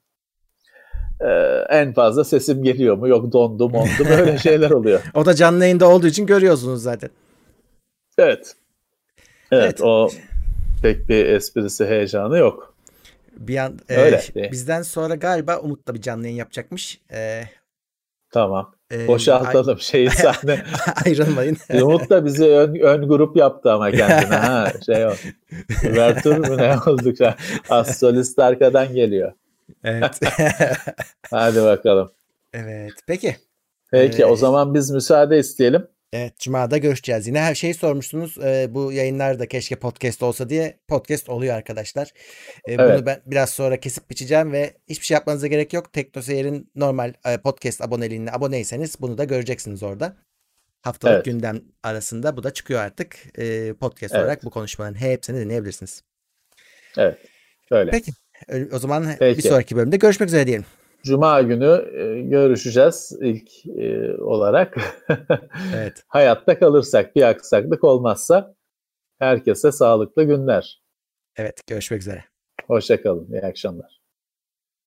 e, en fazla sesim geliyor mu? Yok, dondu mondu, böyle şeyler oluyor. O da canlı yayında olduğu için görüyorsunuz zaten. Evet. Evet, Evet. o pek bir esprisi, heyecanı yok. Bir an e, Öyle değil. bizden sonra galiba Umut da bir canlı yayın yapacakmış. E, Tamam. e, ay- Boşaltalım şeyi, sahne. ayrılmayın. Umut da bizi ön, ön grup yaptı ama kendine. Ha şey o. Üvertür mü ne olduk? Az solist arkadan geliyor. Evet. Hadi bakalım. Evet. Peki. Peki, o Ee, zaman biz müsaade isteyelim. evet, Cuma'da görüşeceğiz. Yine her şeyi sormuşsunuz. Ee, bu yayınlar da keşke podcast olsa diye. Podcast oluyor arkadaşlar. Ee, bunu Evet, ben biraz sonra kesip biçeceğim ve hiçbir şey yapmanıza gerek yok. TeknoSeyir'in normal e, podcast aboneliğine aboneyseniz bunu da göreceksiniz orada. Haftalık evet, gündem arasında bu da çıkıyor artık. Ee, podcast olarak evet, bu konuşmaların hepsini dinleyebilirsiniz. evet. Öyle. Peki. O zaman bir Peki. sonraki bölümde görüşmek üzere diyelim. Cuma günü e, görüşeceğiz ilk e, olarak. Evet. Hayatta kalırsak, bir aksaklık olmazsa herkese sağlıklı günler. Evet. Görüşmek üzere. Hoşça kalın. İyi akşamlar.